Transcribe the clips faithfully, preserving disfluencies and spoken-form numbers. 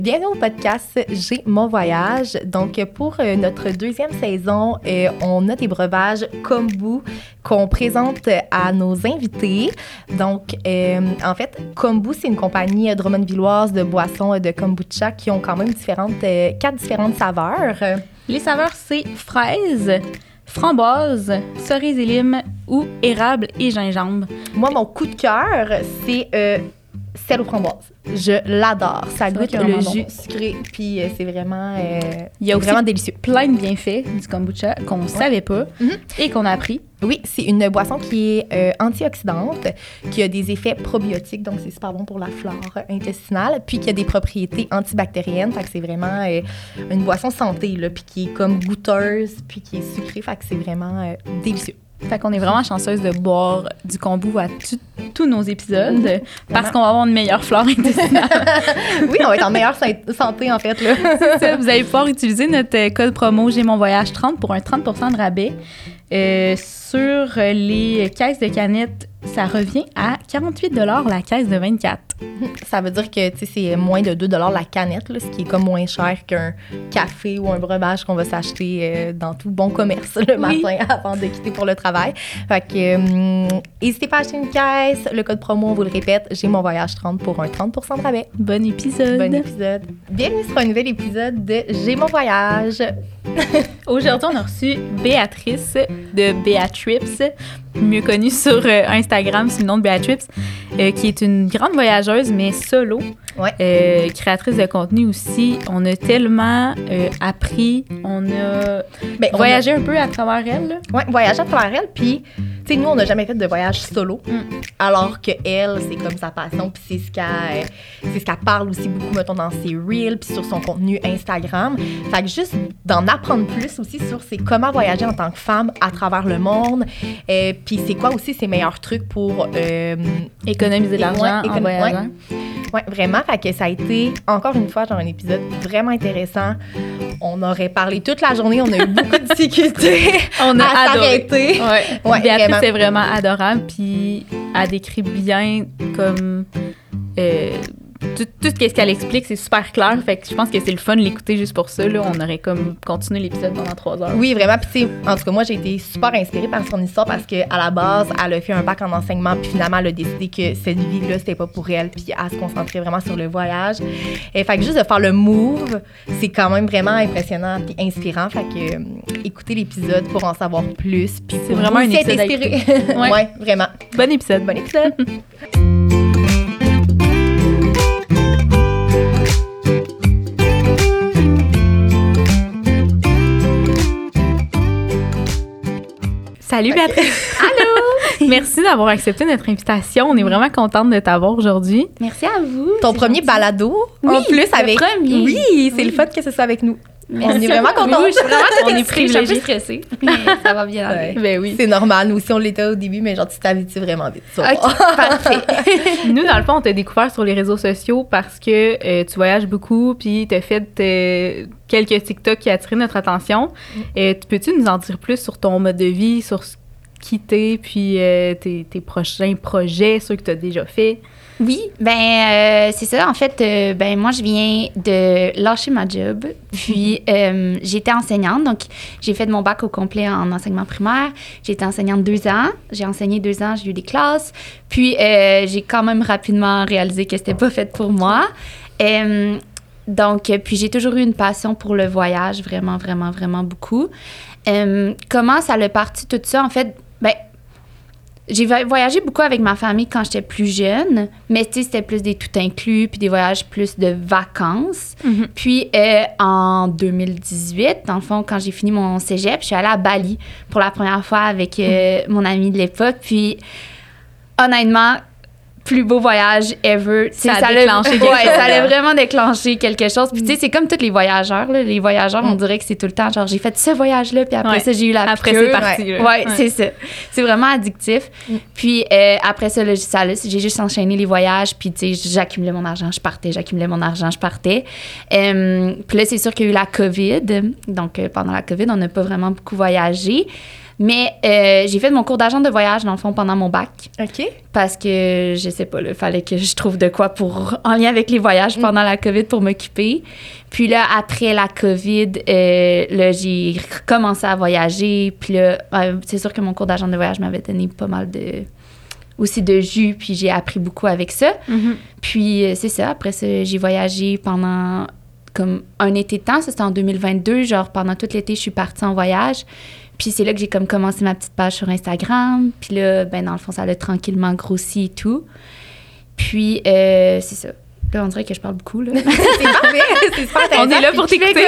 Bienvenue au podcast J'ai mon voyage. Donc, pour euh, notre deuxième saison, euh, on a des breuvages kombu qu'on présente à nos invités. Donc, euh, en fait, Kombu, c'est une compagnie drummondvilloise de boissons de kombucha qui ont quand même différentes, euh, quatre différentes saveurs. Les saveurs, c'est fraise, framboise, cerise et lime ou érable et gingembre. Moi, mon coup de cœur, c'est euh, celle aux framboises. Je l'adore. Ça C'est goûte vraiment le bon. jus sucré, puis euh, c'est vraiment, euh, Il y a aussi vraiment délicieux. plein de bienfaits du kombucha qu'on ne savait pas Mhm. et qu'on a appris. Oui, c'est une boisson qui est euh, antioxydante, qui a des effets probiotiques, donc c'est super bon pour la flore intestinale, puis qui a des propriétés antibactériennes, fait que c'est vraiment euh, une boisson santé, là, puis qui est comme goûteuse, puis qui est sucrée, fait que c'est vraiment euh, délicieux. Fait qu'on est vraiment chanceuse de boire du kombu à tu- tous nos épisodes parce qu'on va avoir une meilleure flore intestinale. Oui, on va être en meilleure sa- santé, en fait, là. C'est ça, vous allez pouvoir utiliser notre euh, code promo J'ai mon voyage trente pour un trente pour cent de rabais. Euh, sur les caisses de canettes, ça revient à quarante-huit dollars la caisse de vingt-quatre. Ça veut dire que, tu sais, c'est moins de deux dollars la canette, là, ce qui est comme moins cher qu'un café ou un breuvage qu'on va s'acheter euh, dans tout bon commerce le Oui. matin avant de quitter pour le travail. Fait que, hum, n'hésitez pas à acheter une caisse. Le code promo, on vous le répète, j'ai mon voyage trente pour un trente pour cent de rabais. Bon épisode! Bon épisode. Bienvenue sur un nouvel épisode de J'ai mon voyage. Aujourd'hui, on a reçu Béatrice de Béatrips, mieux connue sur euh, Instagram sous le nom de Béatrips, euh, qui est une grande voyageuse, mais solo, Ouais. euh, créatrice de contenu aussi. On a tellement euh, appris, on a Ben, on a- voyagé un peu à travers elle. là. Ouais, voyager à travers elle. Puis, tu sais, nous, on n'a jamais fait de voyage solo. Mm. Alors que elle, c'est comme sa passion. Puis, c'est ce qu'elle, c'est ce qu'elle parle aussi beaucoup, mettons, dans ses reels, puis sur son contenu Instagram. Fait que juste d'en apprendre plus aussi sur c'est comment voyager en tant que femme à travers le monde. Euh, puis, c'est quoi aussi ses meilleurs trucs pour. Euh, Économiser de l'argent Ouais, en économ- voyageant. Ouais, vraiment. Fait que ça a été, encore une fois, genre un épisode vraiment intéressant. On aurait parlé toute la journée. On a eu beaucoup de difficultés On a à adoré. s'arrêter. Ouais. Ouais, Béatrice vraiment. est vraiment adorable, puis elle décrit bien comme euh, tout, tout ce qu'elle explique, c'est super clair. Fait que je pense que c'est le fun de l'écouter juste pour ça. Là. On aurait comme continué l'épisode pendant trois heures. Oui, vraiment. Puis, tu sais, en tout cas, moi, j'ai été super inspirée par son histoire parce qu'à la base, elle a fait un bac en enseignement, puis finalement, elle a décidé que cette vie-là, c'était pas pour elle, puis elle se concentrait vraiment sur le voyage. Et fait que juste de faire le move, c'est quand même vraiment impressionnant puis inspirant. Fait que, euh, écoutez l'épisode pour en savoir plus. Puis C'est pour vraiment vous un aussi être épisode à inspiré. Ouais. Ouais, vraiment. Bon épisode. Bon épisode. Salut Béatrice! Allô! Merci d'avoir accepté notre invitation. On est vraiment contente de t'avoir aujourd'hui. Merci à vous. Ton c'est premier gentil. balado, Oui, en plus, le avec. premier. Oui, c'est Oui. le fun que ce soit avec nous. Merci On est vraiment beaucoup. contents. Je suis vraiment On est stressée, je suis un peu privilégiés. stressée, mais ça va bien aller. Ouais. Ben oui. C'est normal. Nous aussi, on l'était au début, mais genre, tu t'habitues vraiment vite. tu vas voir. OK, parfait. Nous, dans le fond, on t'a découvert sur les réseaux sociaux parce que euh, tu voyages beaucoup, puis t'as fait euh, quelques TikTok qui attirent notre attention. Euh, tu peux-tu nous en dire plus sur ton mode de vie, sur ce qui t'es, puis euh, tes, tes prochains projets, ceux que tu as déjà fait? Oui, ben euh, c'est ça. En fait, euh, ben moi, je viens de lâcher ma job. Puis, euh, j'étais enseignante. Donc, j'ai fait mon bac au complet en enseignement primaire. J'ai été enseignante deux ans. J'ai enseigné deux ans, j'ai eu des classes. Puis, euh, j'ai quand même rapidement réalisé que c'était pas fait pour moi. Euh, donc, euh, puis j'ai toujours eu une passion pour le voyage, vraiment, vraiment, vraiment beaucoup. Euh, comment ça l'a parti tout ça? En fait, ben j'ai voyagé beaucoup avec ma famille quand j'étais plus jeune, mais tu sais, c'était plus des tout inclus, puis des voyages plus de vacances. Mm-hmm. Puis euh, en deux mille dix-huit, dans le fond, quand j'ai fini mon cégep, je suis allée à Bali pour la première fois avec euh, mon ami de l'époque. Puis honnêtement, plus beau voyage ever. Ça a l'a- déclenché quelque ouais, chose. ça a vraiment déclenché quelque chose. Puis tu sais, c'est comme tous les voyageurs, là. Les voyageurs, on dirait que c'est tout le temps genre j'ai fait ce voyage-là, puis après Ouais. ça, j'ai eu la Après, piqûre. c'est parti. Ouais, là. ouais, c'est ça. C'est vraiment addictif. Puis euh, après ça, là, ça là, j'ai juste enchaîné les voyages, puis tu sais, j'accumulais mon argent, je partais, j'accumulais mon argent, je partais. Euh, puis là, c'est sûr qu'il y a eu la COVID. Donc, euh, pendant la COVID, on n'a pas vraiment beaucoup voyagé. Mais euh, j'ai fait mon cours d'agent de voyage, dans le fond, pendant mon bac. OK. Parce que, je sais pas, il fallait que je trouve de quoi pour, en lien avec les voyages pendant la COVID pour m'occuper. Puis là, après la COVID, euh, là, j'ai commencé à voyager. Puis là, euh, c'est sûr que mon cours d'agent de voyage m'avait donné pas mal de... aussi de jus, puis j'ai appris beaucoup avec ça. Mm-hmm. Puis euh, c'est ça, après ça, j'ai voyagé pendant comme un été de temps, ça c'était en deux mille vingt-deux, genre pendant tout l'été, je suis partie en voyage. Puis c'est là que j'ai comme commencé ma petite page sur Instagram. Puis là, ben dans le fond, ça a tranquillement grossi et tout. Puis euh, c'est ça. Là, on dirait que je parle beaucoup, là. C'est parfait, c'est super intéressant. On est là pour t'écouter.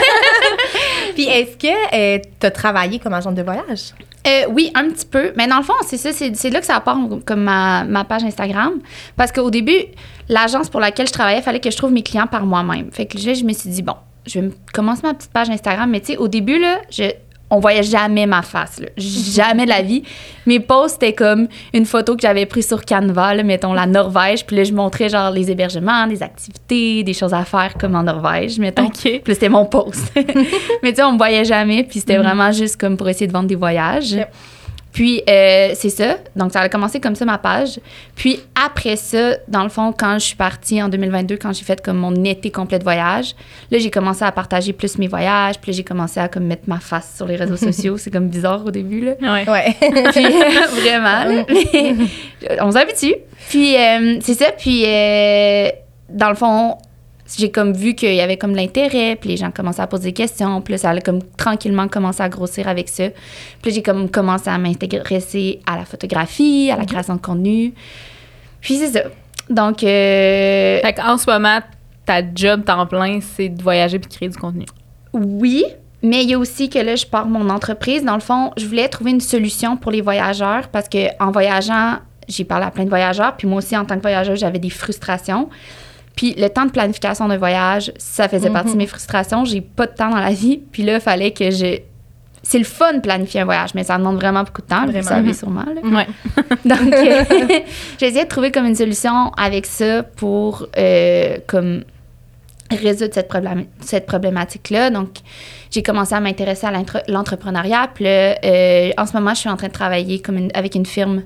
Puis est-ce que euh, tu as travaillé comme agente de voyage? Euh, oui, un petit peu. Mais dans le fond, c'est ça, c'est, c'est là que ça part comme ma, ma page Instagram. Parce qu'au début, l'agence pour laquelle je travaillais, il fallait que je trouve mes clients par moi-même. Fait que là, je me suis dit, bon, je vais commencer ma petite page Instagram. Mais tu sais, au début, là, je... on voyait jamais ma face, là. Jamais de la vie. Mes posts, c'était comme une photo que j'avais prise sur Canva, là, mettons la Norvège. Puis là, je montrais genre les hébergements, des activités, des choses à faire comme en Norvège, mettons. OK. Puis là, c'était mon post. Mais tu sais, on me voyait jamais. Puis c'était Mm-hmm. vraiment juste comme pour essayer de vendre des voyages. Yep. Puis, euh, c'est ça. Donc, ça a commencé comme ça, ma page. Puis, après ça, dans le fond, quand je suis partie en deux mille vingt-deux, quand j'ai fait comme mon été complet de voyage, là, j'ai commencé à partager plus mes voyages. Puis là, j'ai commencé à comme mettre ma face sur les réseaux sociaux. C'est comme bizarre au début, là. Ouais. Ouais. Puis, vraiment, là. Mais on s'habitue. Puis, euh, c'est ça. Puis, euh, dans le fond, j'ai comme vu qu'il y avait comme l'intérêt, puis les gens commençaient à poser des questions, puis là, ça a comme tranquillement commencé à grossir avec ça. Puis là, j'ai comme commencé à m'intéresser à la photographie, à la création de contenu. Puis c'est ça. Donc... Euh, Fait qu'en ce moment, ta job temps plein, c'est de voyager puis de créer du contenu. oui, mais il y a aussi que là, je pars mon entreprise. Dans le fond, je voulais trouver une solution pour les voyageurs parce qu'en voyageant, j'ai parlé à plein de voyageurs, puis moi aussi, en tant que voyageuse, j'avais des frustrations. Puis le temps de planification de voyage, ça faisait mm-hmm. partie de mes frustrations. J'ai pas de temps dans la vie. Puis là, il fallait que je... C'est le fun de planifier un voyage, mais ça demande vraiment beaucoup de temps. Vraiment. Vous savez sûrement. Là. Ouais. Donc, euh, j'ai essayé de trouver comme une solution avec ça pour euh, comme résoudre cette, problém- cette problématique-là. Donc, j'ai commencé à m'intéresser à l'entrepreneuriat. Puis là, euh, en ce moment, je suis en train de travailler comme une, avec une firme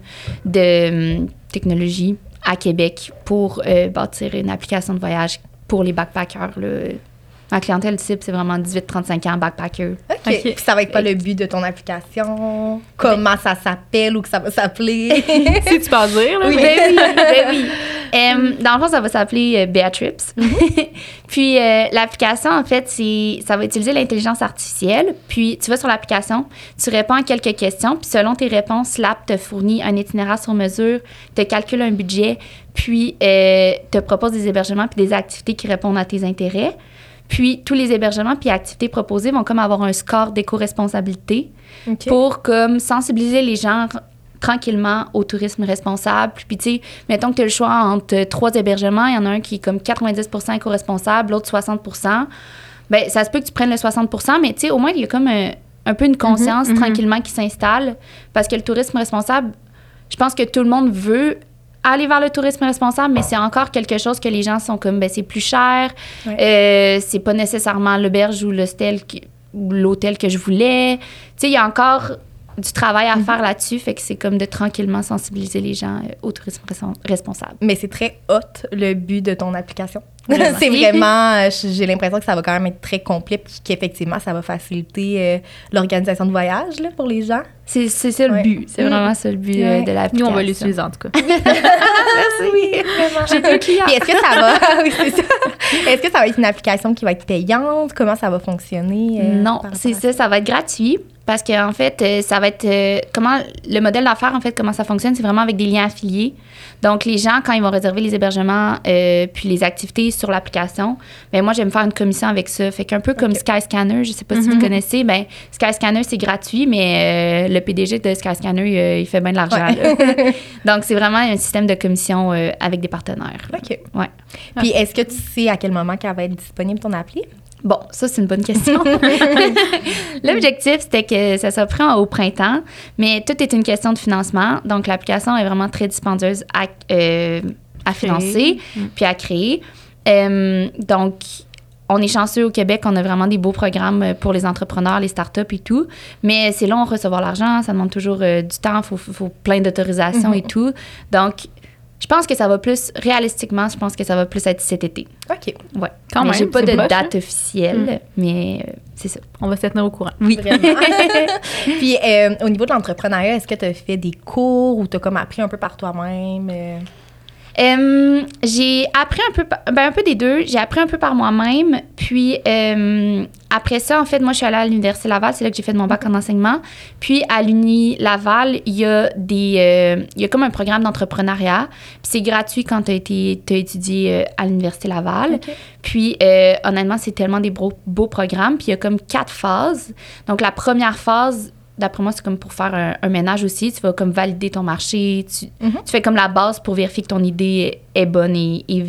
de um, technologie à Québec pour euh, bâtir une application de voyage pour les backpackers. Là. Ma clientèle cible, c'est vraiment dix-huit à trente-cinq ans, backpacker. OK. Okay. Puis ça va être pas le but de ton application? Comment ça s'appelle ou que ça va s'appeler? Si tu peux dire, là. Oui, ben oui, ben oui. Um, dans le fond, ça va s'appeler euh, Beatrips. Mm-hmm. Puis euh, l'application, en fait, c'est, ça va utiliser l'intelligence artificielle. Puis tu vas sur l'application, tu réponds à quelques questions, puis selon tes réponses, l'app te fournit un itinéraire sur mesure, te calcule un budget, puis euh, te propose des hébergements puis des activités qui répondent à tes intérêts. Puis, tous les hébergements puis activités proposées vont comme avoir un score d'éco-responsabilité okay. pour comme sensibiliser les gens tranquillement au tourisme responsable. Puis, tu sais, mettons que tu as le choix entre trois hébergements. Il y en a un qui est comme quatre-vingt-dix pour cent éco-responsable, l'autre soixante pour cent. Bien, ça se peut que tu prennes le soixante pour cent, mais tu sais, au moins, il y a comme un, un peu une conscience mm-hmm, tranquillement mm-hmm. qui s'installe. Parce que le tourisme responsable, je pense que tout le monde veut aller vers le tourisme responsable, mais c'est encore quelque chose que les gens sont comme, ben c'est plus cher, ouais. euh, c'est pas nécessairement l'auberge ou l'hostel qui, ou l'hôtel que je voulais. Tu sais, il y a encore du travail à mm-hmm. faire là-dessus, fait que c'est comme de tranquillement sensibiliser les gens euh, au tourisme responsable. Mais c'est très hot, le but de ton application. Vraiment. C'est vraiment, j'ai l'impression que ça va quand même être très complet puis qu'effectivement, ça va faciliter euh, l'organisation de voyage là, pour les gens. C'est, c'est ça le ouais. but. C'est vraiment ça le but ouais. euh, de l'application. Nous, on va l'utiliser en tout cas. Merci. Oui, vraiment. J'ai deux clients. Puis est-ce que ça va... oui, c'est ça. Est-ce que ça va être une application qui va être payante? Comment ça va fonctionner? Euh, non, c'est ça. Ça va être gratuit. Parce qu'en en fait, euh, ça va être... Euh, comment le modèle d'affaires, en fait, comment ça fonctionne, c'est vraiment avec des liens affiliés. Donc, les gens, quand ils vont réserver les hébergements euh, puis les activités sur l'application, bien, moi, je vais me faire une commission avec ça. Fait qu'un peu comme okay. Skyscanner, je ne sais pas mm-hmm. si vous connaissez, bien, Skyscanner, c'est gratuit, mais euh, le P D G de Skyscanner, il, il fait bien de l'argent. Ouais. Donc, c'est vraiment un système de commission euh, avec des partenaires. OK. Ouais. Puis, est-ce que tu sais à quel moment qu'elle va être disponible, ton appli? Bon, ça, c'est une bonne question. L'objectif, c'était que ça soit pris au printemps, mais tout est une question de financement. Donc, l'application est vraiment très dispendieuse à, euh, à financer mmh. puis à créer. Euh, donc, on est chanceux au Québec, on a vraiment des beaux programmes pour les entrepreneurs, les startups et tout. Mais c'est long recevoir l'argent, ça demande toujours euh, du temps, il faut, faut plein d'autorisations mm-hmm. et tout. Donc, je pense que ça va plus, réalistiquement, je pense que ça va plus être cet été. OK. Ouais. Quand mais même, j'ai pas de proche, date hein? officielle, mm. mais euh, c'est ça. On va se tenir au courant. Oui. Vraiment. Puis, euh, au niveau de l'entrepreneuriat, est-ce que tu as fait des cours ou tu as comme appris un peu par toi-même? Euh... Euh, j'ai appris un peu, ben un peu des deux. J'ai appris un peu par moi-même. Puis euh, après ça, en fait, moi, je suis allée à l'Université Laval. C'est là que j'ai fait mon bac en enseignement. Puis à l'Uni Laval, il y a des, euh, il y a comme un programme d'entrepreneuriat. Puis c'est gratuit quand tu as été, t'as étudié euh, à l'Université Laval. Okay. Puis euh, honnêtement, c'est tellement des beaux, beaux programmes. Puis il y a comme quatre phases. Donc la première phase, d'après moi, c'est comme pour faire un, un ménage aussi. Tu vas comme valider ton marché. Tu, mm-hmm. tu fais comme la base pour vérifier que ton idée est bonne et, et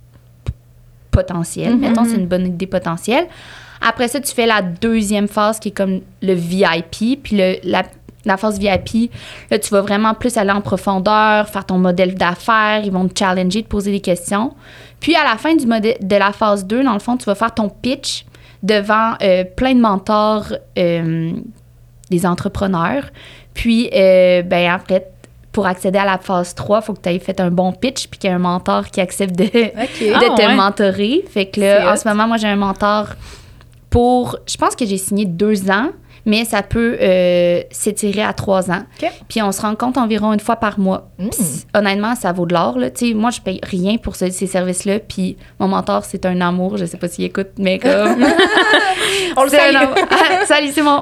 potentielle. Mm-hmm. Mettons, c'est une bonne idée potentielle. Après ça, tu fais la deuxième phase qui est comme le V I P. Puis le, la, la phase V I P, là, tu vas vraiment plus aller en profondeur, faire ton modèle d'affaires. Ils vont te challenger, te poser des questions. Puis à la fin du modèle, de la phase deux, dans le fond, tu vas faire ton pitch devant euh, plein de mentors euh, des entrepreneurs. Puis, euh, ben après, pour accéder à la phase trois, il faut que tu aies fait un bon pitch puis qu'il y ait un mentor qui accepte de, okay. de ah, te ouais. mentorer. Fait que là, c'est en hot. Ce moment, moi, j'ai un mentor pour... Je pense que j'ai signé deux ans, mais ça peut euh, s'étirer à trois ans. Okay. Puis on se rend compte environ une fois par mois. Mm. Pis, honnêtement, ça vaut de l'or. Là. Moi, je paye rien pour ce, ces services-là. Puis mon mentor, c'est un amour. Je sais pas s'il écoute, mais comme... on le salue. Ah, salut, Simon.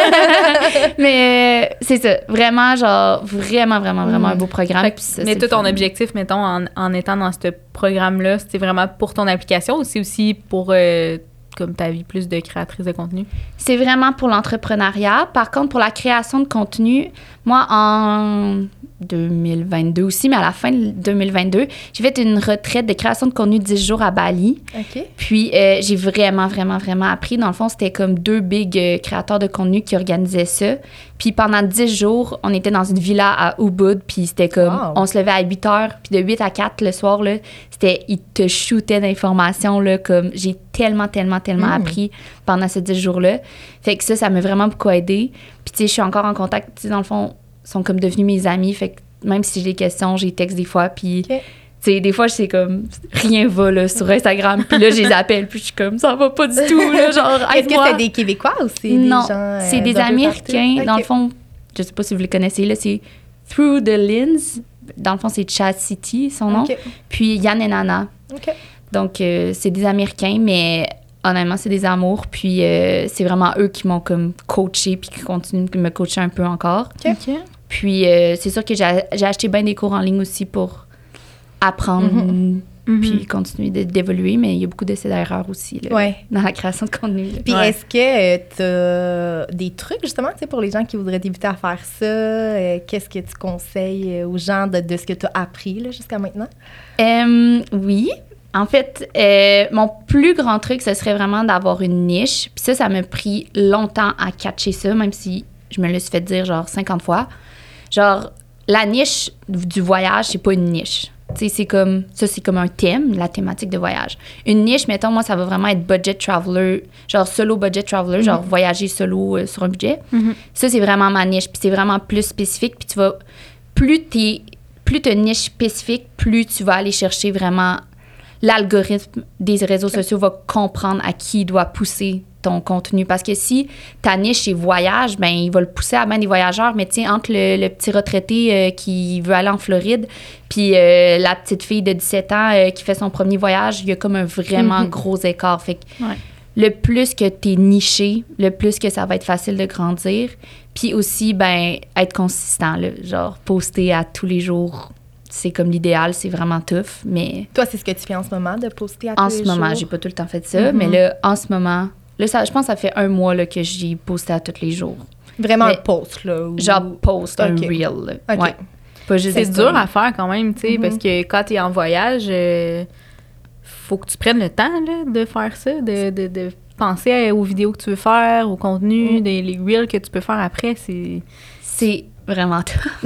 Mais euh, c'est ça. Vraiment, genre, vraiment, vraiment, vraiment mm. un beau programme. Fait, ça, mais toi, ton objectif, mettons, en, en étant dans ce programme-là, c'était vraiment pour ton application ou c'est aussi pour... Euh, comme ta vie plus de créatrice de contenu? C'est vraiment pour l'entrepreneuriat. Par contre, pour la création de contenu, moi, en deux mille vingt-deux aussi, mais à la fin de deux mille vingt-deux, j'ai fait une retraite de création de contenu dix jours à Bali. OK. Puis, euh, j'ai vraiment, vraiment, vraiment appris. Dans le fond, c'était comme deux big euh, créateurs de contenu qui organisaient ça. Puis, pendant dix jours, on était dans une villa à Ubud. Puis, c'était comme, wow. On se levait à huit heures. Puis, de huit à quatre le soir, là, c'était, ils te shootaient d'informations, là, comme, j'ai tellement, tellement, tellement mmh. appris pendant ces dix jours-là. Fait que ça, ça m'a vraiment beaucoup aidé. Puis, tu sais, je suis encore en contact, tu sais, dans le fond, sont comme devenus mes amis. Fait que même si j'ai des questions, j'ai texte des fois. Puis, okay. tu sais, des fois, je sais comme, rien va, là, sur Instagram. Puis là, je les appelle. Puis je suis comme, ça va pas du tout, là, genre, est-ce que c'est des Québécois ou c'est non, des gens... Euh, c'est des Américains. Okay. Dans le fond, je sais pas si vous les connaissez, là, c'est Through the Lens. Dans le fond, c'est Chat City, son nom. Okay. Puis Yann et Nana. Okay. Donc, euh, c'est des Américains, mais... Honnêtement, c'est des amours. Puis, euh, c'est vraiment eux qui m'ont comme coaché puis qui continuent de me coacher un peu encore. OK. Puis, euh, c'est sûr que j'ai, j'ai acheté bien des cours en ligne aussi pour apprendre mm-hmm. puis mm-hmm. continuer de, d'évoluer. Mais il y a beaucoup d'essais d'erreurs aussi là, ouais. dans la création de contenu. Là. Puis, ouais. est-ce que tu as des trucs, justement, pour les gens qui voudraient débuter à faire ça? Euh, qu'est-ce que tu conseilles aux gens de, de ce que tu as appris là, jusqu'à maintenant? Euh, oui. En fait, euh, mon plus grand truc, ce serait vraiment d'avoir une niche. Puis ça, ça m'a pris longtemps à catcher ça, même si je me le suis fait dire genre cinquante fois. Genre, la niche du voyage, c'est pas une niche. Tu sais, c'est comme, ça, c'est comme un thème, la thématique de voyage. Une niche, mettons, moi, ça va vraiment être budget traveler, genre solo budget traveler, mm-hmm. genre voyager solo euh, sur un budget. Mm-hmm. Ça, c'est vraiment ma niche. Puis c'est vraiment plus spécifique. Puis tu vas, plus t'es, plus t'as une niche spécifique, plus tu vas aller chercher vraiment... L'algorithme des réseaux sociaux va comprendre à qui il doit pousser ton contenu. Parce que si ta niche est voyage, ben il va le pousser à bien des voyageurs. Mais tiens, entre le, le petit retraité euh, qui veut aller en Floride puis euh, la petite fille de dix-sept ans euh, qui fait son premier voyage, il y a comme un vraiment mm-hmm. gros écart. Fait que ouais. le plus que tu es niché, le plus que ça va être facile de grandir. Puis aussi, ben être consistant, là, genre poster à tous les jours. C'est comme l'idéal, c'est vraiment tough, mais... Toi, c'est ce que tu fais en ce moment, de poster à tous les jours? En ce moment, j'ai pas tout le temps fait ça, mm-hmm. mais là, en ce moment... Là, ça, je pense que ça fait un mois là, que j'ai posté à tous les jours. Vraiment mais, un post, là? Ou... Genre post, okay. un reel, là. Okay. Ouais. Pas juste c'est dur à faire quand même, tu sais, mm-hmm. parce que quand t'es en voyage, euh, faut que tu prennes le temps, là, de faire ça, de, de, de penser aux vidéos que tu veux faire, au contenu, mm. des, les reels que tu peux faire après, c'est... C'est... vraiment tout.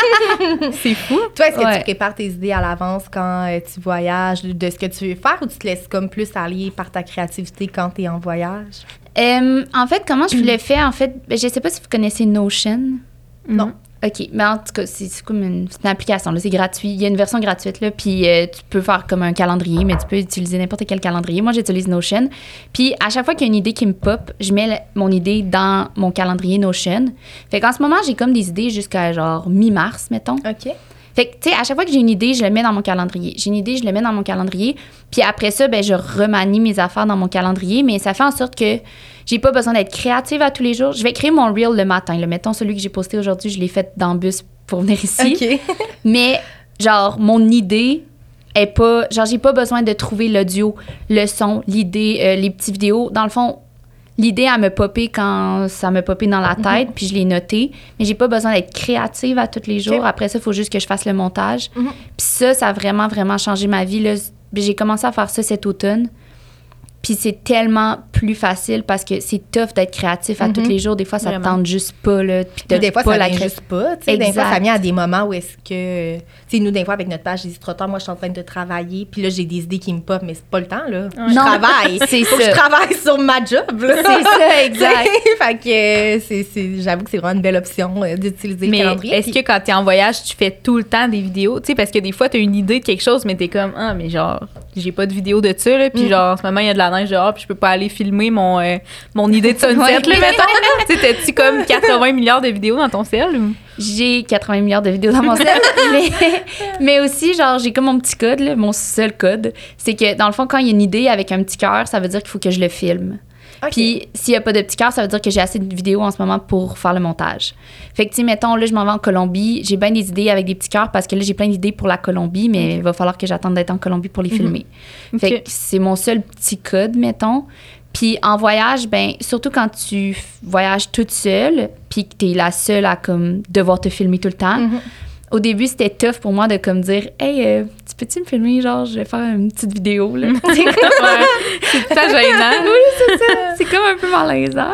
C'est fou. Toi, est-ce que Ouais. tu prépares tes idées à l'avance quand euh, tu voyages, de, de ce que tu veux faire, ou tu te laisses comme plus aller par ta créativité quand tu es en voyage? Euh, en fait, comment je le fais? En fait, je sais pas si vous connaissez Notion. Non. OK. Mais en tout cas, c'est c'est comme une, c'est une application. Là, c'est gratuit. Il y a une version gratuite. Là, puis euh, tu peux faire comme un calendrier, mais tu peux utiliser n'importe quel calendrier. Moi, j'utilise Notion. Puis à chaque fois qu'il y a une idée qui me pop, je mets le- mon idée dans mon calendrier Notion. Fait qu'en ce moment, j'ai comme des idées jusqu'à genre mi-mars, mettons. OK. Fait que, tu sais, à chaque fois que j'ai une idée, je le mets dans mon calendrier. J'ai une idée, je le mets dans mon calendrier. Puis après ça, ben, je remanie mes affaires dans mon calendrier. Mais ça fait en sorte que j'ai pas besoin d'être créative à tous les jours. Je vais créer mon reel le matin. Là. Mettons, celui que j'ai posté aujourd'hui, je l'ai fait dans le bus pour venir ici. OK. Mais, genre, mon idée est pas... Genre, j'ai pas besoin de trouver l'audio, le son, l'idée, euh, les petites vidéos. Dans le fond, l'idée, elle me popé quand ça me popé dans la tête, puis je l'ai noté. Mais j'ai pas besoin d'être créative à tous les jours. OK. Après ça, il faut juste que je fasse le montage. Mhm. Puis ça, ça a vraiment, vraiment changé ma vie. Là. J'ai commencé à faire ça cet automne. Puis c'est tellement plus facile parce que c'est tough d'être créatif à Mhm. tous les jours. Des fois, ça Vraiment. te tente juste pas. Là, puis t'as Puis des fois, pas ça la vient cré- juste pas. Tu sais, des fois, Exact. ça vient à des moments où est-ce que... Tu sais, nous, des fois, avec notre page des histoires, moi, je suis en train de travailler, puis là, j'ai des idées qui me pop, mais c'est pas le temps, là. Je Non, travaille. c'est Faut que ça. je travaille sur ma job, là. C'est ça, exact. fait que euh, c'est, c'est, j'avoue que c'est vraiment une belle option euh, d'utiliser Mais le calendrier. est-ce Puis- que quand t'es en voyage, tu fais tout le temps des vidéos? Tu sais, parce que des fois, t'as une idée de quelque chose, mais t'es comme, ah, mais genre, j'ai pas de vidéo de ça, là. Puis Mm. genre, en ce moment, il y a de la neige dehors, puis je peux pas aller filmer mon, euh, mon idée de sunset, Ouais. là, mettons. Tu sais, t'as-tu comme quatre-vingts milliards de vidéos dans ton sel? Ou? J'ai quatre-vingts milliards de vidéos dans mon cell. mais, mais aussi, genre, j'ai comme mon petit code, là, mon seul code. C'est que, dans le fond, quand il y a une idée avec un petit cœur, ça veut dire qu'il faut que je le filme. OK. Puis, s'il n'y a pas de petit cœur, ça veut dire que j'ai assez de vidéos en ce moment pour faire le montage. Fait que, tu sais, mettons, là, je m'en vais en Colombie. J'ai bien des idées avec des petits cœurs parce que là, j'ai plein d'idées pour la Colombie, mais il va falloir que j'attende d'être en Colombie pour les filmer. Ok. Fait que c'est mon seul petit code, mettons. Puis en voyage, ben surtout quand tu f- voyages toute seule, puis que t'es la seule à comme devoir te filmer tout le temps. Mhm. Au début, c'était tough pour moi de comme dire, hey, euh, tu peux-tu me filmer, genre, je vais faire une petite vidéo là. C'est comme- Ouais. C'est tout ça gênant. oui, c'est ça. C'est comme un peu malaisant.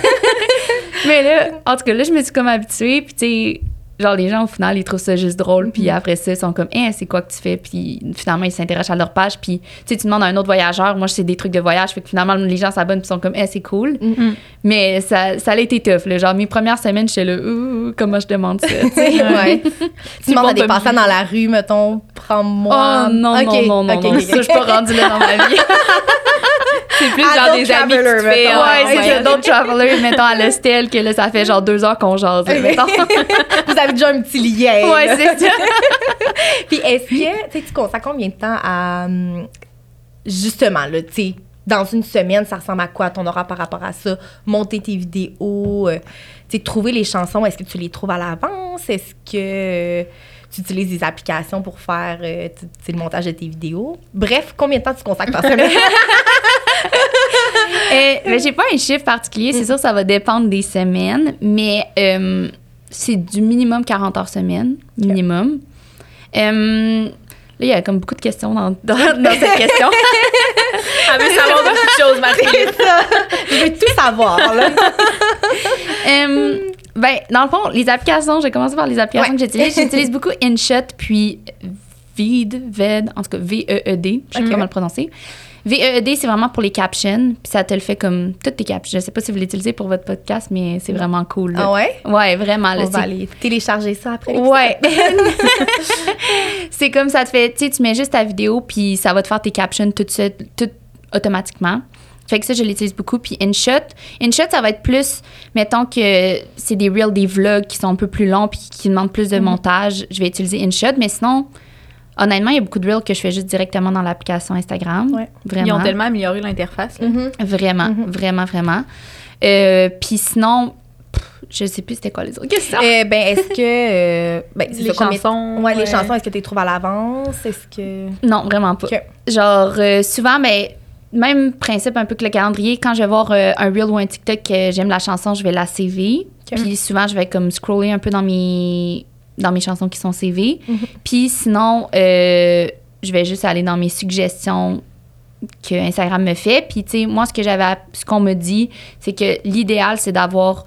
Mais là, en tout cas, là, je me suis comme habituée, puis tu sais. Genre, les gens, au final, ils trouvent ça juste drôle. Puis après ça, ils sont comme, hein, c'est quoi que tu fais? Puis finalement, ils s'intéressent à leur page. Puis, tu sais, tu demandes à un autre voyageur. Moi, c'est des trucs de voyage. Fait que finalement, les gens s'abonnent. Puis sont comme, hein, c'est cool. Mm. Mais ça, ça a été tough. Là. Genre, mes premières semaines, j'étais là, ouh, comment je demande ça? tu sais. Ouais. tu demandes à des bon, passants comme- dans la rue, mettons, prends-moi. Oh non, Ok, non, non, non, ok, non. ok, Ça, je ok. suis pas rendue là dans ma vie. C'est plus Adult genre des amis que tu traveler, te fais. mettons. en ouais, c'est voyage. ça. D'autres travelers, mettons à l'hostel, que là, ça fait genre deux heures qu'on jase. là, mettons. Vous avez déjà un petit lien. Ouais, là. c'est ça. Puis est-ce que, tu sais, tu consacres combien de temps à, hum, justement, là, tu sais, dans une semaine, ça ressemble à quoi ton horaire par rapport à ça? Monter tes vidéos, euh, tu sais, trouver les chansons, est-ce que tu les trouves à l'avance? Est-ce que euh, tu utilises des applications pour faire, euh, tu sais, le montage de tes vidéos? Bref, combien de temps tu consacres par semaine? Euh, ben, j'ai pas un chiffre particulier. C'est sûr que ça va dépendre des semaines, mais euh, c'est du minimum quarante heures semaine. Minimum. Euh, là, il y a comme beaucoup de questions dans, dans, dans cette question. Elle veut savoir beaucoup de choses, Marie. C'est ça! Je veux tout savoir, là. Euh, ben, dans le fond, les applications, j'ai commencé par les applications Ouais. que j'utilise. J'utilise beaucoup InShot, puis Veed, Ved, en tout cas V E E D, je sais Ok. pas comment le prononcer. V E E D, c'est vraiment pour les captions, puis ça te le fait comme toutes tes captions. Je sais pas si vous l'utilisez pour votre podcast, mais c'est vraiment cool. là. Ah ouais? Ouais, vraiment. Là, On va c'est- aller télécharger ça après. l'épisode. Ouais. C'est comme ça te fait, tu sais, tu mets juste ta vidéo, puis ça va te faire tes captions tout, seul, tout automatiquement. Fait que ça, je l'utilise beaucoup. Puis InShot, InShot, ça va être plus, mettons que c'est des reels, des vlogs qui sont un peu plus longs puis qui demandent plus de montage. Je vais utiliser InShot, mais sinon, honnêtement, il y a beaucoup de reels que je fais juste directement dans l'application Instagram. Ouais. Vraiment. Ils ont tellement amélioré l'interface. là. Mhm. Vraiment, vraiment, vraiment. Euh, puis sinon, pff, je sais plus c'était quoi les autres questions. Euh, ben, est-ce que. euh, ben, c'est Les ça, combien- chansons. Ouais, les euh, chansons, est-ce que tu les trouves à l'avance? Est-ce que. Non, vraiment pas. Ok. Genre, euh, souvent, ben, même principe un peu que le calendrier, quand je vais voir euh, un reel ou un TikTok que j'aime la chanson, je vais la C V. Ok. Puis souvent, je vais comme scroller un peu dans mes, dans mes chansons qui sont C V. Mhm. Puis sinon, euh, je vais juste aller dans mes suggestions que Instagram me fait. Puis, tu sais, moi, ce que j'avais, app- ce qu'on me dit, c'est que l'idéal, c'est d'avoir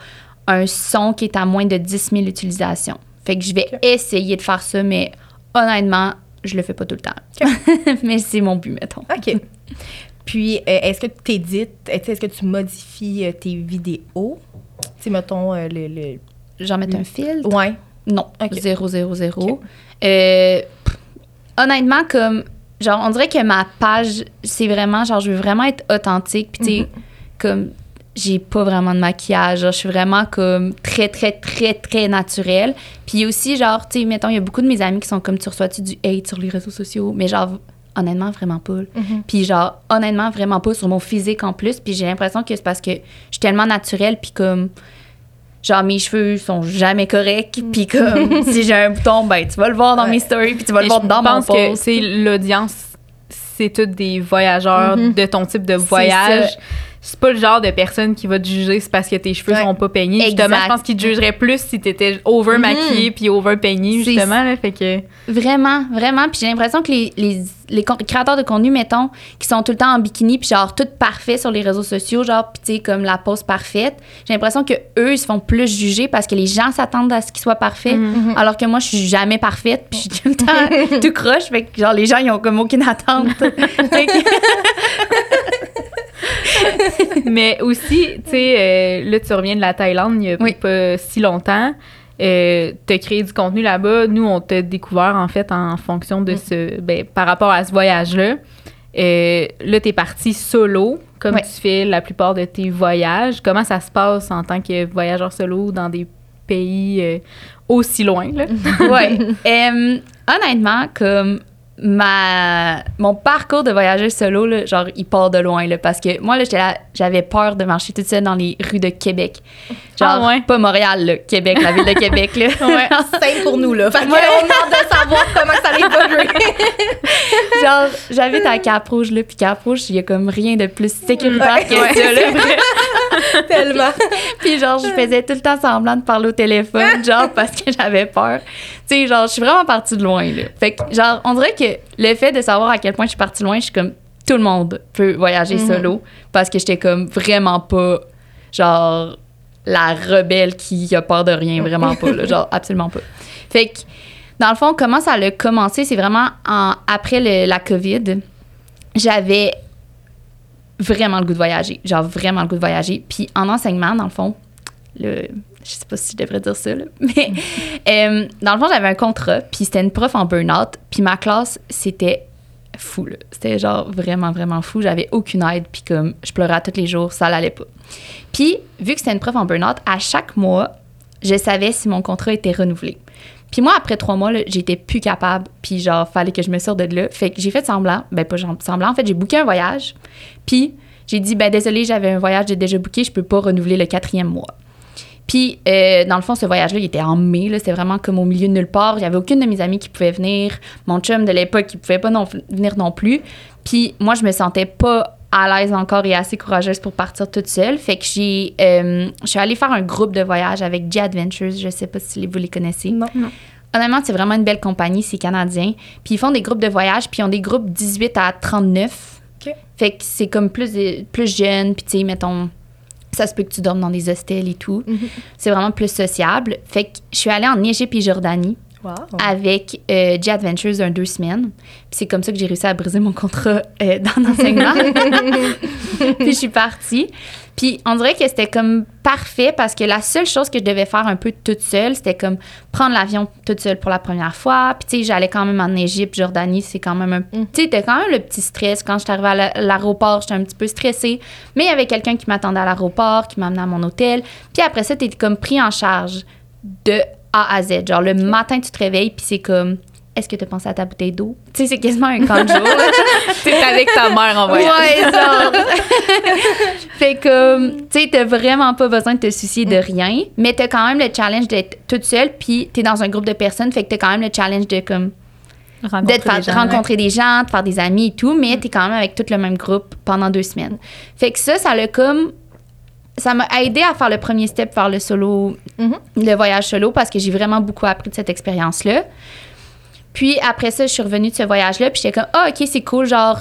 un son qui est à moins de dix mille utilisations. Fait que je vais okay. essayer de faire ça, mais honnêtement, je le fais pas tout le temps. Okay. Mais c'est mon but, mettons. OK. Puis, euh, est-ce que tu édites, est-ce que tu modifies euh, tes vidéos? Tu sais, mettons, euh, le, le... Genre mettre un filtre? Ouais. Non, okay. zéro, zéro, zéro. Okay. Euh, pff, honnêtement, comme, genre, on dirait que ma page, c'est vraiment, genre, je veux vraiment être authentique. Puis, tu sais, mm-hmm. comme, j'ai pas vraiment de maquillage. Genre, je suis vraiment, comme, très, très, très, très naturelle. Puis aussi, genre, tu sais, mettons, il y a beaucoup de mes amis qui sont comme, tu reçois-tu du hate sur les réseaux sociaux? Mais, genre, honnêtement, vraiment pas. Mm-hmm. Puis, genre, honnêtement, vraiment pas sur mon physique en plus. Puis, j'ai l'impression que c'est parce que je suis tellement naturelle. Puis, comme, genre, mes cheveux sont jamais corrects. Mm. Puis, comme, si j'ai un bouton, ben, tu vas le voir dans ouais. mes stories. Puis, tu vas Et le voir dans mon post. Je pense que c'est l'audience, c'est tous des voyageurs mm-hmm. de ton type de voyage. C'est, c'est pas le genre de personne qui va te juger c'est parce que tes cheveux ouais. sont pas peignés. Exact. Justement, je pense qu'ils te jugeraient plus si t'étais over maquillée mm-hmm. puis over peignée, justement. Là, fait que... Vraiment, vraiment. Puis j'ai l'impression que les, les, les créateurs de contenu, mettons, qui sont tout le temps en bikini puis genre tout parfait sur les réseaux sociaux, genre, puis tu sais, comme la pose parfaite, j'ai l'impression que eux ils se font plus juger parce que les gens s'attendent à ce qu'ils soient parfaits, mm-hmm. alors que moi, je suis jamais parfaite puis je suis tout le temps tout croche. Fait que genre, les gens, ils ont comme aucune attente. Mais aussi, tu sais, euh, là, tu reviens de la Thaïlande il n'y a oui. pas si longtemps. Euh, tu as créé du contenu là-bas. Nous, on t'a découvert, en fait, en fonction de ce... Ben, par rapport à ce voyage-là. Euh, là, tu es partie solo, comme oui. tu fais la plupart de tes voyages. Comment ça se passe en tant que voyageur solo dans des pays euh, aussi loin, là? Oui. euh, honnêtement, comme... Ma, mon parcours de voyageuse solo, là, genre, il part de loin, là, parce que moi, là, j'étais là, j'avais peur de marcher toute seule dans les rues de Québec. Genre, ah ouais. pas Montréal, là, Québec, la ville de Québec, là. Ouais, simple pour nous, là. Fait qu'on a hâte de savoir comment ça allait évoluer. Genre, j'habite à Cap-Rouge, là, puis Cap-Rouge, il y a comme rien de plus sécuritaire ouais, que ouais, ça, là. Tellement. Puis genre, je faisais tout le temps semblant de parler au téléphone, genre, parce que j'avais peur. Tu sais, genre, je suis vraiment partie de loin, là. Fait que, genre, on dirait que le fait de savoir à quel point je suis partie loin, je suis comme, tout le monde peut voyager mm-hmm. solo, parce que j'étais comme vraiment pas, genre, la rebelle qui a peur de rien, vraiment pas, là, genre, absolument pas. Fait que, dans le fond, comment ça a commencé, c'est vraiment en, après le, la COVID, j'avais vraiment le goût de voyager, genre vraiment le goût de voyager. Puis en enseignement, dans le fond, le, je sais pas si je devrais dire ça, là, mais euh, dans le fond, j'avais un contrat, puis c'était une prof en burn-out, puis ma classe, c'était fou, là. C'était genre vraiment, vraiment fou. J'avais aucune aide, puis comme je pleurais tous les jours, ça l'allait pas. Puis, vu que c'était une prof en burn-out, à chaque mois, je savais si mon contrat était renouvelé. Puis moi, après trois mois, là, j'étais plus capable. Puis genre, fallait que je me sorte de là. Fait que j'ai fait semblant. Ben, pas semblant. En fait, j'ai booké un voyage. Puis j'ai dit, ben désolé, j'avais un voyage de déjà booké. Je peux pas renouveler le quatrième mois. Puis, euh, dans le fond, ce voyage-là, il était en mai. Là, c'était vraiment comme au milieu de nulle part. Il y avait aucune de mes amies qui pouvait venir. Mon chum de l'époque, qui pouvait pas non, venir non plus. Puis moi, je me sentais pas à l'aise encore et assez courageuse pour partir toute seule. Fait que j'ai... Euh, je suis allée faire un groupe de voyage avec J Adventures. Je sais pas si vous les connaissez. Non, non. Honnêtement, c'est vraiment une belle compagnie. C'est canadien. Puis ils font des groupes de voyage. Puis ils ont des groupes dix-huit à trente-neuf. OK. Fait que c'est comme plus, plus jeune. Puis tu sais, mettons... Ça se peut que tu dormes dans des hostels et tout. Mm-hmm. C'est vraiment plus sociable. Fait que je suis allée en Égypte et Jordanie. Wow. Avec euh, J Adventures un deux semaines. Puis c'est comme ça que j'ai réussi à briser mon contrat euh, dans l'enseignement. Puis je suis partie. Puis on dirait que c'était comme parfait parce que la seule chose que je devais faire un peu toute seule, c'était comme prendre l'avion toute seule pour la première fois. Puis tu sais, j'allais quand même en Égypte, Jordanie, c'est quand même un... Mm. Tu sais, t'as quand même le petit stress. Quand je suis arrivée à l'aéroport, j'étais un petit peu stressée. Mais il y avait quelqu'un qui m'attendait à l'aéroport, qui m'amenait à mon hôtel. Puis après ça, t'es comme pris en charge de A à Z. Genre, le matin, tu te réveilles, puis c'est comme, est-ce que tu as pensé à ta bouteille d'eau? Tu sais, c'est quasiment un camp de jour. T'es avec ta mère en voyage. Ouais, genre. Fait que, tu sais, t'as vraiment pas besoin de te soucier de rien, mais t'as quand même le challenge d'être toute seule, puis t'es dans un groupe de personnes, fait que t'as quand même le challenge de, comme, rencontrer, de faire, des, gens, rencontrer ouais. des gens, de faire des amis et tout, mais t'es quand même avec tout le même groupe pendant deux semaines. Fait que ça, ça l'a comme... Ça m'a aidé à faire le premier step vers le solo, mm-hmm. le voyage solo, parce que j'ai vraiment beaucoup appris de cette expérience-là. Puis après ça, je suis revenue de ce voyage-là, puis j'étais comme, ah, OK, c'est cool, genre, euh,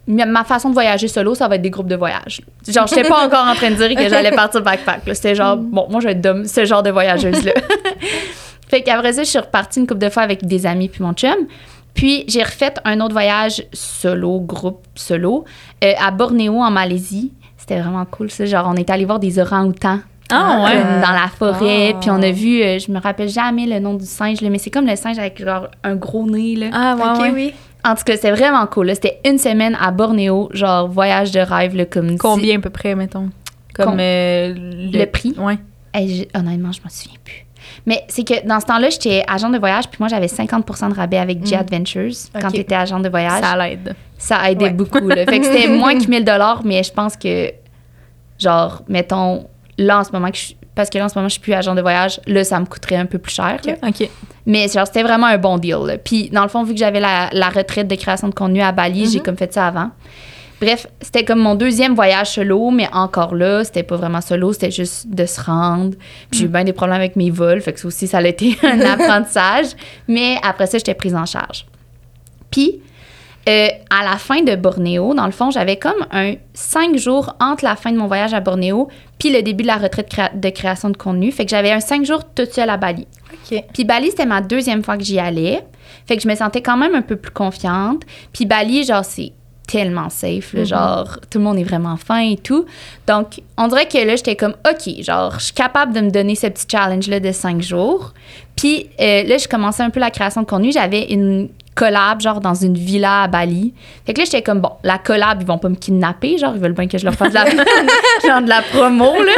ma façon de voyager solo, ça va être des groupes de voyage. Genre, j'étais pas encore en train de dire que j'allais partir backpack. Là. C'était genre, bon, moi, je vais être de, ce genre de voyageuse-là. Fait qu'après ça, je suis repartie une couple de fois avec des amis puis mon chum. Puis, j'ai refait un autre voyage solo, groupe solo, euh, à Bornéo, en Malaisie. C'était vraiment cool, ça. Genre, on est allé voir des orang-outans. Ah, ouais. Comme dans la forêt. Oh. Puis, on a vu, euh, je me rappelle jamais le nom du singe, là, mais c'est comme le singe avec genre un gros nez, là. Ah, ouais, OK, ouais. oui. En tout cas, c'était vraiment cool. Là. C'était une semaine à Bornéo, genre voyage de rêve, là, comme... Combien à peu près, mettons? Comme Com- euh, le... Le prix? Ouais. Hey, je- honnêtement, je m'en souviens plus. Mais c'est que dans ce temps-là, j'étais agent de voyage, puis moi, j'avais cinquante pour cent de rabais avec J Adventures quand Ok. tu étais agent de voyage. Ça l'aide. Ça aidait Ouais. beaucoup. Là. Fait que c'était moins que mille dollars, mais je pense que, genre, mettons, là, en ce moment, que je, parce que là, en ce moment, je suis plus agent de voyage, là, ça me coûterait un peu plus cher. là. OK. Mais genre, c'était vraiment un bon deal. Là. Puis, dans le fond, vu que j'avais la, la retraite de création de contenu à Bali, j'ai comme fait ça avant. Bref, c'était comme mon deuxième voyage solo, mais encore là, c'était pas vraiment solo, c'était juste de se rendre. Puis j'ai eu bien des problèmes avec mes vols, fait que ça aussi, ça a été un apprentissage. Mais après ça, j'étais prise en charge. Puis, euh, à la fin de Bornéo, dans le fond, j'avais comme un cinq jours entre la fin de mon voyage à Bornéo puis le début de la retraite créa- de création de contenu. Fait que j'avais un cinq jours toute seule à Bali. OK. Puis Bali, c'était ma deuxième fois que j'y allais. Fait que je me sentais quand même un peu plus confiante. Puis Bali, genre, c'est tellement safe. Là, genre, tout le monde est vraiment fin et tout. Donc, on dirait que là, j'étais comme, OK, genre, je suis capable de me donner ce petit challenge-là de cinq jours. Puis euh, là, je commençais un peu la création de contenu. J'avais une collab, genre, dans une villa à Bali. Fait que là, j'étais comme, bon, la collab, ils vont pas me kidnapper. Genre, ils veulent bien que je leur fasse de la, genre, de la promo, là.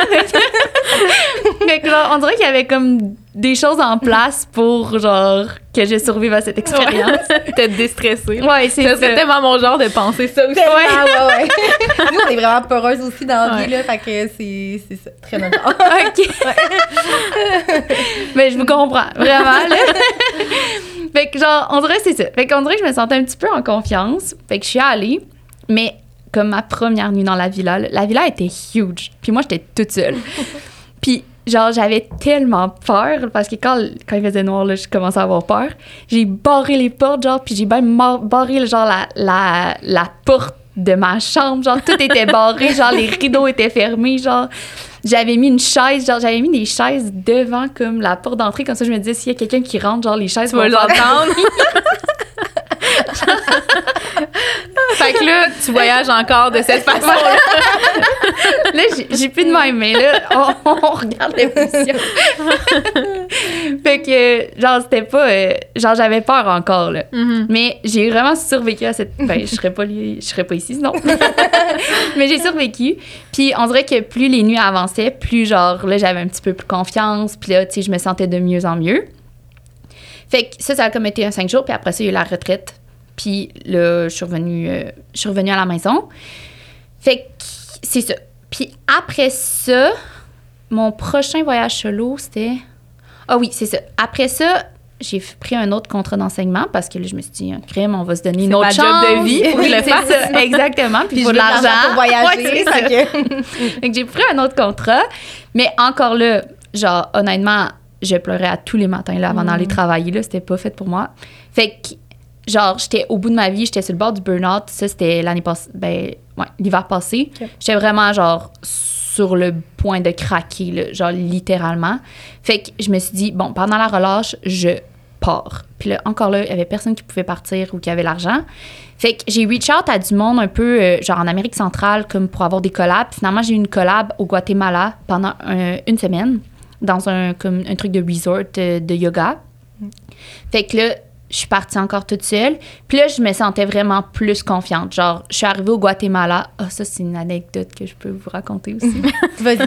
Fait que, genre, on dirait qu'il y avait comme des choses en place pour, genre, que je survive à cette expérience. T'es déstressée. Ouais, c'est Ça ça. serait tellement mon genre de penser ça aussi. Tellement, ouais, ouais. Nous, on est vraiment peureuses aussi dans la vie, là. Fait que c'est, c'est ça. Très notre genre. OK. Mais je vous comprends, vraiment, là. Fait que, genre, on dirait que c'est ça. Fait qu'on dirait que je me sentais un petit peu en confiance. Fait que je suis allée, mais comme ma première nuit dans la villa, là, la villa était huge. Puis moi, j'étais toute seule. Puis, genre, j'avais tellement peur, parce que quand, quand il faisait noir, là, je commençais à avoir peur. J'ai barré les portes, genre, puis j'ai même mar- barré, genre, la, la, la porte de ma chambre. Genre, tout était barré, genre, les rideaux étaient fermés, genre... J'avais mis une chaise, genre, j'avais mis des chaises devant, comme, la porte d'entrée. Comme ça, je me disais, s'il y a quelqu'un qui rentre, genre, les chaises Tu vas vont faire- l'entendre. Fait que là, tu voyages encore de cette façon-là. Là, j'ai, j'ai plus de même, mais là, on, on regarde l'émission. Fait que, genre, c'était pas... euh, genre, j'avais peur encore, là. Mm-hmm. Mais j'ai vraiment survécu à cette... Ben, je serais pas, li- je serais pas ici, sinon. Mais j'ai survécu. Puis on dirait que plus les nuits avançaient, plus, genre, là, j'avais un petit peu plus confiance. Puis là, tu sais, je me sentais de mieux en mieux. Fait que ça, ça a comme été un cinq jours. Puis après ça, il y a eu la retraite. Puis là, je suis revenue, euh, je suis revenue à la maison. Fait que c'est ça. Puis après ça, mon prochain voyage solo, c'était... Ah oui, c'est ça. Après ça, j'ai f- pris un autre contrat d'enseignement parce que là, je me suis dit, un crème, on va se donner une C'est autre ma job chance. de vie, faut que je le c'est fasse. ça, exactement. Puis Puis il faut je de veux de l'argent. pour voyager. Ouais, c'est ça. fait que- Fait que j'ai pris un autre contrat. Mais encore là, genre, honnêtement, je pleurais à tous les matins là, avant d'aller travailler. Là, c'était pas fait pour moi. Fait que, genre, j'étais au bout de ma vie, j'étais sur le bord du burn-out. Ça, c'était l'année passée, ben, ouais, l'hiver passé. Ok. J'étais vraiment, genre, sur le point de craquer, là, genre, littéralement. Fait que je me suis dit, bon, pendant la relâche, je pars. Puis là, encore là, il y avait personne qui pouvait partir ou qui avait l'argent. Fait que j'ai reach out à du monde un peu, euh, genre en Amérique centrale, comme pour avoir des collabs. Puis finalement, j'ai eu une collab au Guatemala pendant un- une semaine, dans un, comme, un truc de resort euh, de yoga. Fait que là, je suis partie encore toute seule. Puis là, je me sentais vraiment plus confiante. Genre, je suis arrivée au Guatemala. Ah, ça, c'est une anecdote que je peux vous raconter aussi. Vas-y.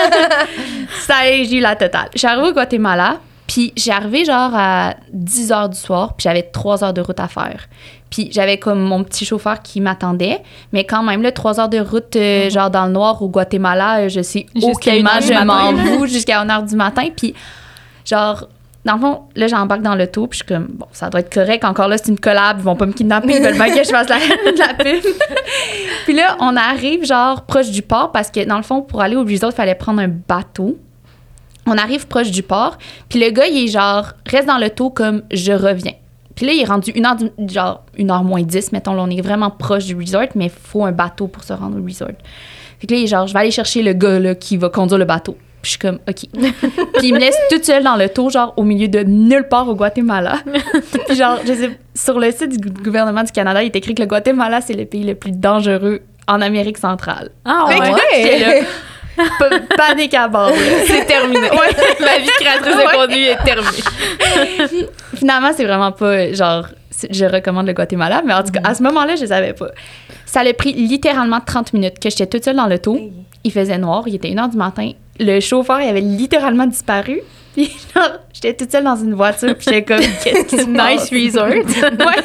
Ça, j'ai eu la totale. Je suis arrivée au Guatemala, puis j'ai arrivé genre à dix heures du soir, puis j'avais trois heures de route à faire. Puis j'avais comme mon petit chauffeur qui m'attendait, mais quand même, là, trois heures de route, euh, genre dans le noir au Guatemala, euh, je sais Jusqu'à une aucunement, heure du je matin. m'en fous jusqu'à une heure du matin. Puis genre, dans le fond, là, j'embarque dans l'auto, puis je suis comme, bon, ça doit être correct. Encore là, c'est une collab, ils vont pas me kidnapper, ils veulent bien que je fasse la, de la pub. Puis là, on arrive, genre, proche du port, parce que, dans le fond, pour aller au resort, il fallait prendre un bateau. On arrive proche du port, puis le gars, il est genre, reste dans l'auto comme je reviens. Puis là, il est rendu une heure, du, genre une heure moins dix, mettons. Là, on est vraiment proche du resort, mais il faut un bateau pour se rendre au resort. Fait que là, il est genre, je vais aller chercher le gars là, qui va conduire le bateau. Puis je suis comme, OK. Puis il me laisse toute seule dans l'auto, genre au milieu de nulle part au Guatemala. Puis genre, je sais, sur le site du gouvernement du Canada, il est écrit que le Guatemala, c'est le pays le plus dangereux en Amérique centrale. Ah Fait que ouais? là, J'étais là, pa- panique à bord. là. C'est terminé. Ma vie de créatrice de contenu est terminée. Finalement, c'est vraiment pas, genre, c'est- je recommande le Guatemala, mais en tout cas, à ce moment-là, je savais pas. Ça a pris littéralement trente minutes que j'étais toute seule dans l'auto. Il faisait noir, il était une heure du matin. Le chauffeur, il avait littéralement disparu. Puis genre, j'étais toute seule dans une voiture, puis j'étais comme, qu'est-ce qui se passe? Nice resort. Ouais.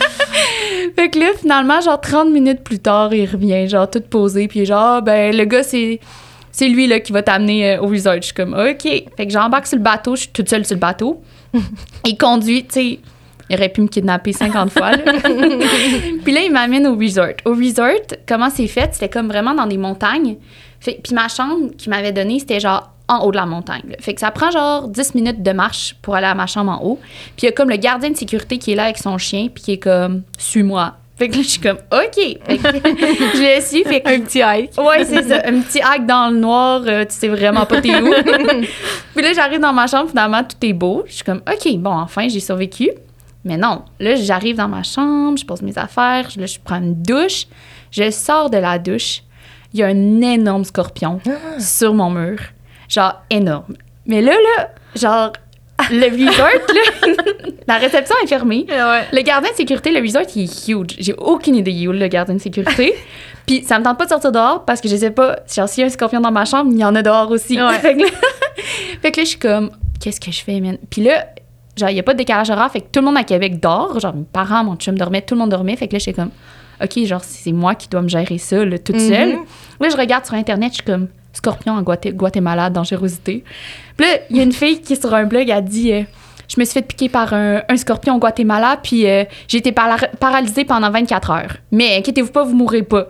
Fait que là, finalement, genre trente minutes plus tard, il revient, genre tout posé, puis genre, ah, ben le gars, c'est c'est lui là qui va t'amener euh, au resort. Je suis comme, OK. Fait que j'embarque sur le bateau, je suis toute seule sur le bateau. Il conduit, tu sais, il aurait pu me kidnapper cinquante fois, là. Puis là, il m'amène au resort. Au resort, comment c'est fait? C'était comme vraiment dans des montagnes. Fait, puis ma chambre qu'il m'avait donnée, c'était genre en haut de la montagne. Là. Fait que ça prend genre dix minutes de marche pour aller à ma chambre en haut. Puis il y a comme le gardien de sécurité qui est là avec son chien, puis qui est comme, suis-moi. Fait que là, je suis comme, OK. Fait que je le suis. Fait que, Un petit hike. ouais, c'est ça. Un petit hack dans le noir, euh, tu sais vraiment pas t'es où. Puis là, j'arrive dans ma chambre, finalement, tout est beau. Je suis comme, OK, bon, enfin, j'ai survécu. Mais non, là, j'arrive dans ma chambre, je pose mes affaires, là, je prends une douche. Je sors de la douche. Il y a un énorme scorpion ah. sur mon mur. Genre, énorme. Mais là, là, genre, le resort, là, la réception est fermée. Ouais. Le gardien de sécurité, le resort, il est huge. J'ai aucune idée où le gardien de sécurité. Puis ça me tente pas de sortir dehors parce que je sais pas, genre, s'il y a un scorpion dans ma chambre, il y en a dehors aussi. Ouais. Fait que là, fait que là, je suis comme, qu'est-ce que je fais, man? Puis là, genre, il y a pas de décalage horaire, fait que tout le monde à Québec dort. Genre, mes parents, mon chum dormait, tout le monde dormait. Fait que là, j'étais comme, OK, genre, c'est moi qui dois me gérer ça, là, toute seule. Mm-hmm. Là, je regarde sur Internet, je suis comme, scorpion en Guaté- Guatemala, dangerosité. Puis là, il y a une fille qui est sur un blog, elle dit, euh, je me suis fait piquer par un, un scorpion au Guatemala, puis euh, j'ai été para- paralysée pendant vingt-quatre heures. Mais inquiétez-vous pas, vous mourrez pas.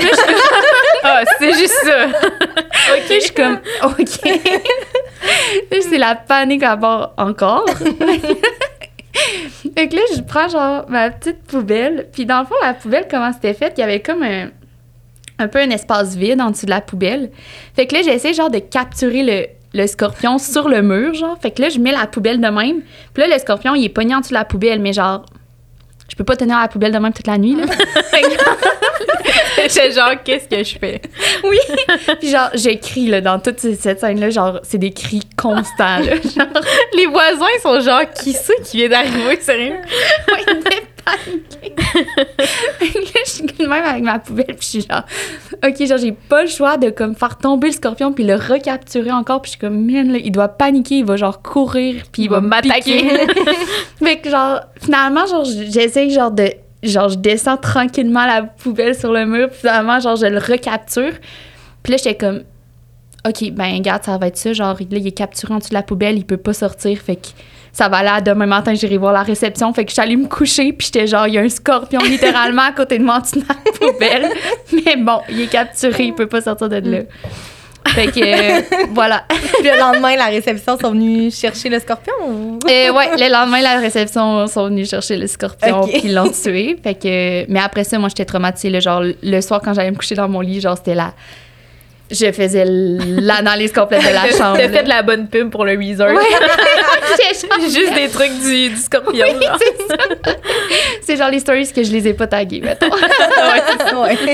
Ah, c'est juste ça. OK, je suis comme, OK. Là, c'est la panique à bord encore. Fait que là, je prends genre ma petite poubelle. Puis dans le fond, la poubelle, comment c'était fait? Il y avait comme un, un peu un espace vide en dessous de la poubelle. Fait que là, j'essaie genre de capturer le, le scorpion sur le mur, genre. Fait que là, je mets la poubelle de même. Puis là, le scorpion, il est pogné en dessous de la poubelle, mais genre, je peux pas tenir la poubelle de même toute la nuit, là. Fait que J'étais genre, qu'est-ce que je fais? oui! Puis genre, j'écris, là, dans toute cette scène-là, genre, c'est des cris constants, là. Genre, Les voisins sont genre, qui c'est qui vient d'arriver, sérieux? ouais, ils étaient paniqués. Fait que là, je suis de même avec ma poubelle, puis je suis genre, OK, genre, j'ai pas le choix de, comme, faire tomber le scorpion, puis le recapturer encore, puis je suis comme, man, là, il doit paniquer, il va, genre, courir, puis il va m'attaquer. Fait que, genre, finalement, genre, j'essaie, genre, de... Genre, je descends tranquillement la poubelle sur le mur, puis finalement, genre, je le recapture. Puis là, j'étais comme, OK, ben, regarde, ça va être ça. Genre, là, il est capturé en dessous de la poubelle, il peut pas sortir. Fait que ça va aller à demain matin, j'irai voir la réception. Fait que je suis allée me coucher, puis j'étais genre, il y a un scorpion littéralement à côté de moi en dessous de la poubelle. Mais bon, il est capturé, il peut pas sortir de là. Fait que, euh, voilà. Puis le lendemain, la réception sont venus chercher le scorpion? Ou... Euh, ouais, le lendemain, la réception sont venus chercher le scorpion, Okay. puis ils l'ont tué. Fait que, mais après ça, moi, j'étais traumatisée. Là, genre, le soir, quand j'allais me coucher dans mon lit, genre, c'était là. Je faisais l'analyse complète de la chambre. T'as fait de la bonne pub pour le resort. Ouais. Juste des trucs du, du scorpion. Oui, genre. c'est ça. C'est genre les stories que je les ai pas taguées, mettons. ouais, c'est ça, ouais.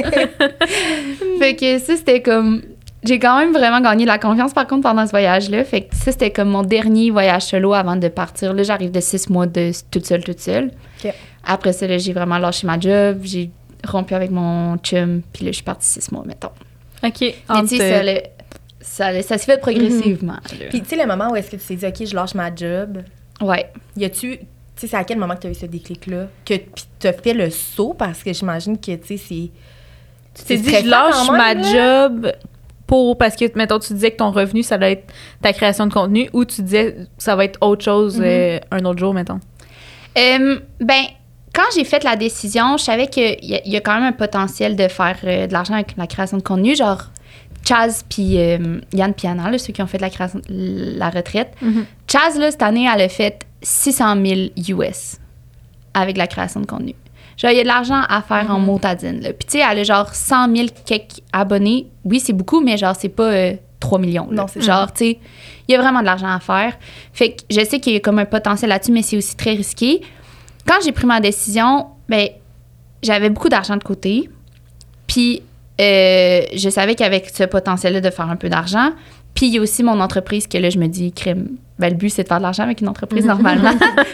Fait que ça, c'était comme... J'ai quand même vraiment gagné de la confiance, par contre, pendant ce voyage-là. Fait que ça, c'était comme mon dernier voyage solo avant de partir. Là, j'arrive de six mois de toute seule, toute seule. Okay. Après ça, là, j'ai vraiment lâché ma job. J'ai rompu avec mon chum. Puis là, je suis partie six mois, mettons. OK. Mais Entre... tu sais, ça, là, ça, là, ça s'est fait progressivement. Mm-hmm. Puis, tu sais, le moment où est-ce que tu t'es dit, OK, je lâche ma job, Ouais. y a-tu... Tu sais, c'est à quel moment que tu as eu ce déclic-là? Que puis t'as fait le saut? Parce que j'imagine que, tu sais, c'est... Tu t'es dit, je lâche ma job pour... Parce que, mettons, tu disais que ton revenu, ça va être ta création de contenu, ou tu disais ça va être autre chose mm-hmm. euh, un autre jour, mettons? Euh, ben... Quand j'ai fait la décision, je savais qu'il y, a, il y a quand même un potentiel de faire euh, de l'argent avec la création de contenu. Genre, Chaz puis euh, Yann Piana, là, ceux qui ont fait de la création, la retraite. Mm-hmm. Chaz, là, cette année, elle a fait six cent mille U S. avec la création de contenu. Genre, il y a de l'argent à faire mm-hmm. en motadine, là. Puis, tu sais, elle a genre cent mille quelques abonnés. Oui, c'est beaucoup, mais genre, c'est pas euh, trois millions, là. Non, c'est genre, tu sais, il y a vraiment de l'argent à faire. Fait que je sais qu'il y a comme un potentiel là-dessus, mais c'est aussi très risqué. Quand j'ai pris ma décision, ben j'avais beaucoup d'argent de côté. Puis, euh, je savais qu'avec ce potentiel-là de faire un peu d'argent, puis il y a aussi mon entreprise que là, je me dis, crème, ben, le but, c'est de faire de l'argent avec une entreprise, normalement.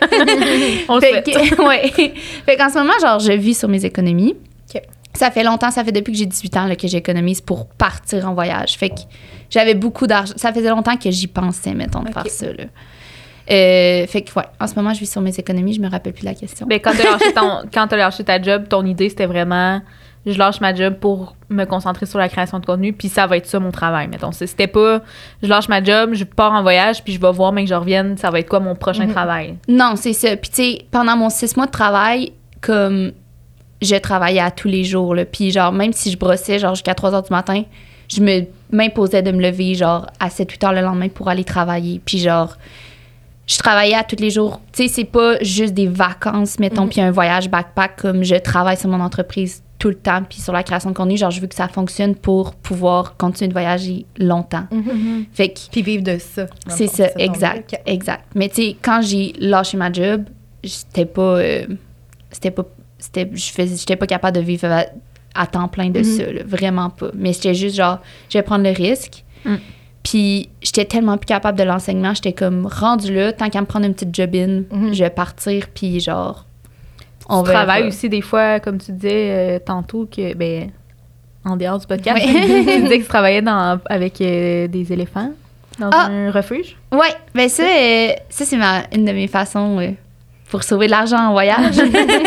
On fait le que, ouais. Fait qu'en ce moment, genre, je vis sur mes économies. Okay. Ça fait longtemps, ça fait depuis que j'ai dix-huit ans là, que j'économise pour partir en voyage. Fait que j'avais beaucoup d'argent. Ça faisait longtemps que j'y pensais, mettons, de okay. faire ça, là. Euh, fait que, ouais, en ce moment, je vis sur mes économies. Je me rappelle plus de la question. Ben, quand tu as lâché, ton, quand t'as lâché ta job, ton idée, c'était vraiment... Je lâche ma job pour me concentrer sur la création de contenu, puis ça va être ça mon travail, mettons. C'était pas, je lâche ma job, je pars en voyage, puis je vais voir, mais que je revienne, ça va être quoi mon prochain mm-hmm. travail? Non, c'est ça. Puis tu sais, pendant mon six mois de travail, comme je travaillais à tous les jours, là, puis genre, même si je brossais genre jusqu'à trois heures du matin, je me m'imposais de me lever genre à sept huit heures le lendemain pour aller travailler. Puis genre, je travaillais à tous les jours. Tu sais, c'est pas juste des vacances, mettons, mm-hmm. puis un voyage backpack, comme je travaille sur mon entreprise tout le temps, puis sur la création de contenu, genre, je veux que ça fonctionne pour pouvoir continuer de voyager longtemps. Mm-hmm. Fait que... Puis vivre de ça. C'est ça, exact, okay. exact. Mais tu sais, quand j'ai lâché ma job, j'étais pas... Euh, c'était pas... C'était, je faisais, j'étais pas capable de vivre à, à temps plein de mm-hmm. ça, là, vraiment pas. Mais j'étais juste genre, je vais prendre le risque. Mm. Puis j'étais tellement plus capable de l'enseignement, j'étais comme rendue là, tant qu'à me prendre une petite job-in, mm-hmm. je vais partir, puis genre... On travaille aussi des fois, comme tu disais euh, tantôt, que ben en dehors du podcast, oui. tu disais que tu travaillais dans, avec euh, des éléphants dans ah, un refuge. Oui, bien ça, euh, ça c'est ma, une de mes façons euh, pour sauver de l'argent en voyage.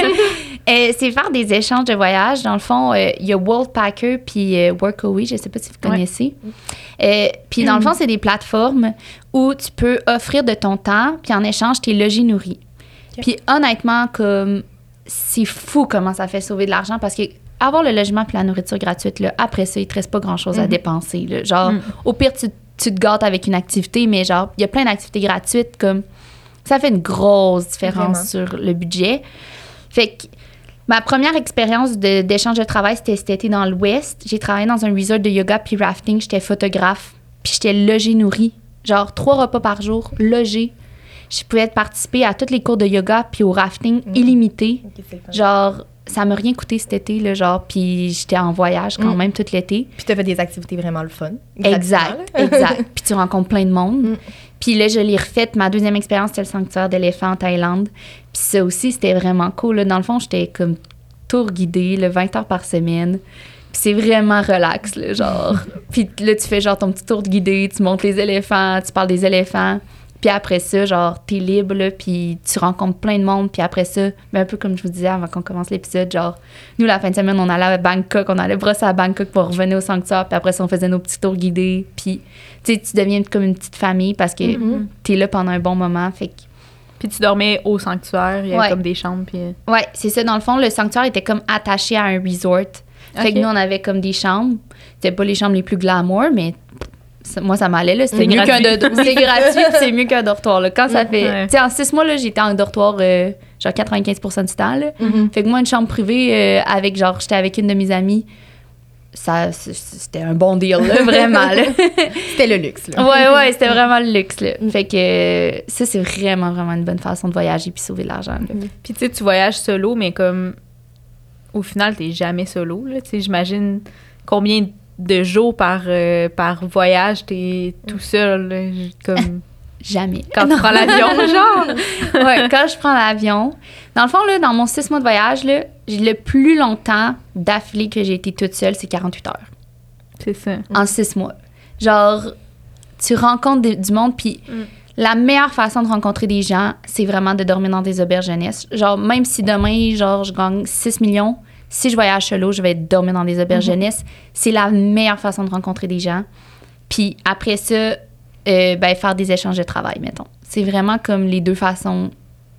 euh, c'est faire des échanges de voyage. Dans le fond, il euh, y a Worldpacker puis euh, Workaway, je ne sais pas si vous connaissez. Ouais. Euh, puis dans le fond, c'est des plateformes où tu peux offrir de ton temps, puis en échange, tu es logé, nourri. Okay. Puis honnêtement, comme... c'est fou comment ça fait sauver de l'argent parce que avoir le logement puis la nourriture gratuite, là, après ça, il te reste pas grand-chose mm-hmm. à dépenser. Là. Genre, mm. au pire, tu, tu te gâtes avec une activité, mais genre, il y a plein d'activités gratuites, comme ça fait une grosse différence Vraiment. Sur le budget. Fait que ma première expérience de, d'échange de travail, c'était cet été dans l'Ouest. J'ai travaillé dans un resort de yoga puis rafting. J'étais photographe, puis j'étais logée, nourrie. Genre, trois repas par jour, logée. Je pouvais participer à tous les cours de yoga puis au rafting mmh. illimité. Okay, genre, ça m'a rien coûté cet été, là, genre, puis j'étais en voyage quand mmh. même tout l'été. Puis tu as fait des activités vraiment le fun. Exact, exact. Puis tu rencontres plein de monde. Mmh. Puis là, je l'ai refaite. Ma deuxième expérience, c'était le sanctuaire d'éléphants en Thaïlande. Puis ça aussi, c'était vraiment cool. Là. Dans le fond, j'étais comme tour guidée, là, vingt heures par semaine. Puis c'est vraiment relax, là, genre. Puis là, tu fais genre ton petit tour de guidée, tu montes les éléphants, tu parles des éléphants. Puis après ça, genre, t'es libre, là, puis tu rencontres plein de monde. Puis après ça, ben un peu comme je vous disais avant qu'on commence l'épisode, genre, nous, la fin de semaine, on allait à Bangkok, on allait brosser à Bangkok pour revenir au sanctuaire. Puis après ça, on faisait nos petits tours guidés. Puis, tu sais, tu deviens comme une petite famille parce que mm-hmm. t'es là pendant un bon moment, fait que... Puis tu dormais au sanctuaire, il y avait ouais. comme des chambres, puis... Ouais, c'est ça. Dans le fond, le sanctuaire était comme attaché à un resort. Fait okay. que nous, on avait comme des chambres. C'était pas les chambres les plus glamour, mais... Moi, ça m'allait, là. C'était mieux qu'un dortoir. C'est gratuit, c'est mieux qu'un dortoir, là. Quand ça fait... Ouais. Tu sais, en six mois, là, j'étais en dortoir, euh, genre quatre-vingt-quinze pour cent du temps, là. Mm-hmm. Fait que moi, une chambre privée, euh, avec, genre, j'étais avec une de mes amies, ça, c'était un bon deal, là, vraiment, là. C'était le luxe, là. Ouais, ouais, c'était vraiment le luxe, là. Fait que euh, ça, c'est vraiment, vraiment une bonne façon de voyager puis sauver de l'argent, là. Mm-hmm. Puis, tu sais, tu voyages solo, mais comme... Au final, t'es jamais solo, là. Tu sais, j'imagine combien... de jours par, euh, par voyage, t'es tout seul, là, comme... Jamais. Quand tu prends l'avion, genre? Ouais, quand je prends l'avion. Dans le fond, là, dans mon six mois de voyage, là, le plus longtemps d'affilée que j'ai été toute seule, c'est quarante-huit heures. C'est ça. En six mois. Genre, tu rencontres des, du monde, puis mm. la meilleure façon de rencontrer des gens, c'est vraiment de dormir dans des auberges jeunesse. Genre, même si demain, genre, je gagne six millions, si je voyage solo, je vais dormir dans des auberges mm-hmm. jeunesse. C'est la meilleure façon de rencontrer des gens. Puis après ça, euh, ben, faire des échanges de travail, mettons. C'est vraiment comme les deux façons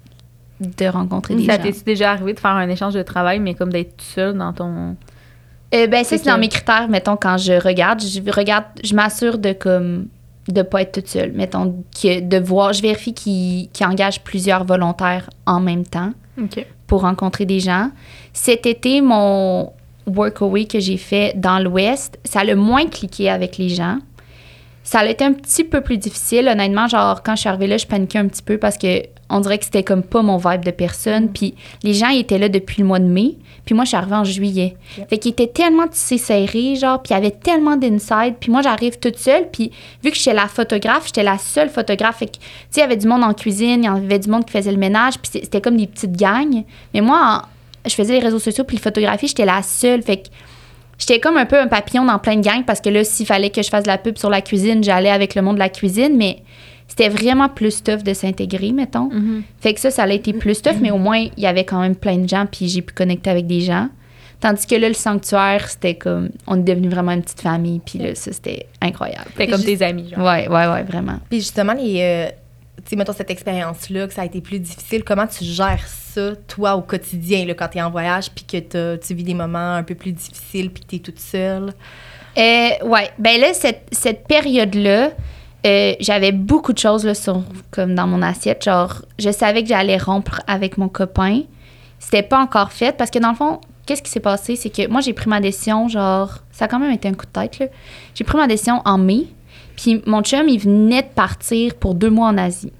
de rencontrer des ça gens. Ça t'est déjà arrivé de faire un échange de travail, mais comme d'être seule dans ton... Euh, ben ça, c'est, c'est dans mes critères, mettons, quand je regarde. Je regarde, je m'assure de comme de pas être toute seule. Mettons, que de voir... Je vérifie qu'ils, qu'ils engagent plusieurs volontaires en même temps. OK. pour rencontrer des gens. Cet été, mon workaway que j'ai fait dans l'Ouest, ça a le moins cliqué avec les gens. Ça a été un petit peu plus difficile. Honnêtement, genre, quand je suis arrivée là, je paniquais un petit peu parce que on dirait que c'était comme pas mon vibe de personne. Puis les gens, ils étaient là depuis le mois de mai. Puis moi, je suis arrivée en juillet. Yeah. Fait qu'ils étaient tellement tissés serrés, genre, puis il y avait tellement d'inside. Puis moi, j'arrive toute seule. Puis vu que j'étais la photographe, j'étais la seule photographe. Fait que, tu sais, il y avait du monde en cuisine, il y avait du monde qui faisait le ménage. Puis c'était comme des petites gangs. Mais moi, en, je faisais les réseaux sociaux, puis les photographies, j'étais la seule. Fait que j'étais comme un peu un papillon dans plein de gangs parce que là, s'il fallait que je fasse de la pub sur la cuisine, j'allais avec le monde de la cuisine, mais c'était vraiment plus tough de s'intégrer, mettons. Mm-hmm. Fait que ça, ça a été plus tough, mais au moins, il y avait quand même plein de gens, puis j'ai pu connecter avec des gens. Tandis que là, le sanctuaire, c'était comme... On est devenu vraiment une petite famille, puis là, ça, c'était incroyable. C'était comme juste, des amis, genre. Ouais, ouais, ouais, vraiment. Puis justement, les... Euh, tu sais, mettons, cette expérience-là, que ça a été plus difficile, comment tu gères ça, toi, au quotidien, là, quand t'es en voyage, puis que tu vis des moments un peu plus difficiles, puis que t'es toute seule? Euh, ouais. Ben là, cette, cette période-là, euh, j'avais beaucoup de choses, là, sur, comme dans mon assiette. Genre, je savais que j'allais rompre avec mon copain. C'était pas encore fait, parce que dans le fond, qu'est-ce qui s'est passé? C'est que moi, j'ai pris ma décision, genre... Ça a quand même été un coup de tête, là. J'ai pris ma décision en mai. Puis mon chum, il venait de partir pour deux mois en Asie.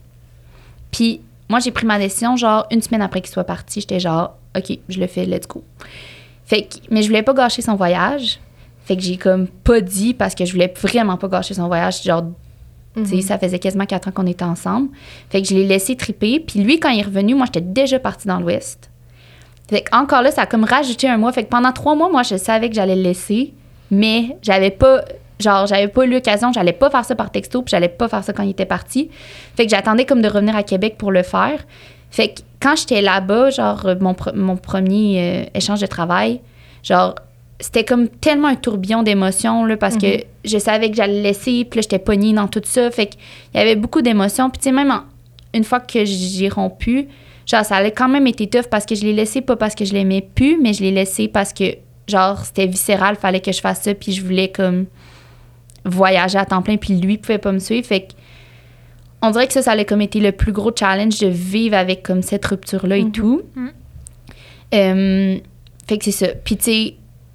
Puis moi, j'ai pris ma décision, genre, une semaine après qu'il soit parti. J'étais genre, OK, je le fais, let's go. Fait que, mais je voulais pas gâcher son voyage. Fait que j'ai comme pas dit parce que je voulais vraiment pas gâcher son voyage. Genre, mm-hmm. tu sais, ça faisait quasiment quatre ans qu'on était ensemble. Fait que je l'ai laissé triper. Puis lui, quand il est revenu, moi, j'étais déjà partie dans l'Ouest. Fait que encore là, ça a comme rajouté un mois. Fait que pendant trois mois, moi, je savais que j'allais le laisser. Mais j'avais pas... Genre, j'avais pas eu l'occasion, j'allais pas faire ça par texto, puis j'allais pas faire ça quand il était parti. Fait que j'attendais comme de revenir à Québec pour le faire. Fait que quand j'étais là-bas, genre, mon, mon premier euh, échange de travail, genre, c'était comme tellement un tourbillon d'émotions, là, parce mm-hmm. que je savais que j'allais le laisser, puis là, j'étais pognée dans tout ça. Fait qu'il y avait beaucoup d'émotions. Puis, tu sais, même en, une fois que j'ai rompu, genre, ça a quand même été tough parce que je l'ai laissé pas parce que je l'aimais plus, mais je l'ai laissé parce que, genre, c'était viscéral, fallait que je fasse ça, puis je voulais comme voyager à temps plein, puis lui pouvait pas me suivre. Fait que on dirait que ça, ça a comme été le plus gros challenge de vivre avec comme cette rupture-là et mm-hmm. tout. Mm-hmm. Euh, fait que c'est ça. Puis tu sais,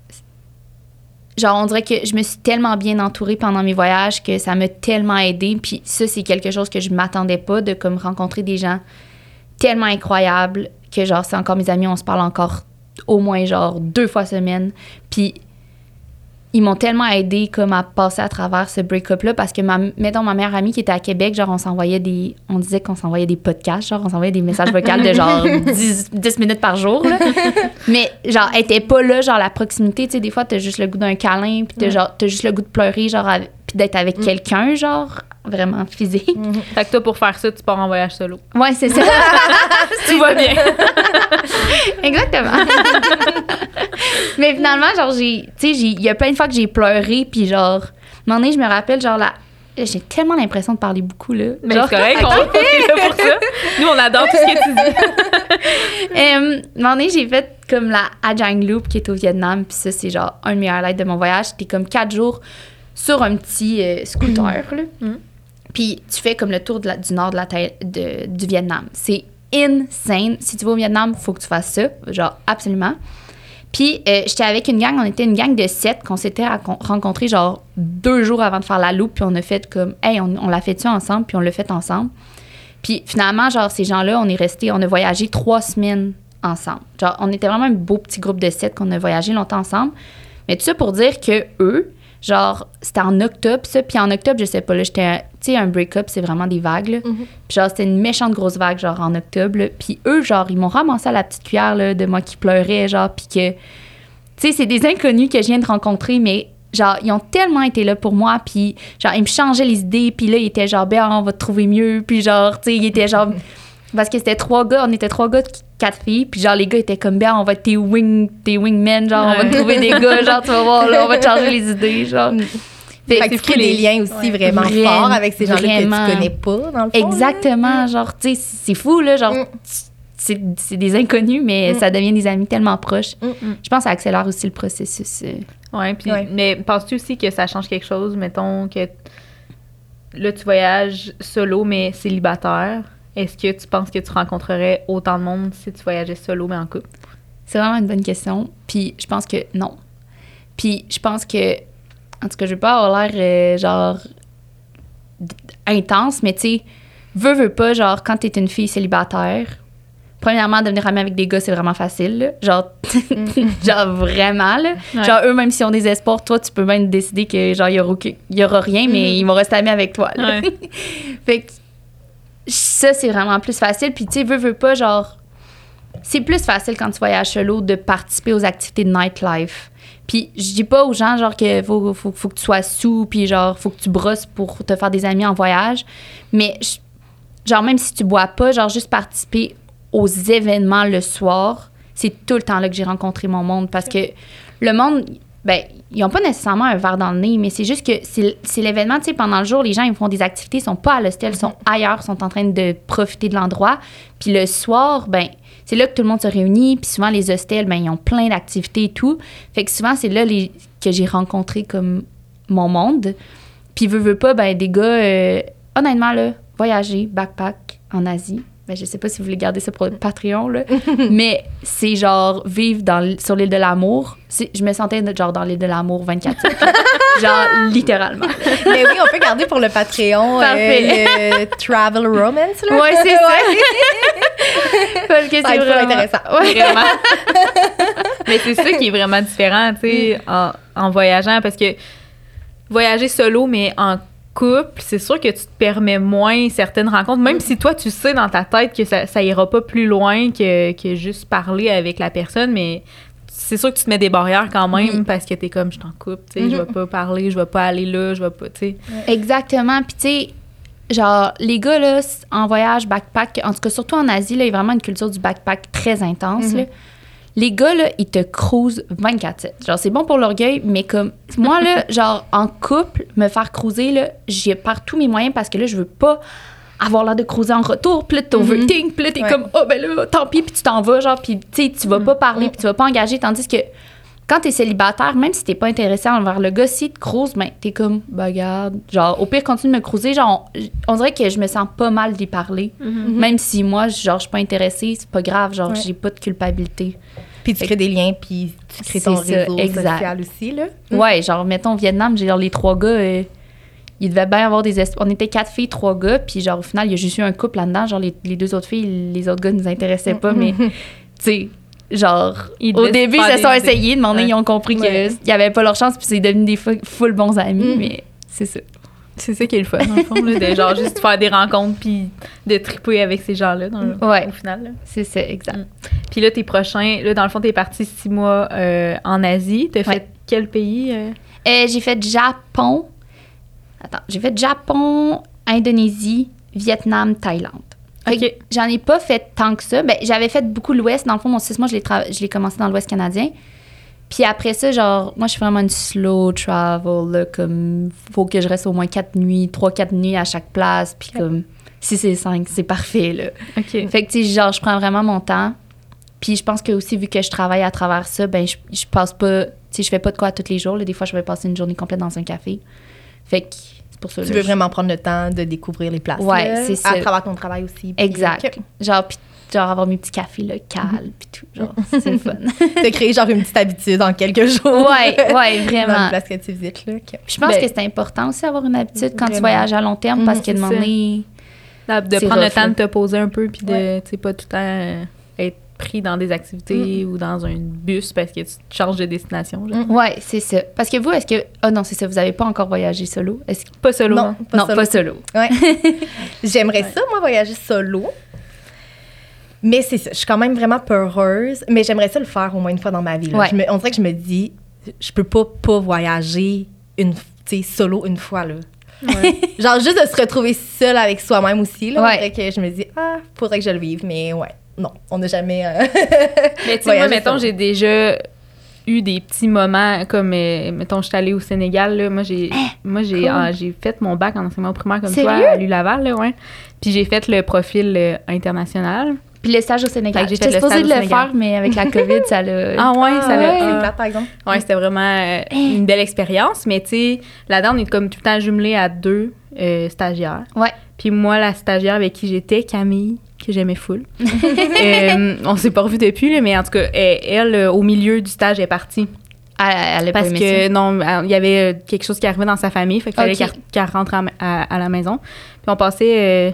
genre on dirait que je me suis tellement bien entourée pendant mes voyages que ça m'a tellement aidée. Puis ça, c'est quelque chose que je m'attendais pas, de comme rencontrer des gens tellement incroyables que genre c'est encore mes amis, on se parle encore au moins genre deux fois semaine. Puis ils m'ont tellement aidé comme à passer à travers ce break-up-là parce que, ma, mettons, ma meilleure amie qui était à Québec, genre, on s'envoyait des... On disait qu'on s'envoyait des podcasts, genre, on s'envoyait des messages vocaux de genre dix, dix minutes par jour, là. Mais, genre, elle était pas là, genre, la proximité, tu sais, des fois, t'as juste le goût d'un câlin, puis t'as, genre, t'as juste le goût de pleurer, genre, avec, puis d'être avec mm. quelqu'un, genre, vraiment physique. Mm-hmm. Fait que toi, pour faire ça, tu pars en voyage solo. Ouais, c'est ça. Tu vas bien. Exactement. Mais finalement, genre, j'ai... Tu sais, il y a plein de fois que j'ai pleuré, puis genre... À un moment donné, je me rappelle, genre, là... J'ai tellement l'impression de parler beaucoup, là. Mais genre, c'est correct, on est là pour ça. Nous, on adore tout ce que tu dis. um, à un moment donné, j'ai fait comme la Ajang Loop, qui est au Vietnam, puis ça, c'est genre un de mes highlights de mon voyage. C'était comme quatre jours sur un petit euh, scooter, là. Mm. Puis tu fais comme le tour de la, du nord de la Thaï- de, du Vietnam. C'est insane. Si tu vas au Vietnam, il faut que tu fasses ça. Genre, absolument. Puis, euh, j'étais avec une gang. On était une gang de sept qu'on s'était rencontrés genre deux jours avant de faire la loupe. Puis on a fait comme, hey, on, on l'a fait-tu ensemble? Puis on l'a fait ensemble. Puis finalement, genre, ces gens-là, on est restés, on a voyagé trois semaines ensemble. Genre, on était vraiment un beau petit groupe de sept qu'on a voyagé longtemps ensemble. Mais tout ça pour dire que eux, genre, c'était en octobre, ça. Puis en octobre, je sais pas, là, j'étais... Tu sais, un break-up, c'est vraiment des vagues, là. Mm-hmm. Puis genre, c'était une méchante grosse vague, genre, en octobre, là. Puis eux, genre, ils m'ont ramassé à la petite cuillère, là, de moi qui pleurais, genre, puis que... Tu sais, c'est des inconnus que je viens de rencontrer, mais genre, ils ont tellement été là pour moi, puis genre, ils me changeaient les idées, puis là, ils étaient genre, ben, on va te trouver mieux, puis genre, tu sais, ils étaient genre... Parce que c'était trois gars, on était trois gars, quatre filles, puis genre, les gars étaient comme, ben, on va être tes, wing, tes wingmen, genre, on va te trouver des gars, genre, tu vas voir, là, on va te changer les idées, genre... Fait, fait que tu crées des liens aussi ouais. vraiment Vraiment, forts avec ces gens-là vraiment. Que tu connais pas, dans le fond. Exactement, là. Genre, tu sais, c'est fou, là, genre, mm. c'est, c'est des inconnus, mais mm. ça devient des amis tellement proches. Mm. Je pense que ça accélère aussi le processus. Euh. Oui, puis, ouais. mais penses-tu aussi que ça change quelque chose, mettons, que là, tu voyages solo, mais célibataire, est-ce que tu penses que tu rencontrerais autant de monde si tu voyageais solo mais en couple? C'est vraiment une bonne question. Puis je pense que non. Puis je pense que, en tout cas, je vais pas avoir l'air euh, genre d- intense, mais tu sais, veux, veux pas, genre, quand t'es une fille célibataire, premièrement, devenir amie avec des gars, c'est vraiment facile, là. Genre, genre vraiment, là. Ouais. Genre, eux, même s'ils ont des espoirs, toi, tu peux même décider que, genre, il y aura, aucun- il y aura rien, mais Mm-hmm. ils vont rester amis avec toi, là. Ouais. Fait que ça, c'est vraiment plus facile. Puis, tu sais, veux, veux pas, genre, c'est plus facile quand tu voyages solo de participer aux activités de nightlife. Puis, je dis pas aux gens, genre, que faut, faut, faut que tu sois sous, puis, genre, faut que tu brosses pour te faire des amis en voyage. Mais, je- genre, même si tu bois pas, genre, juste participer aux événements le soir, c'est tout le temps là que j'ai rencontré mon monde. Parce que le monde, ben, ils ont pas nécessairement un verre dans le nez, mais c'est juste que c'est c'est l'événement, tu sais, pendant le jour, les gens, ils font des activités, ils sont pas à l'hostel, ils sont ailleurs, ils sont en train de profiter de l'endroit. Puis le soir, ben, c'est là que tout le monde se réunit. Puis souvent, les hostels, ben, ils ont plein d'activités et tout. Fait que souvent, c'est là les, que j'ai rencontré comme mon monde. Puis veux, veux pas, ben, des gars, euh, honnêtement, là, voyager, backpack en Asie. Ben, je sais pas si vous voulez garder ça pour le Patreon, là. Mais c'est genre vivre dans, l- sur l'île de l'amour. C'est- Je me sentais genre dans l'île de l'amour vingt-quatre sept. Genre, littéralement. Mais oui, on peut garder pour le Patreon euh, Parfait. le Travel Romance. Là. Ouais, c'est ça. Parce que Ça va c'est être vraiment intéressant. Ouais. Vraiment. Mais c'est ça qui est vraiment différent, tu sais, en, en voyageant, parce que voyager solo, mais en couple, c'est sûr que tu te permets moins certaines rencontres, même si toi, tu sais dans ta tête que ça, ça ira pas plus loin que, que juste parler avec la personne, mais c'est sûr que tu te mets des barrières quand même Oui. parce que t'es comme, je t'en couple, tu sais, je vais pas parler, je vais pas aller là, je vais pas, tu sais. Exactement. Puis, tu sais, genre, les gars, là, en voyage, backpack, en tout cas, surtout en Asie, là, il y a vraiment une culture du backpack très intense, là. Les gars, là, ils te cruisent vingt-quatre sept. Genre, c'est bon pour l'orgueil, mais comme, moi, là, genre, en couple, me faire cruiser, là, j'y perds tous mes moyens parce que là, je veux pas avoir l'air de cruiser en retour. Puis là, t'es overthink, puis là, t'es Ouais. comme, oh, ben là, tant pis, puis tu t'en vas, genre, puis tu sais, tu vas pas parler, puis tu vas pas engager. Tandis que quand t'es célibataire, même si t'es pas intéressé envers le gars, si te cruise, ben, t'es comme, bah, regarde, genre, au pire, continue de me cruiser. Genre, on, on dirait que je me sens pas mal d'y parler. Même si moi, genre, je suis pas intéressée, c'est pas grave, genre, Ouais. j'ai pas de culpabilité. Puis tu crées des liens, puis tu crées ton C'est ça, réseau exact. social aussi. Là. Ouais, genre, mettons, au Vietnam, j'ai genre les trois gars, euh, ils devaient bien avoir des... esp- On était quatre filles, trois gars, puis genre, au final, il y a juste eu un couple là-dedans. Genre, les, les deux autres filles, les autres gars nous intéressaient pas, mais, tu sais, genre, Ils au devaient se début, faire ils se sont des idées. essayés, de moment donné, Ouais. ils ont compris Ouais. qu'il n'y avait pas leur chance, puis c'est devenu des full, full bons amis, Mm. mais c'est ça. C'est ça qui est le fun, dans le fond, là, de genre juste faire des rencontres puis de triper avec ces gens-là, dans le- Ouais. au final, là. C'est ça, exact. Mm. Puis là, tes prochains, là, dans le fond, t'es parti six mois euh, en Asie. T'as Ouais. fait quel pays? euh? Euh, j'ai fait Japon. Attends, j'ai fait Japon, Indonésie, Vietnam, Thaïlande. Fait que OK. J'en ai pas fait tant que ça. Ben, j'avais fait beaucoup l'Ouest. Dans le fond, mon six mois, je l'ai, tra- je l'ai commencé dans l'Ouest canadien. Puis après ça, genre, moi, je suis vraiment une slow travel, là, comme, faut que je reste au moins quatre nuits, trois, quatre nuits à chaque place. Puis comme, si c'est cinq, c'est parfait, là. OK. Fait que, tu sais, genre, je prends vraiment mon temps. Puis je pense que aussi, vu que je travaille à travers ça, ben, je, je passe pas, tu sais, je fais pas de quoi tous les jours. Là. Des fois, je vais passer une journée complète dans un café. Fait que c'est pour ça. Tu là, veux je- vraiment prendre le temps de découvrir les places. Ouais, là, c'est ça. À travers ton travail aussi. puis- Exact. OK. Genre, puis genre, avoir mes petits cafés locaux, puis tout. Genre, c'est le fun. T'as créé genre une petite habitude en quelques jours. Ouais, ouais, Dans vraiment. les places que tu visites. Là. OK. Puis je pense Ben, que c'est important aussi d'avoir une habitude quand tu Vraiment. voyages à long terme, parce Mhm, que de c'est moment ça. donné, De, de c'est prendre le rough, temps là. de te poser un peu puis de, Ouais. tu sais, pas tout le temps euh, être pris dans des activités ou dans un bus parce que tu te changes de destination. genre. Mm. ouais, c'est ça. Parce que vous, est-ce que. Ah non, c'est ça, vous avez pas encore voyagé solo? Est-ce que... Pas solo. Non, hein? pas non, solo. pas solo. Ouais. J'aimerais ça, moi, voyager solo. Mais c'est ça. Je suis quand même vraiment peureuse. Mais j'aimerais ça le faire au moins une fois dans ma vie. là. Ouais. Je me- on dirait que je me dis, je peux pas pas voyager une, tu sais, solo une fois. Là. Ouais. Genre, juste de se retrouver seule avec soi-même aussi. Là, Ouais. on dirait que je me dis, ah, faudrait que je le vive. Mais ouais, non, on n'a jamais. euh, Mais tu sais, moi, voyager mettons, solo. j'ai déjà eu des petits moments comme, euh, mettons, je suis allée au Sénégal, là, moi, j'ai moi j'ai cool. ah, j'ai fait mon bac en enseignement primaire comme Sérieux? toi à l'U Laval, là, ouais. Puis j'ai fait le profil euh, international. Puis le stage au Sénégal. Fait que j'ai J'étais fait le supposée stage de au le Sénégal. faire, mais avec la COVID, ça l'a. Ah ouais, ça ouais. va. C'est ah. plate, par exemple. Ouais, c'était vraiment euh, une belle expérience, mais tu sais, là-dedans, on est comme tout le temps jumelés à deux euh, stagiaire. Ouais. Puis moi, la stagiaire avec qui j'étais, Camille, que j'aimais full, euh, on s'est pas revus depuis, là, mais en tout cas, elle, elle, au milieu du stage, est partie. Elle, elle a Parce pas aimé que, ça. non, il y avait quelque chose qui arrivait dans sa famille, fait qu'il fallait Ok. qu'elle, qu'elle rentre à, à, à la maison. Puis on passait... Euh,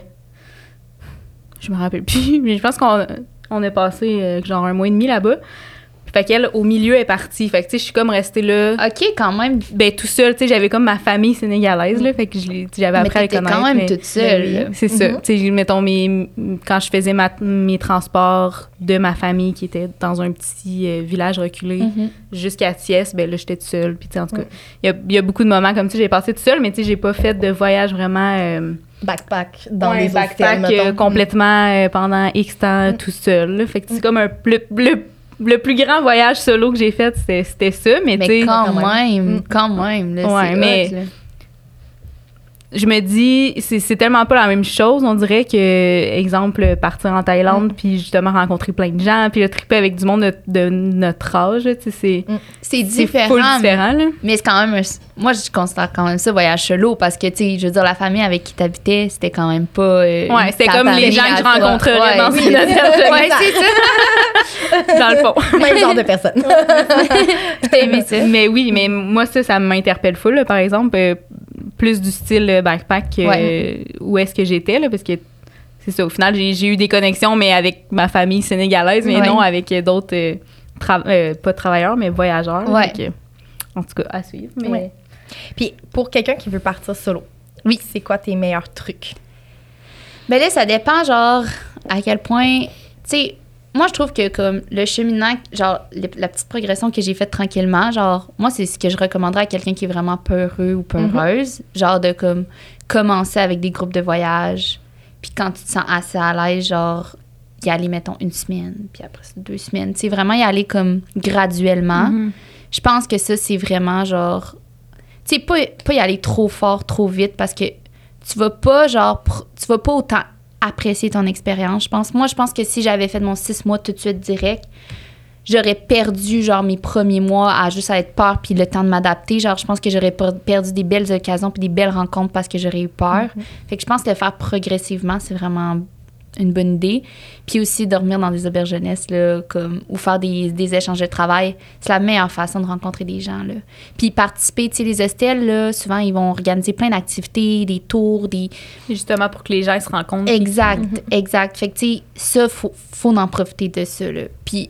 je me rappelle plus, mais je pense qu'on on a passé euh, genre un mois et demi là-bas. Fait qu'elle, au milieu, est partie. Fait que, tu sais, je suis comme restée là... OK, quand même. Ben, tout seul, tu sais, j'avais comme ma famille sénégalaise, là, fait que je l'ai- j'avais Mais appris à les t'étais connaître. quand même mais- toute seule. ben là. oui, c'est ça. Mhm. Tu sais, mettons, mes, quand je faisais ma- mes transports de ma famille qui était dans un petit euh, village reculé Mhm. jusqu'à Thiès, ben là, j'étais toute seule. Puis, tu sais, en tout cas, il y a, il y a beaucoup de moments comme ça, j'ai passé toute seule, mais tu sais, j'ai pas fait de voyage vraiment... euh, Backpack dans ouais, les backpack, hostels, euh, mettons. complètement euh, pendant X temps tout seul. Là. Fait que c'est comme un... Le, le, le plus grand voyage solo que j'ai fait, c'était, c'était ça, mais, tu Mais sais... quand quand même. même, quand même. Là, Ouais, c'est mais- hot, là. Je me dis, c'est, c'est tellement pas la même chose. On dirait que, exemple, partir en Thaïlande, Mm. puis justement rencontrer plein de gens, puis le triper avec du monde de, de notre âge, tu sais, c'est, C'est c'est différent. full mais- différent, là. Mais c'est quand même un- moi je considère quand même ça voyage solo parce que tu sais je veux dire la famille avec qui t'habitais c'était quand même pas euh, Ouais, c'était ta comme les famille gens que à je toi. rencontrerais Ouais, dans oui. une auberge. Ouais, c'est ça. Dans le fond. Même genre de personne. T'as aimé ça. Mais oui, mais moi, ça, ça m'interpelle full, là, par exemple, euh, plus du style euh, backpack euh, Ouais. où est-ce que j'étais, là, parce que c'est ça, au final, j'ai, j'ai eu des connexions, mais avec ma famille sénégalaise, mais Ouais. non avec euh, d'autres, euh, tra- euh, pas travailleurs, mais voyageurs. Ouais. Fait que, en tout cas, à suivre. Mais... Ouais. Puis pour quelqu'un qui veut partir solo, Oui. c'est quoi tes meilleurs trucs? Ben là ça dépend genre à quel point tu sais moi je trouve que comme le cheminement genre le- la petite progression que j'ai faite tranquillement genre moi c'est ce que je recommanderais à quelqu'un qui est vraiment peureux ou peureuse genre de comme commencer avec des groupes de voyage puis quand tu te sens assez à l'aise genre y aller mettons une semaine puis après ça, deux semaines tu sais vraiment y aller comme graduellement Mhm. je pense que ça c'est vraiment genre tu sais pas pas y aller trop fort trop vite parce que tu vas pas genre pr- tu vas pas autant apprécier ton expérience je pense moi je pense que si j'avais fait mon six mois tout de suite direct j'aurais perdu genre mes premiers mois à juste à être peur puis le temps de m'adapter genre je pense que j'aurais per- perdu des belles occasions puis des belles rencontres parce que j'aurais eu peur fait que je pense que le faire progressivement c'est vraiment une bonne idée puis aussi dormir dans des auberges jeunesse là comme ou faire des, des échanges de travail c'est la meilleure façon de rencontrer des gens là puis participer tu sais les hostels là souvent ils vont organiser plein d'activités des tours des Justement pour que les gens ils se rencontrent. exact exact fait que tu sais ça faut faut en profiter de ça là puis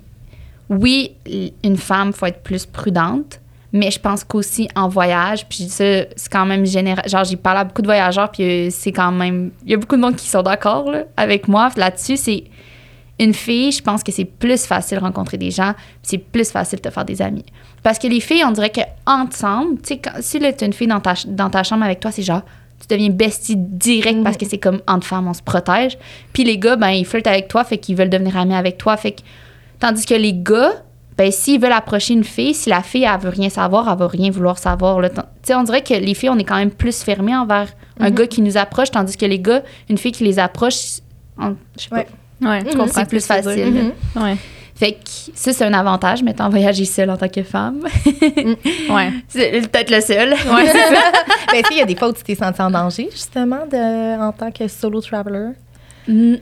oui l- une femme faut être plus prudente mais je pense qu'aussi en voyage puis ça c'est quand même général genre j'ai parlé à beaucoup de voyageurs puis euh, c'est quand même il y a beaucoup de monde qui sont d'accord là, avec moi là-dessus c'est une fille je pense que c'est plus facile de rencontrer des gens puis c'est plus facile de te faire des amis parce que les filles on dirait que ensemble tu sais quand- si là t'as une fille dans ta ch- dans ta chambre avec toi c'est genre tu deviens bestie direct parce que c'est comme entre femmes on se protège puis les gars ben ils flirtent avec toi fait qu'ils veulent devenir amis avec toi fait que tandis que les gars ben s'ils veulent approcher une fille si la fille elle veut rien savoir elle va rien vouloir savoir là. Tu sais on dirait que les filles on est quand même plus fermés envers un Mhm. gars qui nous approche tandis que les gars une fille qui les approche en- je sais pas Ouais. Ouais, je Mhm. comprends c'est ce que plus tu veux dire. facile. Mhm. Ouais. fait que ça c'est un avantage mettons voyager seule en tant que femme Ouais. c'est peut-être le seul Ouais, c'est ça. Ben, est-ce qu'il y a des fois où tu t'es senti en danger, justement, de, en tant que solo traveler? N-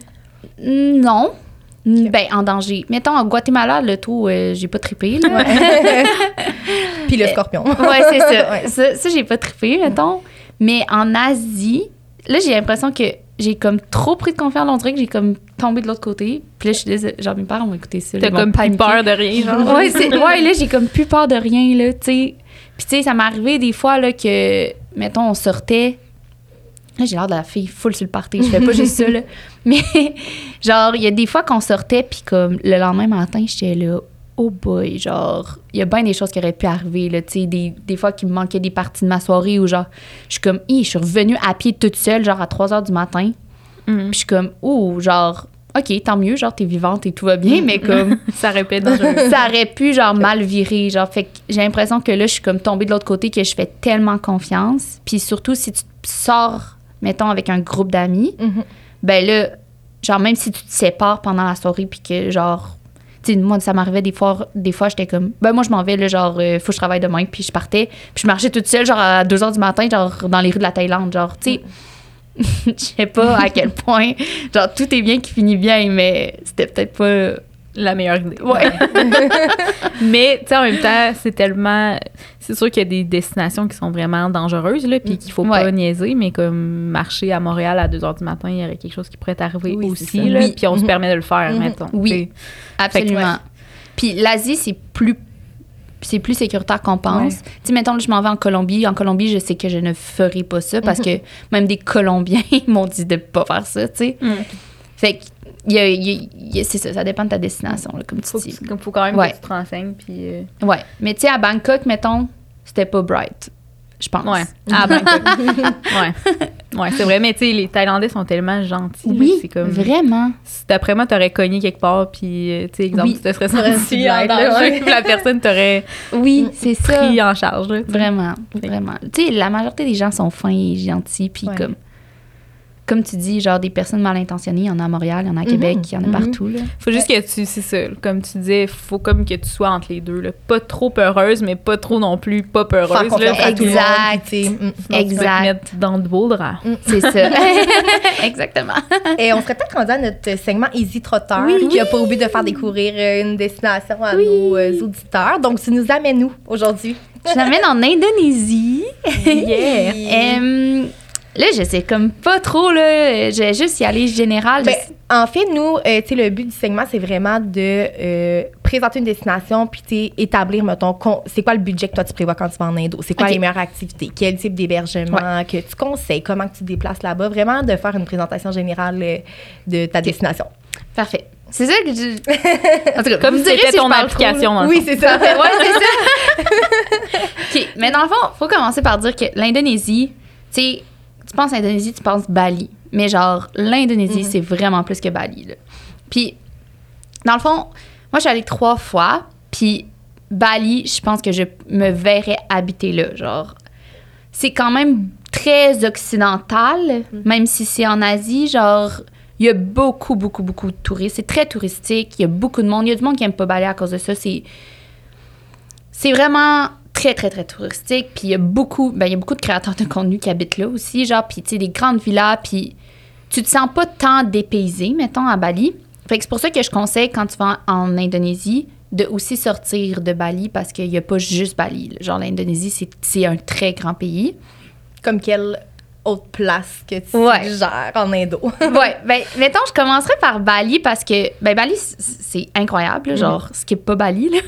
non. Ok. Ben, en danger. Mettons, en Guatemala, le tout, euh, j'ai pas trippé. Là. Ouais. Puis le scorpion. Ouais, c'est ça. Ouais. ça. Ça, j'ai pas trippé, mettons. Mais en Asie, là, j'ai l'impression que j'ai comme trop pris de confiance. On dirait que j'ai comme tombé de l'autre côté. Puis là, je suis désolée. Genre, mes parents ont écouté ça. T'as ils vont comme plus paniquer. peur de rien, genre. Ouais, c'est, ouais, là, j'ai comme plus peur de rien, là, tu sais. Puis, tu sais, ça m'est arrivé des fois, là, que, mettons, on sortait. Là, j'ai l'air de la fille full sur le party. Je fais pas juste ça, là. Mais, genre, il y a des fois qu'on sortait, puis comme, le lendemain matin, j'étais là, oh boy, genre, il y a bien des choses qui auraient pu arriver, là, tu sais, des, des fois qu'il me manquait des parties de ma soirée, ou genre, je suis comme, hi, je suis revenue à pied toute seule, genre, à trois heures du matin. Mhm. Puis je suis comme, oh, genre, OK, tant mieux, genre, t'es vivante et tout va bien, mais comme, Ça répète dans un... ça aurait pu, genre, mal virer. Genre, fait que j'ai l'impression que là, je suis comme tombée de l'autre côté, que je fais tellement confiance. Puis surtout, si tu sors, mettons, avec un groupe d'amis, Mhm. ben là, genre, même si tu te sépares pendant la soirée, puis que, genre, Tu sais, moi, ça m'arrivait des fois, des fois j'étais comme, ben moi, je m'en vais, là, genre, euh, faut que je travaille demain, puis je partais, puis je marchais toute seule, genre, à deux heures du matin, genre, dans les rues de la Thaïlande, genre, tu sais. Je sais pas à quel point, genre, tout est bien qui finit bien, mais c'était peut-être pas la meilleure idée. Ouais. Mais, tu sais, en même temps, c'est tellement... C'est sûr qu'il y a des destinations qui sont vraiment dangereuses, là, puis qu'il faut ouais. pas niaiser, mais comme marcher à Montréal à deux heures du matin, il y aurait quelque chose qui pourrait t'arriver oui, aussi, là, oui. puis on mm-hmm. se permet de le faire, mm-hmm. mettons. Oui, t'sais. absolument. Que, ouais. Puis l'Asie, c'est plus... c'est plus sécuritaire qu'on pense. Ouais. Tu sais, mettons, je m'en vais en Colombie. En Colombie, je sais que je ne ferai pas ça parce que même des Colombiens m'ont dit de pas faire ça, tu sais. Mm. Fait que, y a, y a, y a, c'est ça, ça dépend de ta destination, là, comme tu Faut, dis. Il faut quand même ouais. que tu te renseignes, puis... Euh... Ouais. Mais tu sais, à Bangkok, mettons, c'était pas bright, je pense. Ouais. À Bangkok. ouais. Ouais, c'est vrai. Mais tu sais, les Thaïlandais sont tellement gentils. Oui, là, c'est comme, vraiment. D'après moi, t'aurais cogné quelque part, puis, tu sais, exemple, Oui. tu te serais senti en Ouais. danger, puis la personne t'aurait Oui, c'est ça. pris en charge. Là, vraiment, vraiment. Tu sais, la majorité des gens sont fins et gentils, puis ouais. comme... Comme tu dis, genre des personnes mal intentionnées, il y en a à Montréal, il y en a à Québec, il y en a mm-hmm. partout, là. Faut juste que tu, c'est ça, comme tu disais, faut comme que tu sois entre les deux, là. Pas trop peureuse, mais pas trop non plus pas Faire peureuse, confiance là. à tout le monde, Exact. puis, tu sais, mm. Sinon, tu peux Exact. te mettre dans de beaux draps. C'est ça. Exactement. Et on serait peut-être rendu à notre segment Easy Trotteur, Oui. qui a pour but de faire découvrir euh, une destination à Oui. nos euh, auditeurs. Donc, tu nous amènes où aujourd'hui? Je l'amène en Indonésie. Yeah! Euh, là, je sais comme pas trop, là. Je vais juste y aller général. Ben, en fait, nous, euh, tu sais, le but du segment, c'est vraiment de euh, présenter une destination puis, tu sais, établir, mettons, con- c'est quoi le budget que toi, tu prévois quand tu vas en Indo? C'est quoi Okay. les meilleures activités? Quel type d'hébergement que tu conseilles? Comment que tu te déplaces là-bas? Vraiment, de faire une présentation générale euh, de ta destination. Parfait. C'est ça que je... En tout cas, Comme vous si me direz c'était si ton je parle application, trop, là. dans le Oui, fond. c'est ça. Parfait, ouais, c'est ça. OK, mais dans le fond, faut commencer par dire que l'Indonésie, tu sais, tu penses à l'Indonésie, tu penses Bali. Mais genre, l'Indonésie, Mm-hmm. c'est vraiment plus que Bali, là. Puis, dans le fond, moi, je suis allée trois fois, puis Bali, je pense que je me verrais habiter là, genre. C'est quand même très occidental, Mm-hmm. même si c'est en Asie, genre... Il y a beaucoup, beaucoup, beaucoup de touristes. C'est très touristique. Il y a beaucoup de monde. Il y a du monde qui n'aime pas Bali à cause de ça. C'est, c'est vraiment très, très, très touristique. Puis il y a beaucoup, ben, il y a beaucoup de créateurs de contenu qui habitent là aussi. Genre, puis tu sais, des grandes villas. Puis tu te sens pas tant dépaysé, mettons, à Bali. Fait que c'est pour ça que je conseille, quand tu vas en Indonésie, de aussi sortir de Bali parce qu'il n'y a pas juste Bali, là. Genre, l'Indonésie, c'est, c'est un très grand pays. Comme quelle autre place que tu Ouais. gères en Indo? Ouais, ben, mettons, je commencerai par Bali parce que, ben, Bali, c- c'est incroyable, là, genre, ce qui est pas Bali, là.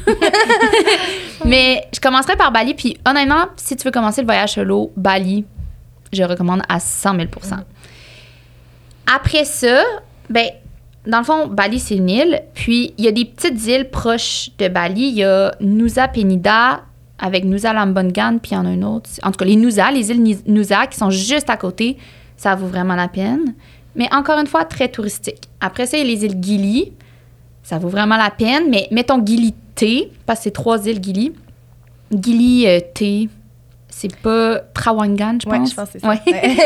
Mais je commencerai par Bali, puis honnêtement, si tu veux commencer le voyage solo, Bali, je recommande à cent mille pour cent. Après ça, ben, dans le fond, Bali, c'est une île, puis il y a des petites îles proches de Bali. Il y a Nusa Penida, avec Nusa Lambongan, puis il y en a une autre. En tout cas, les Nusa, les îles Ni- Nusa qui sont juste à côté, ça vaut vraiment la peine. Mais encore une fois, très touristique. Après ça, il y a les îles Gili. Ça vaut vraiment la peine, mais mettons Gili T, parce que c'est trois îles Gili. Gili euh, T, c'est pas Trawangan, je pense. Ouais, je pense que c'est ça.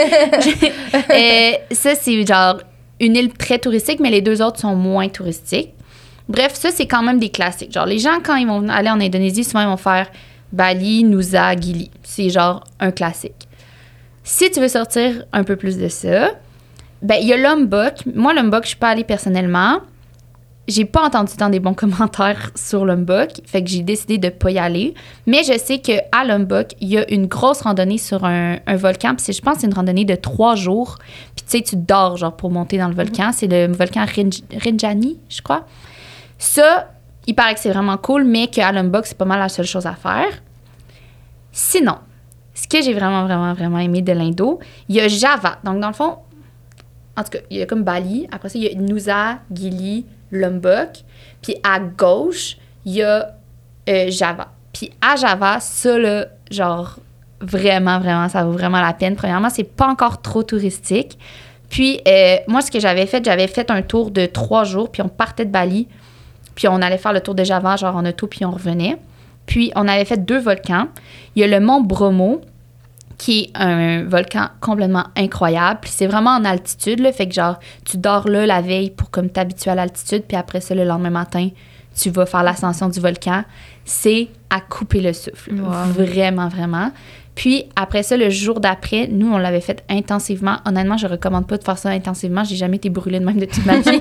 Ouais. Euh, ça, c'est genre une île très touristique, mais les deux autres sont moins touristiques. Bref, ça, c'est quand même des classiques. Genre, les gens, quand ils vont aller en Indonésie, souvent, ils vont faire Bali, Nusa, Gili. C'est genre un classique. Si tu veux sortir un peu plus de ça, ben il y a Lombok. Moi, Lombok, je suis pas allée personnellement. J'ai pas entendu tant des bons commentaires sur Lombok, fait que j'ai décidé de pas y aller. Mais je sais qu'à Lombok, il y a une grosse randonnée sur un, un volcan. Puis c'est- je pense que c'est une randonnée de trois jours. Puis tu sais, tu dors genre pour monter dans le volcan. C'est le volcan Rinj- Rinjani, je crois. Ça, il paraît que c'est vraiment cool, mais qu'à Lombok, c'est pas mal la seule chose à faire. Sinon, ce que j'ai vraiment, vraiment, vraiment aimé de l'Indo, il y a Java. Donc, dans le fond, en tout cas, il y a comme Bali. Après ça, il y a Nusa, Gili, Lombok. Puis à gauche, il y a euh, Java. Puis à Java, ça, là, genre, vraiment, vraiment, ça vaut vraiment la peine. Premièrement, c'est pas encore trop touristique. Puis, euh, moi, ce que j'avais fait, j'avais fait un tour de trois jours, puis on partait de Bali, puis on allait faire le tour de Java, genre en auto, puis on revenait. Puis, on avait fait deux volcans. Il y a le mont Bromo, qui est un volcan complètement incroyable. Puis, c'est vraiment en altitude, là, fait que genre, tu dors là la veille pour comme t'habituer à l'altitude, puis après ça, le lendemain matin, tu vas faire l'ascension du volcan, c'est à couper le souffle. Wow. Vraiment, vraiment. Puis après ça, le jour d'après, nous, on l'avait fait intensivement. Honnêtement, je recommande pas de faire ça intensivement. J'ai jamais été brûlée de même de toute ma vie.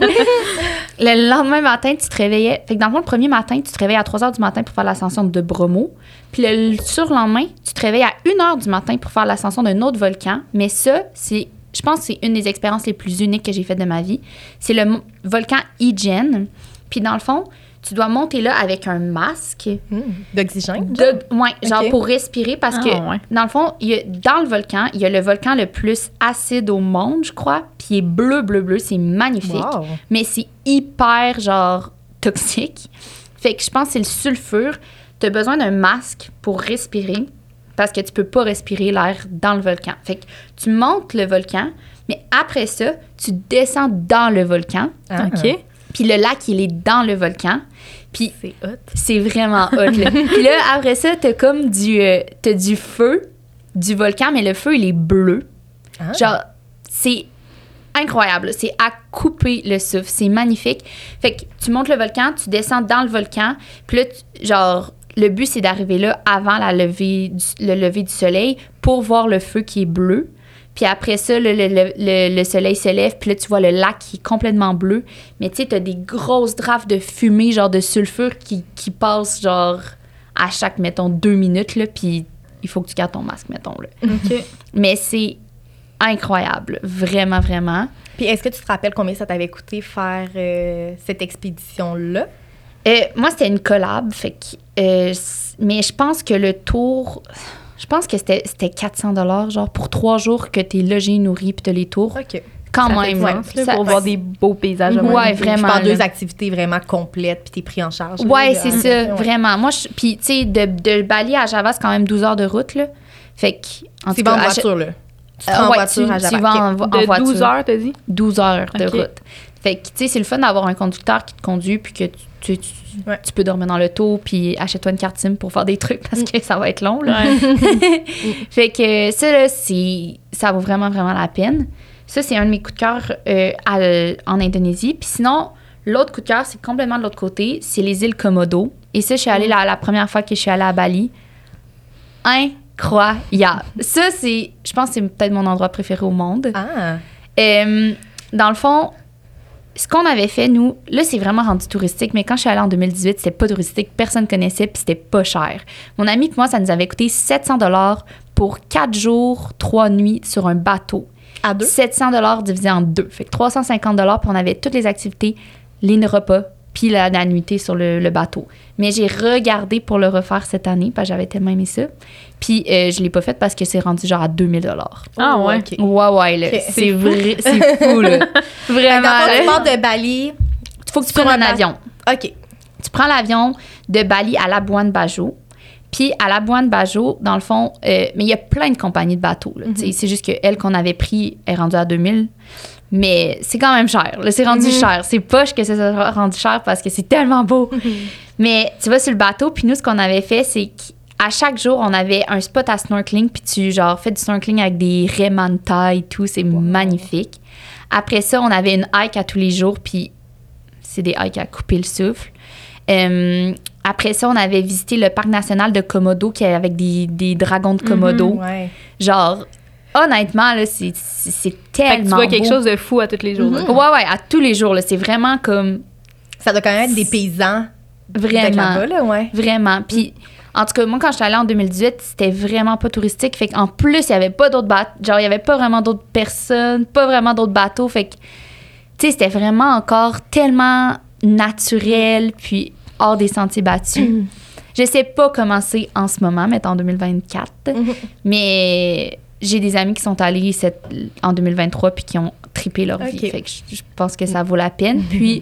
Le lendemain matin, tu te réveillais. Fait que dans le fond, le premier matin, tu te réveillais à trois heures du matin pour faire l'ascension de Bromo. Puis le surlendemain, tu te réveilles à une heure du matin pour faire l'ascension d'un autre volcan. Mais ça, c'est, je pense que c'est une des expériences les plus uniques que j'ai faites de ma vie. C'est le mo- volcan Ijen. Puis dans le fond, tu dois monter là avec un masque. Mmh. D'oxygène? De, ouais, genre Ok. pour respirer parce Ah, que, ouais. dans le fond, il y a, dans le volcan, il y a le volcan le plus acide au monde, je crois. Puis il est bleu, bleu, bleu. C'est magnifique. Wow. Mais c'est hyper, genre, toxique. Fait que je pense que c'est le sulfure. Tu as besoin d'un masque pour respirer parce que tu peux pas respirer l'air dans le volcan. Fait que tu montes le volcan, mais après ça, tu descends dans le volcan. Ah. OK. Puis le lac, il est dans le volcan. Puis C'est hot. c'est vraiment hot, là. Puis là, après ça, t'as comme du, euh, t'as du feu, du volcan, mais le feu, il est bleu. Ah. Genre, c'est incroyable. C'est à couper le souffle. C'est magnifique. Fait que tu montes le volcan, tu descends dans le volcan. Puis là, tu- genre, le but, c'est d'arriver là avant la levée du, le lever du soleil pour voir le feu qui est bleu. Puis après ça, le, le, le, le- le soleil se lève, puis là, tu vois le lac qui est complètement bleu. Mais tu sais, t'as des grosses drapes de fumée, genre de sulfure, qui, qui passent, genre, à chaque, mettons, deux minutes, là. Puis il faut que tu gardes ton masque, mettons, là. OK. Mais c'est incroyable. Vraiment, vraiment. Puis est-ce que tu te rappelles combien ça t'avait coûté faire euh, cette expédition-là? Euh, moi, c'était une collab, fait que... euh, c- mais je pense que le tour... Je pense que c'était, c'était quatre cents dollars genre, pour trois jours que t'es logé, nourri, puis t'as les tours. OK. Quand Ça fait même, du ouais. sens, là, Ça- pour voir des beaux paysages. à Ouais, voir. vraiment. Je parle là. deux activités vraiment complètes, puis t'es pris en charge. là, Ouais, là. c'est Ah, ça, ouais. vraiment. Moi, je- puis, tu sais, de, de Bali à Java, c'est quand même douze heures de route, là. Fait que, en Tu tout vas en cas, à- voiture, là. Tu te Euh, rends en ouais, voiture tu, à Java. tu vas OK. en, vo- en De voiture. douze heures, t'as dit? douze heures de OK. route. Fait que, tu sais, c'est le fun d'avoir un conducteur qui te conduit, puis que tu, tu, tu, Ouais. tu peux dormir dans l'auto, puis achète-toi une carte SIM pour faire des trucs parce que ça va être long, là. Ouais. Fait que ça, là, c'est, ça vaut vraiment, vraiment la peine. Ça, c'est un de mes coups de cœur euh, à- en Indonésie. Puis sinon, l'autre coup de cœur, c'est complètement de l'autre côté. C'est les îles Komodo. Et ça, je suis allée la, la première fois que je suis allée à Bali. Incroyable. Ça, c'est, je pense que c'est peut-être mon endroit préféré au monde. Ah. Euh, dans le fond, ce qu'on avait fait, nous, là, c'est vraiment rendu touristique, mais quand je suis allée en deux mille dix-huit, c'était pas touristique, personne ne connaissait, puis c'était pas cher. Mon ami et moi, ça nous avait coûté sept cents dollars pour quatre jours, trois nuits sur un bateau. À deux? sept cents dollars divisé en deux. Fait que trois cent cinquante dollars, puis on avait toutes les activités, les repas, puis la, la nuitée sur le, le bateau. Mais j'ai regardé pour le refaire cette année, parce que j'avais tellement aimé ça. Puis euh, je l'ai pas fait parce que c'est rendu genre à deux mille dollars. Ah Oh, ouais. OK. Ouais, ouais, là. Ok. C'est vrai, c'est fou, là. Vraiment, Dans le là. fond, tu pars de Bali. Il faut que tu sur prennes un un ba- avion. OK. Tu prends l'avion de Bali à Labuan Bajo. Puis à Labuan Bajo, dans le fond, euh, mais il y a plein de compagnies de bateaux. Là, tu sais. C'est juste qu'elle qu'on avait pris est rendue à deux mille. Mais c'est quand même cher. Là, c'est rendu cher. C'est poche que ça soit rendu cher parce que c'est tellement beau. Mais tu vas sur le bateau, puis nous, ce qu'on avait fait, c'est qu'à chaque jour, on avait un spot à snorkeling, puis tu genre fais du snorkeling avec des raies manta et tout. C'est magnifique. Après ça, on avait une hike à tous les jours, puis c'est des hikes à couper le souffle. Euh, après ça, on avait visité le parc national de Komodo qui est avec des, des dragons de Komodo. Ouais. Genre, honnêtement, là, c'est, c'est, c'est tellement Fait que tu vois quelque beau. chose de fou à tous les jours. là. Ouais, ouais, à tous les jours. Là, c'est vraiment comme... Ça doit quand même être des paysans. Vraiment. de là-bas, là, ouais. Vraiment. Puis, en tout cas, moi, quand je suis allée en deux mille dix-huit, c'était vraiment pas touristique. Fait qu'en plus, il y avait pas d'autres bateaux. Genre, il y avait pas vraiment d'autres personnes, pas vraiment d'autres bateaux. Fait que, tu sais, c'était vraiment encore tellement naturel, puis hors des sentiers battus. Je sais pas comment c'est en ce moment, mais en deux mille vingt-quatre. Mhm. Mais j'ai des amis qui sont allés cette- en deux mille vingt-trois puis qui ont trippé leur vie. Ok. Fait que je, je pense que ça vaut la peine. Puis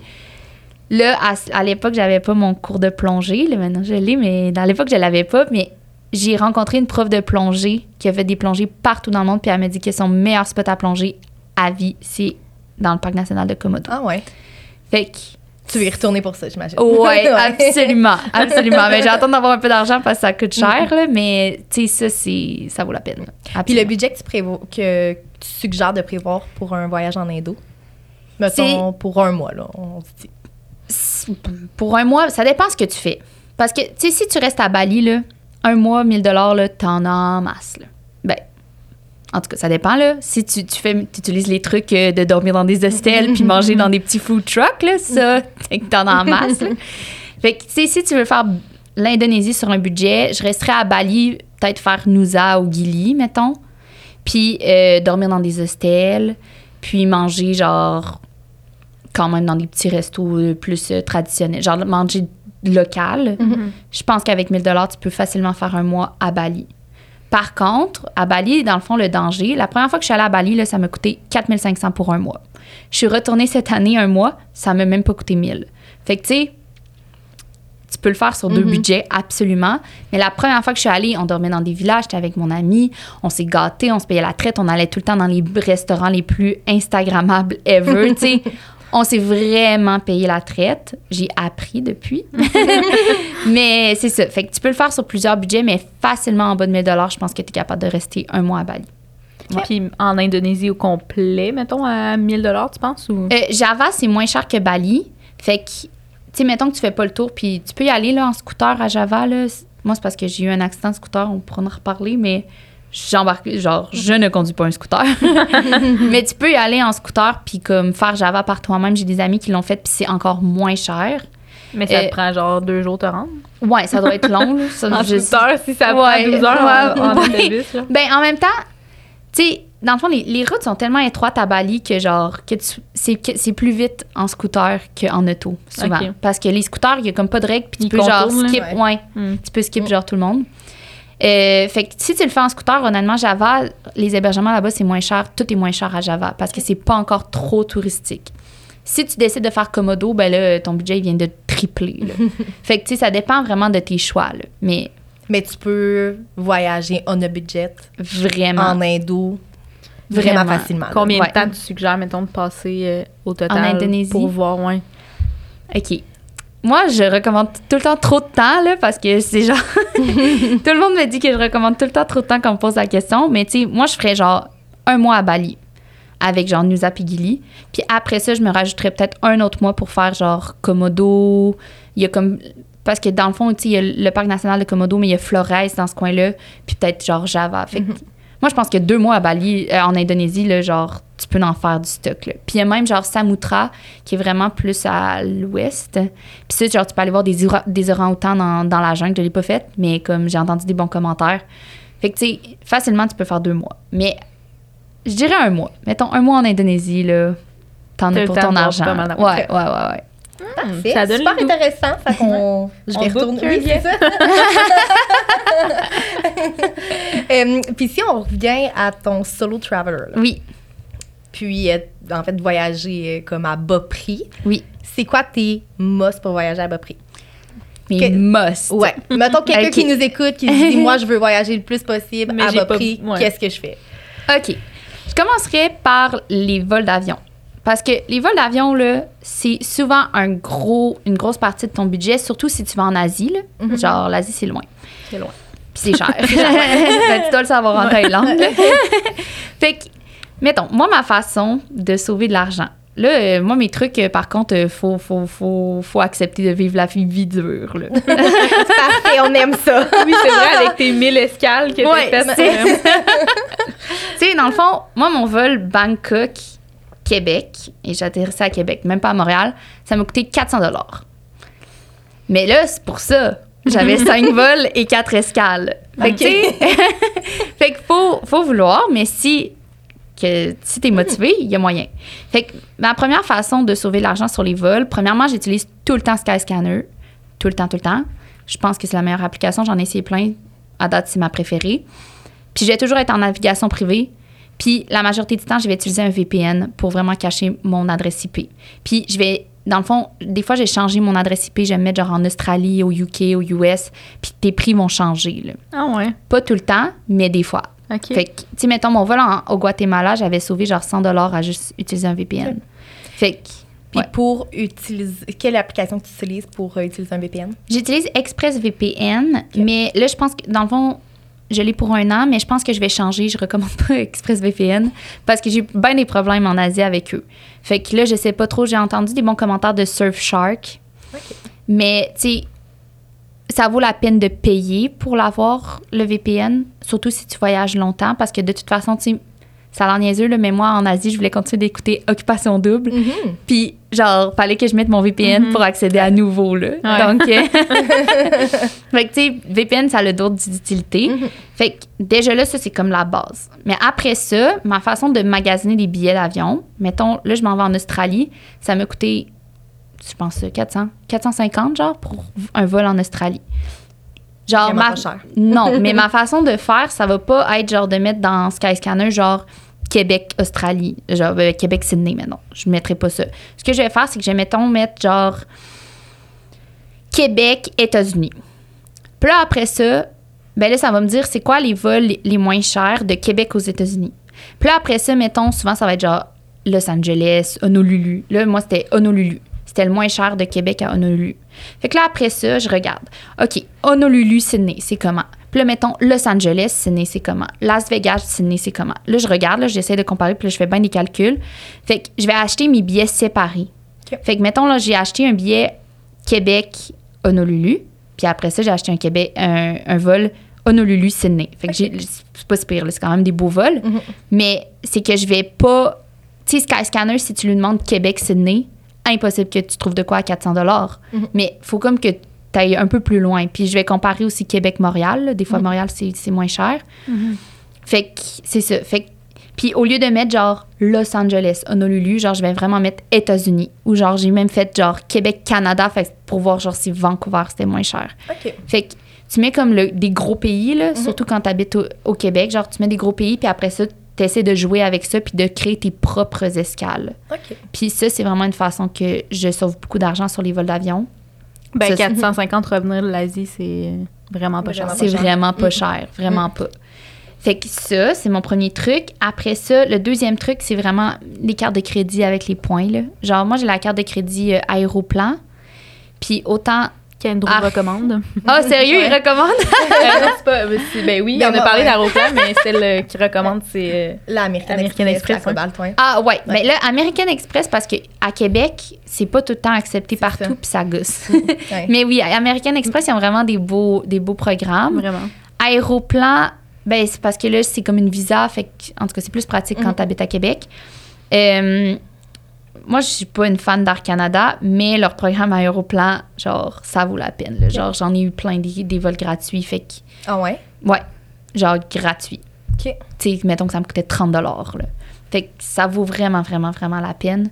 là, à, à l'époque, j'avais pas mon cours de plongée. Là, maintenant, je l'ai, mais dans l'époque, je l'avais pas. Mais j'ai rencontré une prof de plongée qui a fait des plongées partout dans le monde. Puis elle m'a dit que son meilleur spot à plonger à vie, c'est dans le parc national de Komodo. Ah ouais. Fait que Tu veux y retourner pour ça, j'imagine. ouais, absolument, absolument. Mais j'attends d'avoir un peu d'argent parce que ça coûte cher, là, mais tu sais, ça, c'est, ça vaut la peine. Puis le Absolument. budget que tu, prévois, que tu suggères de prévoir pour un voyage en Indo, mettons pour un mois, là, on se dit. pour un mois, ça dépend ce que tu fais. Parce que, tu sais, si tu restes à Bali, là, un mois, mille dollars, là, t'en as en masse, là. Ben, en tout cas, ça dépend, là. Si tu, tu fais, tu utilises les trucs euh, de dormir dans des hostels puis manger dans des petits food trucks, là, ça, t'en as en masse, là. Fait que, tu sais, si tu veux faire l'Indonésie sur un budget, je resterais à Bali, peut-être faire Nusa ou Gili, mettons, puis euh, dormir dans des hostels, puis manger, genre, quand même dans des petits restos euh, plus euh, traditionnels, genre manger local. Mm-hmm. Je pense qu'avec mille dollars, tu peux facilement faire un mois à Bali. Par contre, à Bali, dans le fond, le danger, la première fois que je suis allée à Bali, là, ça m'a coûté quatre mille cinq cents pour un mois. Je suis retournée cette année un mois, ça m'a même pas coûté mille. Fait que, tu sais, tu peux le faire sur deux mm-hmm. budgets, absolument. Mais la première fois que je suis allée, on dormait dans des villages, j'étais avec mon ami, on s'est gâtés, on se payait la traite, on allait tout le temps dans les restaurants les plus Instagrammables ever, tu sais. On s'est vraiment payé la traite. J'ai appris depuis. Mais c'est ça. Fait que tu peux le faire sur plusieurs budgets, mais facilement en bas de mille dollars, je pense que tu es capable de rester un mois à Bali. Ouais. Puis en Indonésie au complet, mettons, à mille dollars, tu penses? Ou? Euh, Java, c'est moins cher que Bali. Fait que, tu sais, mettons que tu fais pas le tour, puis tu peux y aller là, en scooter à Java. Là. Moi, c'est parce que j'ai eu un accident de scooter, on pourra en reparler, mais j'embarque, genre, je ne conduis pas un scooter. Mais tu peux y aller en scooter, puis comme faire Java par toi-même. J'ai des amis qui l'ont fait, puis c'est encore moins cher. Mais ça euh, te prend genre deux jours te rendre? Ouais, ça doit être long. Là. Ça, en je... scooter, si ça ouais, prend douze heures ouais, en, en ouais. autobus. Là. Ben, en même temps, tu sais, dans le fond, les, les routes sont tellement étroites à Bali que genre, que tu, c'est, que c'est plus vite en scooter qu'en auto, souvent. Okay. Parce que les scooters, il y a comme pas de règles, puis tu ils peux genre skip, ouais. ouais mm. tu peux skip mm. genre tout le monde. Euh, fait que si tu le fais en scooter, honnêtement, Java, les hébergements là-bas, c'est moins cher. Tout est moins cher à Java parce que c'est pas encore trop touristique. Si tu décides de faire Komodo, ben là, ton budget, il vient de tripler. Là. Fait que, tu sais, ça dépend vraiment de tes choix, là. Mais... Mais tu peux voyager on a budget. Vraiment. En Indo. Vraiment, vraiment facilement. Là. Combien ouais. de temps tu suggères, mettons, de passer euh, au total? En Indonésie? Pour voir, ouais. OK. Moi, je recommande tout le temps trop de temps, là, parce que c'est genre... tout le monde me dit que je recommande tout le temps trop de temps quand on me pose la question. Mais, tu sais, moi, je ferais genre un mois à Bali avec genre Nusa puis Gili. Puis après ça, je me rajouterais peut-être un autre mois pour faire genre Komodo. Il y a comme... Parce que dans le fond, tu sais, il y a le parc national de Komodo, mais il y a Flores dans ce coin-là. Puis peut-être genre Java. Fait que... Mm-hmm. Moi, je pense que deux mois à Bali, euh, en Indonésie, là, genre, tu peux en faire du stock. Là. Puis il y a même, genre, Samudra, qui est vraiment plus à l'ouest. Puis ça, genre, tu peux aller voir des, ora- des orang-outans dans, dans la jungle. Je ne l'ai pas fait, mais comme j'ai entendu des bons commentaires. Fait que, tu sais, facilement, tu peux faire deux mois. Mais je dirais un mois. Mettons, un mois en Indonésie, là, t'en as pour ton argent. Ouais, ouais, ouais, ouais. Parfait. Ça donne super intéressant. Fait qu'on... Je vais retourner. Oui, c'est ça. um, Puis si on revient à ton solo traveler. Là. Oui. Puis, euh, en fait, voyager euh, comme à bas prix. Oui. C'est quoi tes must pour voyager à bas prix? Mes que... must. Ouais. Mettons quelqu'un okay. qui nous écoute, qui se dit, moi, je veux voyager le plus possible mais à bas pas... prix. Ouais. Qu'est-ce que je fais? OK. Je commencerai par les vols d'avion. Parce que les vols d'avion, là, c'est souvent un gros, une grosse partie de ton budget, surtout si tu vas en Asie. Là. Mm-hmm. Genre, l'Asie, c'est loin. C'est loin. Puis c'est cher. Ben, tu dois le savoir en Thaïlande. Fait que, mettons, moi, ma façon de sauver de l'argent. Là, euh, moi, mes trucs, euh, par contre, il euh, faut, faut, faut, faut accepter de vivre la vie dure. Là. Parfait, on aime ça. Oui, c'est vrai, avec tes mille escales que ouais, t'as faites. Tu sais, dans le fond, moi, mon vol Bangkok... Québec, et j'ai atterrissé à Québec, même pas à Montréal, ça m'a coûté quatre cents dollars. Mais là, c'est pour ça. J'avais cinq vols et quatre escales. Fait que, okay. Fait qu'il faut, faut vouloir, mais si, que, si t'es motivé, il y a moyen. Fait que ma première façon de sauver de l'argent sur les vols, premièrement, j'utilise tout le temps Skyscanner. Tout le temps, tout le temps. Je pense que c'est la meilleure application. J'en ai essayé plein. À date, c'est ma préférée. Puis je vais toujours être en navigation privée. Puis, la majorité du temps, je vais utiliser un V P N pour vraiment cacher mon adresse I P. Puis, je vais, dans le fond, des fois, j'ai changé mon adresse I P. Je vais me mettre genre en Australie, au U K, au U S. Puis, tes prix vont changer. Là. Ah ouais? Pas tout le temps, mais des fois. OK. Fait que, tu sais, mettons, mon vol en, au Guatemala, j'avais sauvé genre cent dollars à juste utiliser un V P N. Okay. Fait que... Puis ouais. pour utiliser... Quelle application tu utilises pour euh, utiliser un V P N? J'utilise ExpressVPN, okay. Mais là, je pense que, dans le fond... Je l'ai pour un an, mais je pense que je vais changer. Je recommande pas ExpressVPN parce que j'ai eu bien des problèmes en Asie avec eux. Fait que là, je sais pas trop. J'ai entendu des bons commentaires de Surfshark. OK. Mais, tu sais, ça vaut la peine de payer pour l'avoir, le V P N, surtout si tu voyages longtemps, parce que de toute façon, tu sais, ça a l'air niaiseux, là, mais moi, en Asie, je voulais continuer d'écouter Occupation Double. Mm-hmm. Puis, genre, fallait que je mette mon V P N Mm-hmm. pour accéder à nouveau, là. Ouais. Donc, euh, fait que, tu sais, V P N, ça a d'autres utilités. Mm-hmm. Fait que, déjà là, ça, c'est comme la base. Mais après ça, ma façon de magasiner des billets d'avion, mettons, là, je m'en vais en Australie, ça m'a coûté, je pense, quatre cents, quatre cent cinquante, genre, pour un vol en Australie. Genre, Vraiment ma... pas cher. Non, mais ma façon de faire, ça va pas être, genre, de mettre dans Skyscanner, genre, Québec-Australie, genre euh, Québec-Sydney, mais non, je ne mettrai pas ça. Ce que je vais faire, c'est que je vais, mettons, mettre genre Québec-États-Unis. Puis là, après ça, ben là, ça va me dire c'est quoi les vols les, les moins chers de Québec aux États-Unis. Puis là, après ça, mettons, souvent, ça va être genre Los Angeles, Honolulu. Là, moi, c'était Honolulu. C'était le moins cher de Québec à Honolulu. Fait que là, après ça, je regarde. OK, Honolulu, Sydney, c'est comment? Puis là, mettons, Los Angeles, Sydney, c'est comment? Las Vegas, Sydney, c'est comment? Là, je regarde, là, j'essaie de comparer, puis là, je fais bien des calculs. Fait que je vais acheter mes billets séparés. OK. Fait que, mettons, là, j'ai acheté un billet Québec-Honolulu, puis après ça, j'ai acheté un, Québec, un, un vol Honolulu-Sydney. Fait que OK. j'ai, c'est pas si pire, là, c'est quand même des beaux vols. Mhm. Mais c'est que je vais pas... Tu sais, Skyscanner, si tu lui demandes Québec-Sydney, impossible que tu trouves de quoi à quatre cents dollars. Mhm. Mais faut comme que tu ailles un peu plus loin. Puis je vais comparer aussi Québec-Montréal. là. Des fois, Mhm. Montréal, c'est, c'est moins cher. Fait que c'est ça. Fait que... Puis au lieu de mettre genre Los Angeles, Honolulu, genre je vais vraiment mettre États-Unis. Ou genre j'ai même fait genre Québec-Canada fait que pour voir genre si Vancouver c'était moins cher. OK. Fait que tu mets comme le, des gros pays, là, surtout quand tu habites au, au Québec. Genre tu mets des gros pays, puis après ça, tu essaies de jouer avec ça, puis de créer tes propres escales. OK. Puis ça, c'est vraiment une façon que je sauve beaucoup d'argent sur les vols d'avion. Ben, Ça, quatre cent cinquante revenir de l'Asie, c'est vraiment pas cher. Vraiment C'est cher. vraiment pas Mm. cher, vraiment pas. Fait que ça, c'est mon premier truc. Après ça, le deuxième truc, c'est vraiment les cartes de crédit avec les points. Là. Genre, moi, j'ai la carte de crédit euh, Aéroplan. Puis autant... Qu'Andrew Ah. recommande. Ah, sérieux, il recommande? Euh, non, c'est pas, c'est- ben oui, Ben, on a moi, parlé ouais. d'Aéroplan, mais celle euh, qui recommande, c'est... euh, L'American American Express, Express, la ouais. Cobalt, ouais. Ah, ouais. Ouais. Mais là, American Express, parce qu'à Québec, c'est pas tout le temps accepté C'est partout, ça. puis ça gosse. Ouais. Mais oui, American Express, ils ont vraiment des beaux, des beaux programmes. Vraiment. Aéroplan, ben c'est parce que là, c'est comme une visa, fait que, en tout cas, c'est plus pratique quand Mhm. tu habites à Québec. Euh, moi, je suis pas une fan d'Air Canada, mais leur programme Aéroplan, genre, ça vaut la peine. là. Genre, j'en ai eu plein des, des vols gratuits, fait que, Ah ouais? ouais, genre, gratuit. OK. Tu sais, mettons que ça me coûtait trente dollars. Là. Fait que ça vaut vraiment, vraiment, vraiment la peine.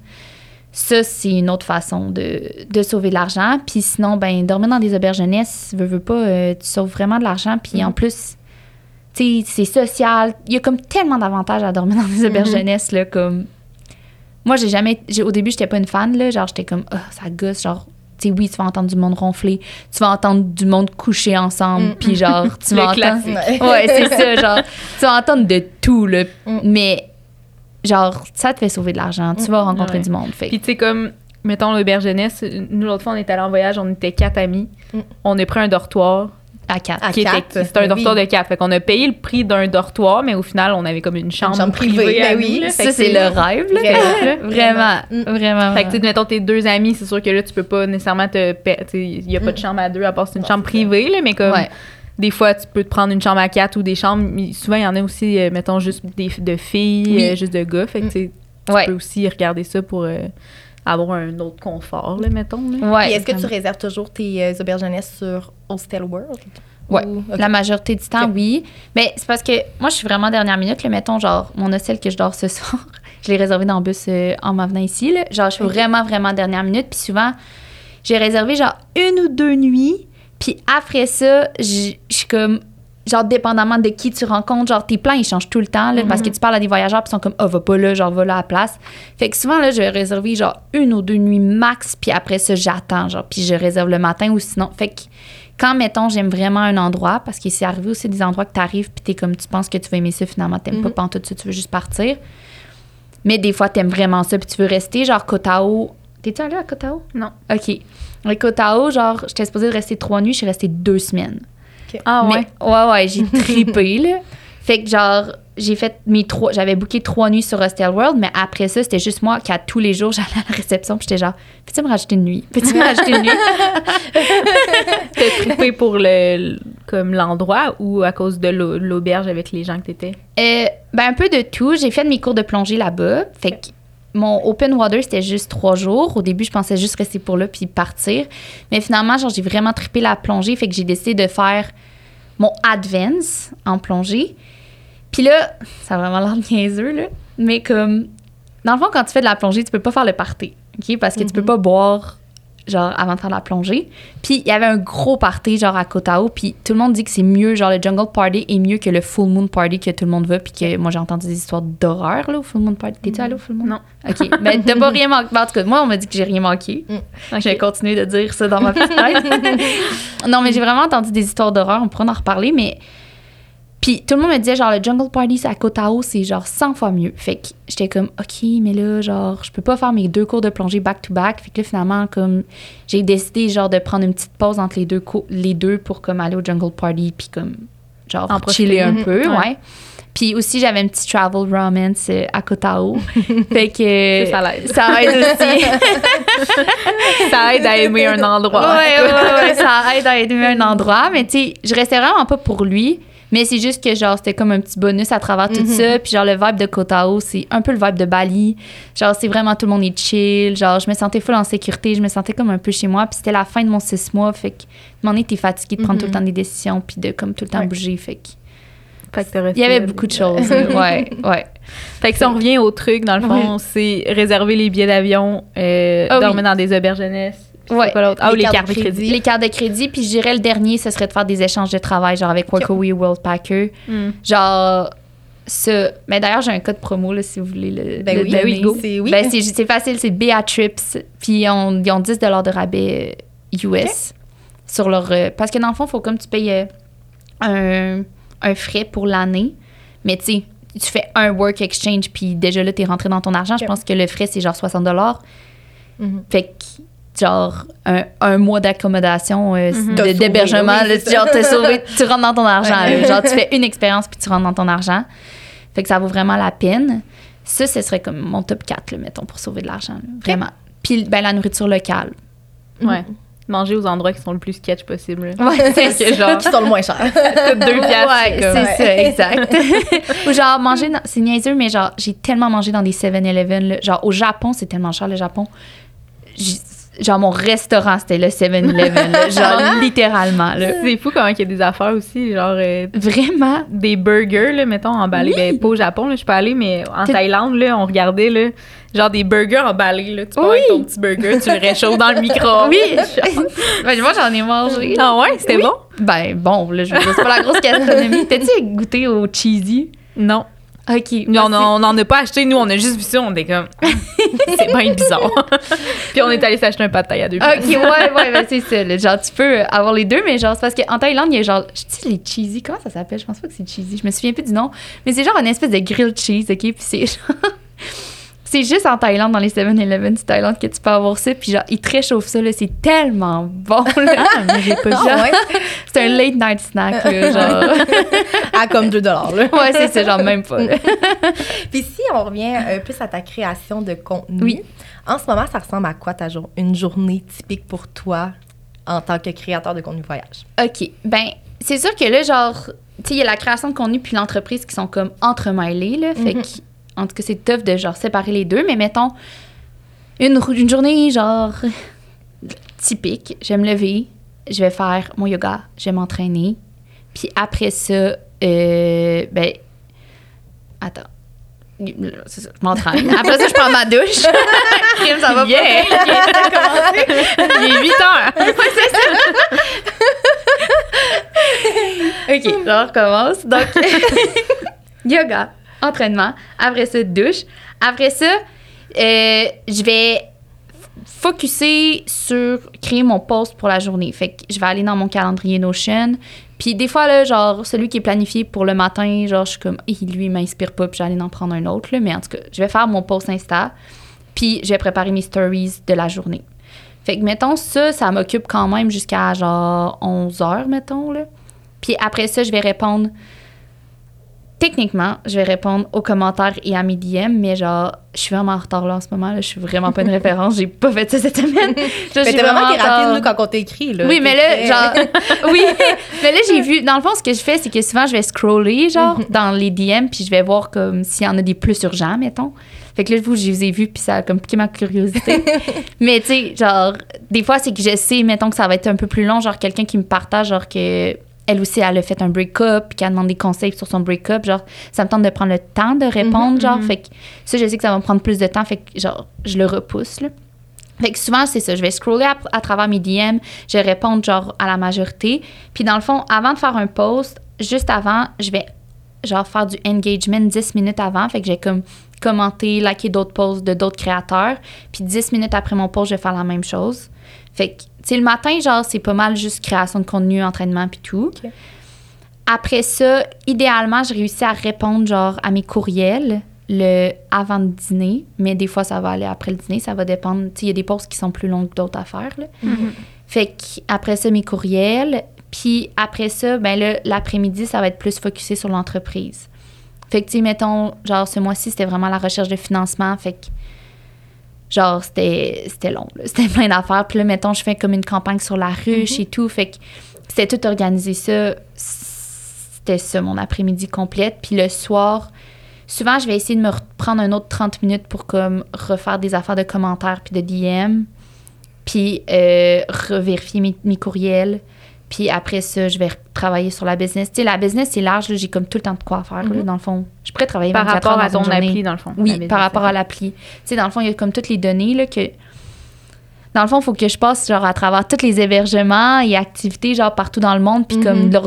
Ça, c'est une autre façon de, de sauver de l'argent. Puis sinon, ben dormir dans des auberges jeunesse, veux, veux pas, euh, tu sauves vraiment de l'argent. Puis Mhm. en plus, tu sais, c'est social. Il y a comme tellement d'avantages à dormir dans des auberges Mhm. jeunesse, là, comme... Moi, j'ai jamais... j'ai- au début, j'étais pas une fan, là. Genre, j'étais comme, oh, ça gosse, genre... Tu sais, oui, tu vas entendre du monde ronfler. Tu vas entendre du monde coucher ensemble. Mhm. Puis genre, tu Le vas entendre... classique. Ouais. Ouais, c'est ça, genre, tu vas entendre de tout, là. Mm. Mais, genre, ça te fait sauver de l'argent. Tu vas rencontrer Ouais. du monde. Fait. Puis tu sais, comme, mettons, l'auberge jeunesse, nous, l'autre fois, on était allé en voyage, on était quatre amis. Mm. On a pris un dortoir. à quatre. À qui était- quatre? C'était un Ben dortoir oui. de quatre. Fait qu'on a payé le prix d'un dortoir, mais au final, on avait comme une chambre, chambre privée, privée. à ben nous, oui. là. Fait Ça, que c'est le rêve, là. Vraiment. Vraiment, Mm. vraiment. Fait que, tu sais, mettons, tes deux amis, c'est sûr que là, tu peux pas nécessairement te. pa- tu sais, il y a pas de chambre à deux, à part c'est une Non, chambre c'est privée, là, mais comme. Ouais. Des fois, tu peux te prendre une chambre à quatre ou des chambres. mais souvent, il y en a aussi, euh, mettons, juste des, de filles, Oui. euh, juste de gars. Fait que, tu sais, tu Ouais. peux aussi regarder ça pour euh, avoir un autre confort, là, mettons. Là. Ouais, Puis est-ce que tu vraiment. réserves toujours tes euh, auberges jeunesse sur Hostel World? Ouais. Ou- OK. La majorité du temps, Ok. oui. Mais c'est parce que moi, je suis vraiment dernière minute. Là, mettons, genre, mon hostel que je dors ce soir, je l'ai réservé dans le bus euh, en m'en venant ici. Là. Genre, je suis Ok. vraiment, vraiment dernière minute. Puis souvent, j'ai réservé genre une ou deux nuits. Puis après ça, je je suis comme, genre, dépendamment de qui tu rencontres, genre, tes plans, ils changent tout le temps. Là, Parce que tu parles à des voyageurs, puis ils sont comme, ah, va pas là, genre, va là à la place. Fait que souvent, là, je vais réserver genre une ou deux nuits max. Puis après ça, j'attends, genre, puis je réserve le matin ou sinon. Fait que quand, mettons, j'aime vraiment un endroit, parce que c'est arrivé aussi des endroits que t'arrives, puis t'es comme, tu penses que tu vas aimer ça, finalement, t'aimes Mhm. pas pantoute ça, tu veux juste partir. Mais des fois, t'aimes vraiment ça, puis tu veux rester, genre, Kotao. T'es-tu allé à Kotao? Non. OK. À Kotao, genre, j'étais supposée de rester trois nuits, je suis restée deux semaines. Ah ouais. Mais, ouais, ouais, j'ai trippé, là. Fait que, genre, j'ai fait mes trois... J'avais booké trois nuits sur Hostel World, mais après ça, c'était juste moi qui, à tous les jours, j'allais à la réception, puis j'étais genre, peux-tu me rajouter une nuit? Peux-tu me rajouter une nuit? T'as trippé pour le, comme l'endroit ou à cause de l'au- l'auberge avec les gens que t'étais? Euh, ben, un peu de tout. J'ai fait mes cours de plongée là-bas. Fait que mon open water, c'était juste trois jours. Au début, je pensais juste rester pour là puis partir. Mais finalement, genre, j'ai vraiment trippé la plongée. Fait que j'ai décidé de faire mon advance en plongée. Puis là, ça a vraiment l'air niaiseux, là. Mais comme, dans le fond, quand tu fais de la plongée, tu peux pas faire le party, OK? Parce que mm-hmm. tu peux pas boire, genre, avant de faire de la plongée. Puis il y avait un gros party, genre, à Koh Tao. Puis tout le monde dit que c'est mieux, genre, le Jungle Party est mieux que le Full Moon Party que tout le monde veut. Puis que moi, j'ai entendu des histoires d'horreur, là, au Full Moon Party. T'es-tu allé au Full Moon? Non. OK. Mais t'as pas rien manqué. En tout cas, moi, on m'a dit que j'ai rien manqué. Mm. Okay. Je vais continuer de dire ça dans ma petite tête. Non, mais j'ai vraiment entendu des histoires d'horreur. On pourra en reparler, mais... Puis tout le monde me disait, genre, le Jungle Party à Koh Tao, c'est genre cent fois mieux. Fait que j'étais comme, OK, mais là, genre, je peux pas faire mes deux cours de plongée back-to-back. Fait que là, finalement, comme, j'ai décidé, genre, de prendre une petite pause entre les deux, co- les deux pour, comme, aller au Jungle Party, puis comme, genre, en chiller un mm-hmm. peu, ouais. ouais. Puis aussi, j'avais un petit travel romance euh, à Koh Tao. Fait que... ça, ça l'aide. Ça aide aussi. Ça aide à aimer un endroit. Ouais, ouais, ouais, ça aide à aimer un endroit. Mais tu sais, je restais vraiment pas pour lui. Mais c'est juste que, genre, c'était comme un petit bonus à travers tout mm-hmm. ça. Puis, genre, le vibe de Koh Tao, c'est un peu le vibe de Bali. Genre, c'est vraiment tout le monde est chill. Genre, je me sentais full en sécurité. Je me sentais comme un peu chez moi. Puis, c'était la fin de mon six mois. Fait que, à un moment donné, t'es fatigué de prendre mm-hmm. tout le temps des décisions. Puis, de, comme, tout le temps ouais. bouger. Fait que. Fait que il y avait beaucoup de choses. ouais, ouais. Fait que si on revient au truc, dans le fond, oui. c'est réserver les billets d'avion, euh, oh, dormir oui. dans des auberges jeunesse. Ouais. Pas l'autre. Ah, les, les cartes de crédit. Les cartes de crédit. Puis je dirais le dernier, ce serait de faire des échanges de travail, genre avec Workaway ou Worldpacker. Mm. Genre, ça. Mais d'ailleurs, j'ai un code promo, là, si vous voulez le, ben le oui, donner. Ben oui, c'est, oui. Ben, c'est, c'est facile, c'est B A Trips. Puis on, ils ont dix dollars de rabais U S okay. sur leur... Euh, parce que dans le fond, il faut comme tu payes euh, un, un frais pour l'année. Mais tu sais, tu fais un work exchange, puis déjà là, t'es rentré dans ton argent. Okay. Je pense que le frais, c'est genre soixante dollars. Mm-hmm. Fait que, genre, un, un mois d'accommodation, euh, mm-hmm. de, d'hébergement, oui, là, genre, t'as sauvé, tu rentres dans ton argent. Là, genre, tu fais une expérience, puis tu rentres dans ton argent. Fait que ça vaut vraiment la peine. Ça, ce serait comme mon top quatre, là, mettons, pour sauver de l'argent. Là, vraiment. Okay. Puis, ben, la nourriture locale. Ouais. Mm-hmm. Manger aux endroits qui sont le plus sketch possible. Ouais, c'est que genre... qui sont le moins chers. Ça coûte deux piastres. Ouais, c'est, comme... c'est ça, exact. Ou genre, manger... Dans... C'est niaiseux, mais genre, j'ai tellement mangé dans des seven eleven. Là. Genre, au Japon, c'est tellement cher, le Japon. J'ai... Genre, mon restaurant, c'était le seven eleven. Genre, littéralement. Là. C'est fou comment il y a des affaires aussi. Genre... Euh, Vraiment? Des burgers, là, mettons, emballés. Oui. Ben, pas au Japon, là, je suis pas allée, mais en T'es... Thaïlande, là, on regardait, là... Genre des burgers emballés, là. Tu pars oui. avec ton petit burger, tu le réchauffes dans le micro. Oui! Ben, moi, j'en ai mangé. Ah ouais? C'était oui. bon? Ben, bon, là, je veux dire, c'est pas la grosse gastronomie. T'as-tu goûté au cheesy? Non. OK. Non, on n'en a pas acheté. Nous, on a juste vu ça. On était comme... c'est bien bizarre. Puis on est allé s'acheter un pâte thaï à deux pièces. OK, ouais, ouais, ben c'est ça. Là. Genre, tu peux avoir les deux, mais genre, c'est parce qu'en Thaïlande, il y a genre... Je sais, les cheesy, comment ça s'appelle? Je pense pas que c'est cheesy. Je me souviens plus du nom. Mais c'est genre une espèce de grilled cheese, OK? Puis c'est genre... C'est juste en Thaïlande, dans les seven eleven du Thaïlande, que tu peux avoir ça. Puis genre, ils te réchauffent ça, là. C'est tellement bon, là. Ah, mais j'ai pas genre, ouais. C'est un late night snack, là, genre. À comme deux dollars, là. Ouais, c'est ça, genre même pas, là. Puis si on revient euh, plus à ta création de contenu, oui. en ce moment, ça ressemble à quoi ta jour- une journée typique pour toi en tant que créateur de contenu voyage? OK. Ben, c'est sûr que là, genre, tu sais, il y a la création de contenu puis l'entreprise qui sont comme entremêlées, là. Fait mm-hmm. que... En tout cas, c'est tough de, genre, séparer les deux. Mais mettons, une, une journée, genre, typique. Je vais me lever, je vais faire mon yoga, je vais m'entraîner. Puis après ça, euh, ben... Attends. C'est ça, je m'entraîne. Après ça, je prends ma douche. Ça va yeah. pas bien. Il est huit heures. Ouais, c'est ça. OK, là, on recommence. Donc, yoga. Entraînement. Après ça, douche. Après ça, euh, je vais focusser sur créer mon post pour la journée. Fait que je vais aller dans mon calendrier Notion. Puis des fois, là, genre, celui qui est planifié pour le matin, genre, je suis comme, hey, lui, il m'inspire pas, puis j'allais en prendre un autre, là. Mais en tout cas, je vais faire mon post Insta. Puis je vais préparer mes stories de la journée. Fait que, mettons, ça, ça m'occupe quand même jusqu'à, genre, onze heures, mettons, là. Puis après ça, je vais répondre... techniquement, je vais répondre aux commentaires et à mes D M, mais genre, je suis vraiment en retard là en ce moment. Là. Je suis vraiment pas une référence. J'ai pas fait ça cette semaine. Je mais suis t'es vraiment en retard. rapide, nous, quand on t'écrit. Là, oui, mais là, très... genre... oui, mais là, j'ai vu... Dans le fond, ce que je fais, c'est que souvent, je vais scroller, genre, mm-hmm. dans les D M, puis je vais voir comme s'il y en a des plus urgents, mettons. Fait que là, vous, je les ai vus, puis ça a comme piqué ma curiosité. Mais, tu sais, genre, des fois, c'est que je sais, mettons, que ça va être un peu plus long, genre, quelqu'un qui me partage, genre, que... Elle aussi, elle a fait un break-up, puis qu'elle demande des conseils sur son break-up. Genre, ça me tente de prendre le temps de répondre, mm-hmm, genre. Mm-hmm. Fait que ça, je sais que ça va me prendre plus de temps, fait que, genre, je le repousse, là. Fait que souvent, c'est ça. Je vais scroller à, à travers mes D M, je vais répondre, genre, à la majorité. Puis dans le fond, avant de faire un post, juste avant, je vais, genre, faire du engagement dix minutes avant. Fait que j'ai comme commenter, liker d'autres posts de d'autres créateurs. Puis dix minutes après mon post, je vais faire la même chose. Fait que, tu sais, le matin, genre, c'est pas mal juste création de contenu, entraînement, puis tout. Okay. Après ça, idéalement, je réussis à répondre, genre, à mes courriels le avant le dîner. Mais des fois, ça va aller après le dîner. Ça va dépendre. Tu sais, il y a des posts qui sont plus longs que d'autres à faire, là. Mm-hmm. Fait qu'après ça, mes courriels. Puis après ça, ben là, l'après-midi, ça va être plus focusé sur l'entreprise. Fait que, tu sais, mettons, genre, ce mois-ci, c'était vraiment la recherche de financement. Fait que genre, c'était, c'était long, là. C'était plein d'affaires. Puis là, mettons, je fais comme une campagne sur la ruche mm-hmm. et tout. Fait que c'était tout organisé, ça. C'était ça, mon après-midi complète. Puis le soir, souvent, je vais essayer de me prendre un autre trente minutes pour comme refaire des affaires de commentaires puis de D M. Puis euh, revérifier mes, mes courriels. Puis après ça, je vais travailler sur la business. Tu sais, la business, c'est large. Là, j'ai comme tout le temps de quoi faire, mm-hmm. là, dans le fond. Je pourrais travailler par rapport à ton journée. appli, dans le fond. Oui, par rapport à l'appli. Tu sais, dans le fond, il y a comme toutes les données, là, que... Dans le fond, il faut que je passe, genre, à travers tous les hébergements et activités, genre, partout dans le monde, puis mm-hmm. comme leur...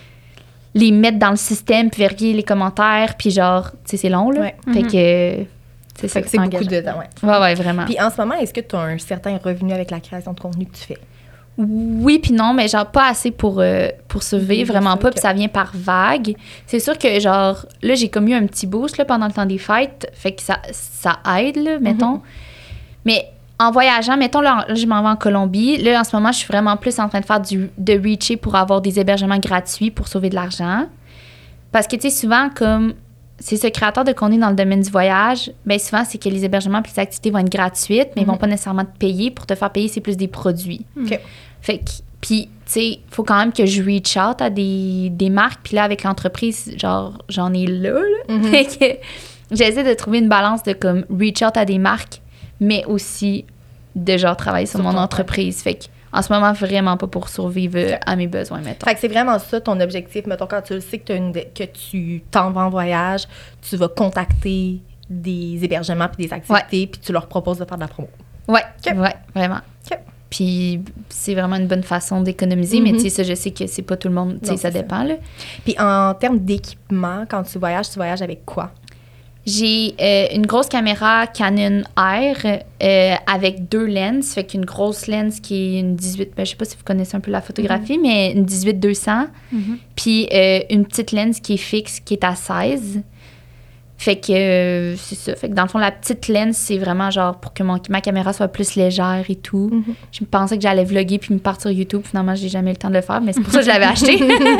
les mettre dans le système, puis vérifier les commentaires, puis genre, tu sais, c'est long, là. Ouais. Fait mm-hmm. que... C'est, fait ça, que c'est beaucoup de temps, ouais. Ouais, ouais, vraiment. Puis en ce moment, est-ce que tu as un certain revenu avec la création de contenu que tu fais? Oui puis non, mais genre pas assez pour, euh, pour survivre, mmh, vraiment pas, okay. Puis ça vient par vague. C'est sûr que genre, là, j'ai comme eu un petit boost là, pendant le temps des fêtes, fait que ça, ça aide, là, mettons. Mmh. Mais en voyageant, mettons, là, je m'en vais en Colombie, là, en ce moment, je suis vraiment plus en train de faire du, de reacher pour avoir des hébergements gratuits pour sauver de l'argent. Parce que, tu sais, souvent, comme c'est ce créateur de contenu dans le domaine du voyage, bien souvent, c'est que les hébergements et les activités vont être gratuites, mais ils mmh. vont pas nécessairement te payer. Pour te faire payer, c'est plus des produits. OK. Fait que, puis, tu sais, il faut quand même que je reach out à des, des marques. Puis là, avec l'entreprise, genre, j'en ai là, là. Mm-hmm. Fait que j'essaie de trouver une balance de, comme, reach out à des marques, mais aussi de, genre, travailler sur, sur mon entreprise. Fait que, en ce moment, vraiment pas pour survivre okay. à mes besoins, mettons. Fait que c'est vraiment ça ton objectif, mettons, quand tu le sais que, t'as une, que tu t'en vas en voyage, tu vas contacter des hébergements puis des activités, ouais. Puis tu leur proposes de faire de la promo. Ouais, okay. ouais, vraiment. OK. Puis c'est vraiment une bonne façon d'économiser, mm-hmm. mais tu sais, ça, je sais que c'est pas tout le monde, tu sais, ça dépend, là. Puis en termes d'équipement, quand tu voyages, tu voyages avec quoi? J'ai euh, une grosse caméra Canon R euh, avec deux lenses, fait qu'une grosse lens qui est une dix-huit, ben, je sais pas si vous connaissez un peu la photographie, mm-hmm. mais une dix-huit deux cents, mm-hmm. puis euh, une petite lens qui est fixe, qui est à seize. Fait que euh, c'est ça. Fait que dans le fond, la petite lens, c'est vraiment genre pour que mon, ma caméra soit plus légère et tout. Mm-hmm. Je pensais que j'allais vlogger puis me partir sur YouTube. Finalement, j'ai jamais eu le temps de le faire, mais c'est pour ça que je l'avais acheté.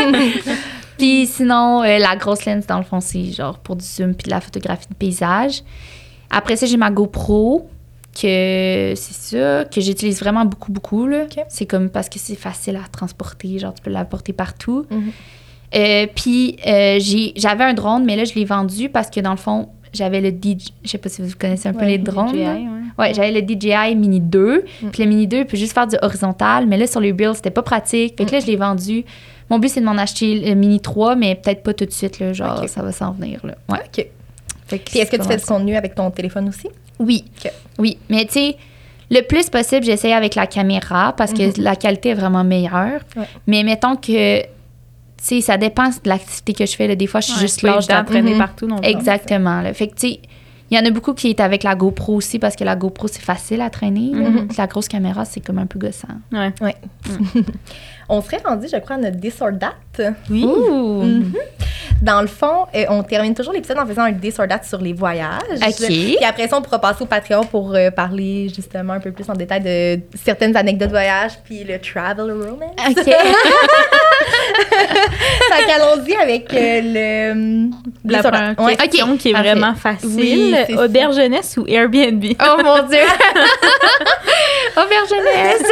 Puis sinon, euh, la grosse lens, dans le fond, c'est genre pour du zoom puis de la photographie de paysage. Après ça, j'ai ma GoPro, que c'est ça, que j'utilise vraiment beaucoup, beaucoup. Là. Okay. C'est comme parce que c'est facile à transporter. Genre, tu peux la porter partout. Mm-hmm. Euh, puis euh, j'ai, j'avais un drone, mais là, je l'ai vendu parce que dans le fond, j'avais le D J I. Je sais pas si vous connaissez un ouais, peu les drones. D J I, ouais. ouais, j'avais le D J I Mini deux. Mm. Puis le Mini deux, il peut juste faire du horizontal. Mais là, sur les Reels, c'était pas pratique. Fait que mm. là, je l'ai vendu. Mon but, c'est de m'en acheter le Mini trois, mais peut-être pas tout de suite. Là, genre, okay. Ça va s'en venir. Là. Ouais. OK. Fait que puis est-ce que tu fais du contenu avec ton téléphone aussi? Oui. Okay. Oui. Mais tu sais, le plus possible, j'essaye avec la caméra parce que mm-hmm. la qualité est vraiment meilleure. Ouais. Mais mettons que... Tu sais, ça dépend de l'activité que je fais. Là. Des fois, je suis ouais, juste lâche d'entraîner mm-hmm. partout. Non, exactement. Là. Fait que, tu sais, il y en a beaucoup qui est avec la GoPro aussi parce que la GoPro, c'est facile à traîner. Mm-hmm. La grosse caméra, c'est comme un peu gossant. Ouais. ouais. Mm. On serait rendu, je crois, à notre This or That. Oui. Mm-hmm. Dans le fond, euh, on termine toujours l'épisode en faisant un This or That sur les voyages. OK. Puis après ça, on pourra passer au Patreon pour euh, parler justement un peu plus en détail de certaines anecdotes de voyage puis le travel romance. OK. Fait qu'allons-y avec euh, le... La sur première ouais. question ok, qui est parfait. vraiment facile. Oui, c'est Auberge jeunesse ou Airbnb? Oh mon Dieu! Auberge jeunesse!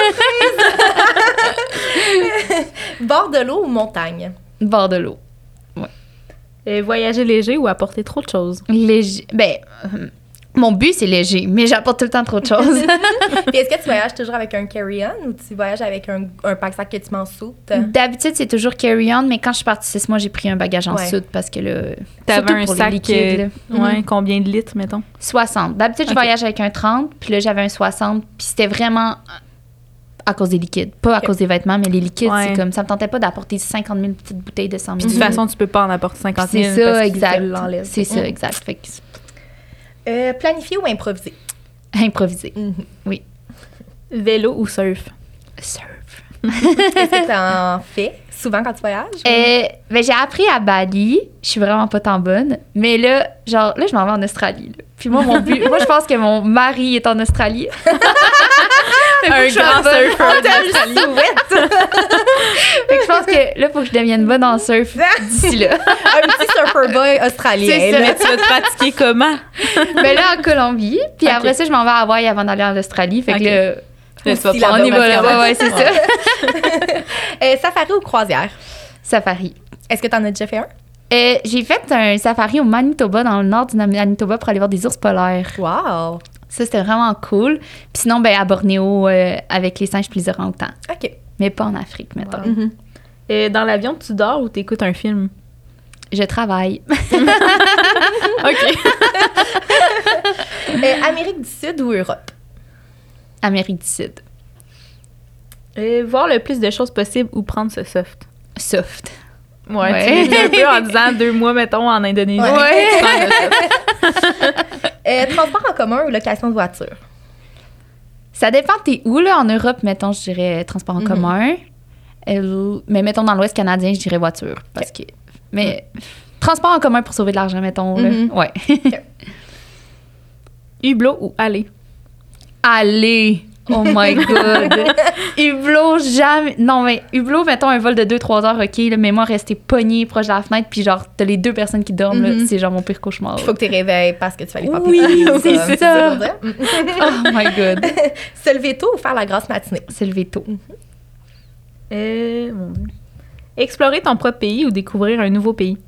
Bord de l'eau ou montagne? Bord de l'eau. Euh, voyager léger ou apporter trop de choses? Léger. Ben, euh, mon but, c'est léger, mais j'apporte tout le temps trop de choses. Puis est-ce que tu voyages toujours avec un carry-on ou tu voyages avec un, un pack-sac que tu mets en soute? D'habitude, c'est toujours carry-on, mais quand je suis partie six mois, j'ai pris un bagage en Ouais. soude parce que là. T'avais surtout un pour les sac, liquides, là. euh, ouais, Mhm. combien de litres, mettons? soixante. D'habitude, je Ok. voyage avec un trente, puis là, j'avais un soixante, puis c'était vraiment à cause des liquides. Pas à Ok. cause des vêtements, mais les liquides, Ouais. c'est comme. Ça me tentait pas d'apporter cinquante mille petites bouteilles de cent Puis mille. de toute façon, tu peux pas en apporter cinquante C'est mille. ça, parce que exact. tu l'enlèves. C'est ça, Mm. exact. Fait que Euh, planifier ou improviser? improviser. Vélo ou surf? Surf. Est-ce que tu en fais souvent quand tu voyages? Euh, ben, j'ai appris à Bali. Je suis vraiment pas tant bonne. Mais là, genre, là, je m'en vais en Australie. là. Puis moi, mon but, moi, je pense que mon mari est en Australie. Fait que Un je suis grand bonne. surfeur Je le souhaite. Fait que je pense que là, il faut que je devienne bonne en surf d'ici là. Un petit surfer boy australien. C'est ça. là. Mais tu vas te pratiquer comment? Mais là, en Colombie. Puis Ok. après ça, je m'en vais à Hawaï avant d'aller en Australie. Fait que Ok. là, Là, tu vas Aussi prendre on y va parce là. que- Ouais, ouais, c'est ça. Euh, safari ou croisière? Safari. Est-ce que tu en as déjà fait un? Euh, j'ai fait un safari au Manitoba, dans le nord du Manitoba, pour aller voir des ours polaires. Wow! Ça, c'était vraiment cool. Puis sinon, ben, à Bornéo, euh, avec les singes puis les orang-outans. OK. Mais pas en Afrique, mettons. Wow. Mhm. Euh, dans l'avion, tu dors ou t'écoutes un film? Je travaille. OK. Euh, Amérique du Sud ou Europe? Amérique du Sud. Euh, voir le plus de choses possibles ou prendre ce soft? Soft. Ouais, Ouais. tu l'es un peu en disant deux mois, mettons, en Indonésie. Ouais. Tu prends le soft. Euh, transport en commun ou location de voiture? Ça dépend, t'es où, là, en Europe, mettons, je dirais transport en Mhm. commun. Euh, mais mettons, dans l'Ouest canadien, je dirais voiture. Parce que... Mais transport en commun pour sauver de l'argent, mettons, là. Mhm. Ouais. Hublot ou aller? Allez! Oh my God! Hublot, jamais... Non, mais Hublot, mettons un vol de deux trois heures, OK, là, mais moi, rester pogné proche de la fenêtre, puis genre, t'as les deux personnes qui dorment, là, Mhm. c'est genre mon pire cauchemar. Il faut que tu réveilles parce que tu vas aller faire Oui, pipi ou c'est comme, ça. pour dire. Oh my God! Se lever tôt ou faire la grasse matinée? C'est levé tôt. Euh, mon Dieu. Explorer ton propre pays ou découvrir un nouveau pays?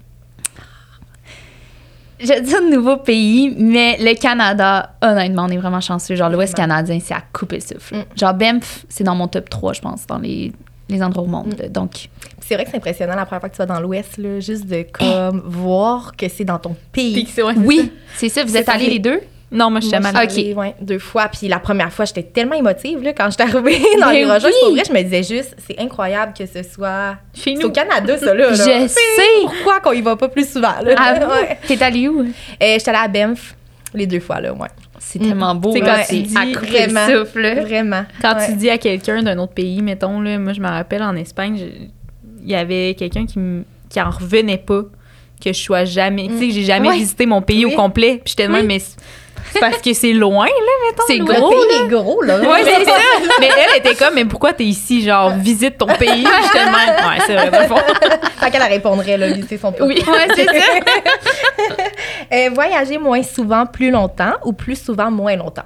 Je dis un nouveau pays, mais le Canada, honnêtement, on est vraiment chanceux. Genre, l'Ouest Vraiment. canadien, c'est à couper le souffle. Mm. Genre, Banff, c'est dans mon top trois, je pense, dans les, les endroits au monde. Mm. Donc, Puis c'est vrai que c'est impressionnant la première fois que tu vas dans l'Ouest, là, juste de comme voir que c'est dans ton pays. Puis, ouais, oui, c'est ça. Vous C'est êtes allés vrai. les deux? Non, moi, je suis Moi, jamais je allée. suis allée, ouais, deux fois. Puis la première fois, j'étais tellement émotive là, quand j'étais arrivée dans Ben les Rocheuses. oui. Pour vrai, je me disais juste, c'est incroyable que ce soit... Chez C'est au nous. Canada, ça, là. là. Je C'est sais. Pourquoi qu'on y va pas plus souvent, là? Ah, Ouais. t'es allé où? Euh, j'étais allée à Banff les deux fois, là, ouais. C'est Mm. tellement beau. C'est là, quand c'est tu dis à couper vraiment, le souffle. là. Vraiment. Quand Ouais. tu dis à quelqu'un d'un autre pays, mettons, là, moi, je me rappelle en Espagne, je- il y avait quelqu'un qui, me- qui en revenait pas que je sois jamais. Tu sais, que j'ai jamais Ouais. visité mon pays Oui. au complet. Puis j'étais de même, mais c'est c'est parce que c'est loin, là, mettons. C'est loin. Le gros, pays est gros, là. Ouais, c'est ça. Mais elle était comme, mais pourquoi t'es ici? Genre, visite ton pays. Puis j'étais de même. Ouais, c'est vrai, dans le fond. Fait qu'elle répondrait, là, visiter son propre Oui. pays. Ouais, c'est ça. Euh, voyager moins souvent, plus longtemps ou plus souvent, moins longtemps?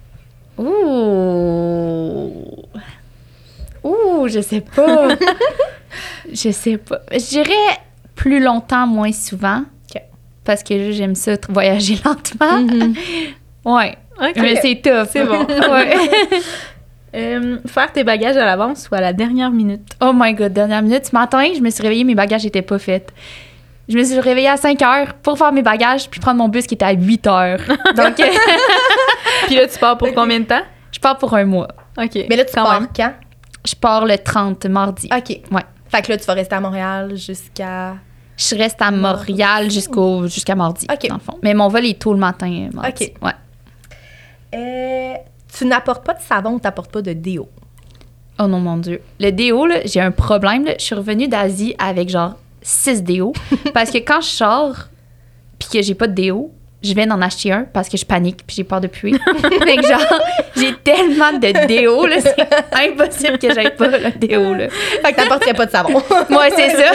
Ouh. Ouh, je sais pas. je sais pas. Je dirais plus longtemps, moins souvent. OK. Parce que j'aime ça, tr- voyager lentement. Mhm. Ouais. OK. Mais c'est tough. C'est bon. Ouais. Euh, faire tes bagages à l'avance ou à la dernière minute? Oh my God, dernière minute. Ce matin, je me suis réveillée, mes bagages n'étaient pas faits. Je me suis réveillée à cinq heures pour faire mes bagages puis prendre mon bus qui était à huit heures. Donc, Puis là, tu pars pour combien de temps? je pars pour un mois. OK. Mais là, tu Quand pars même. quand? Je pars le trente, mardi. OK. Ouais. Fait que là, tu vas rester à Montréal jusqu'à... Je reste à Montréal jusqu'au, jusqu'à mardi, OK. dans le fond. Mais mon vol est tôt le matin, mardi. OK. Ouais. Euh, tu n'apportes pas de savon ou t'apportes pas de déo? Oh non, mon Dieu. Le déo, là, j'ai un problème. Là. Je suis revenue d'Asie avec genre six déos. Parce que quand je sors puis que j'ai pas de déo, je vais en acheter un parce que je panique puis j'ai peur de puer. Fait que genre, j'ai tellement de déo, là, c'est impossible que j'aille pas le déo, là. Fait que t'apporterais pas de savon. Moi, c'est ça.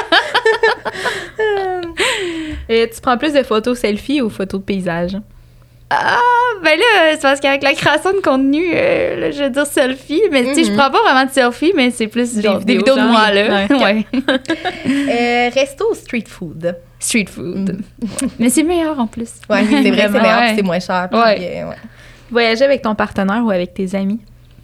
Et tu prends plus de photos selfie ou photos de paysage? Ah, ben là, c'est parce qu'avec la création de contenu, euh, là, je veux dire selfie, mais tu sais, Mm-hmm. je prends pas vraiment de selfie, mais c'est plus genre des vidéos, vidéos de genre, moi, là. ouais. Ouais. Euh, resto ou street food? Street food. Mais c'est meilleur en plus. Ouais, c'est vrai, c'est Vraiment, meilleur, ouais. puis c'est moins cher. Puis, Ouais. euh, ouais. Voyager avec ton partenaire ou avec tes amis?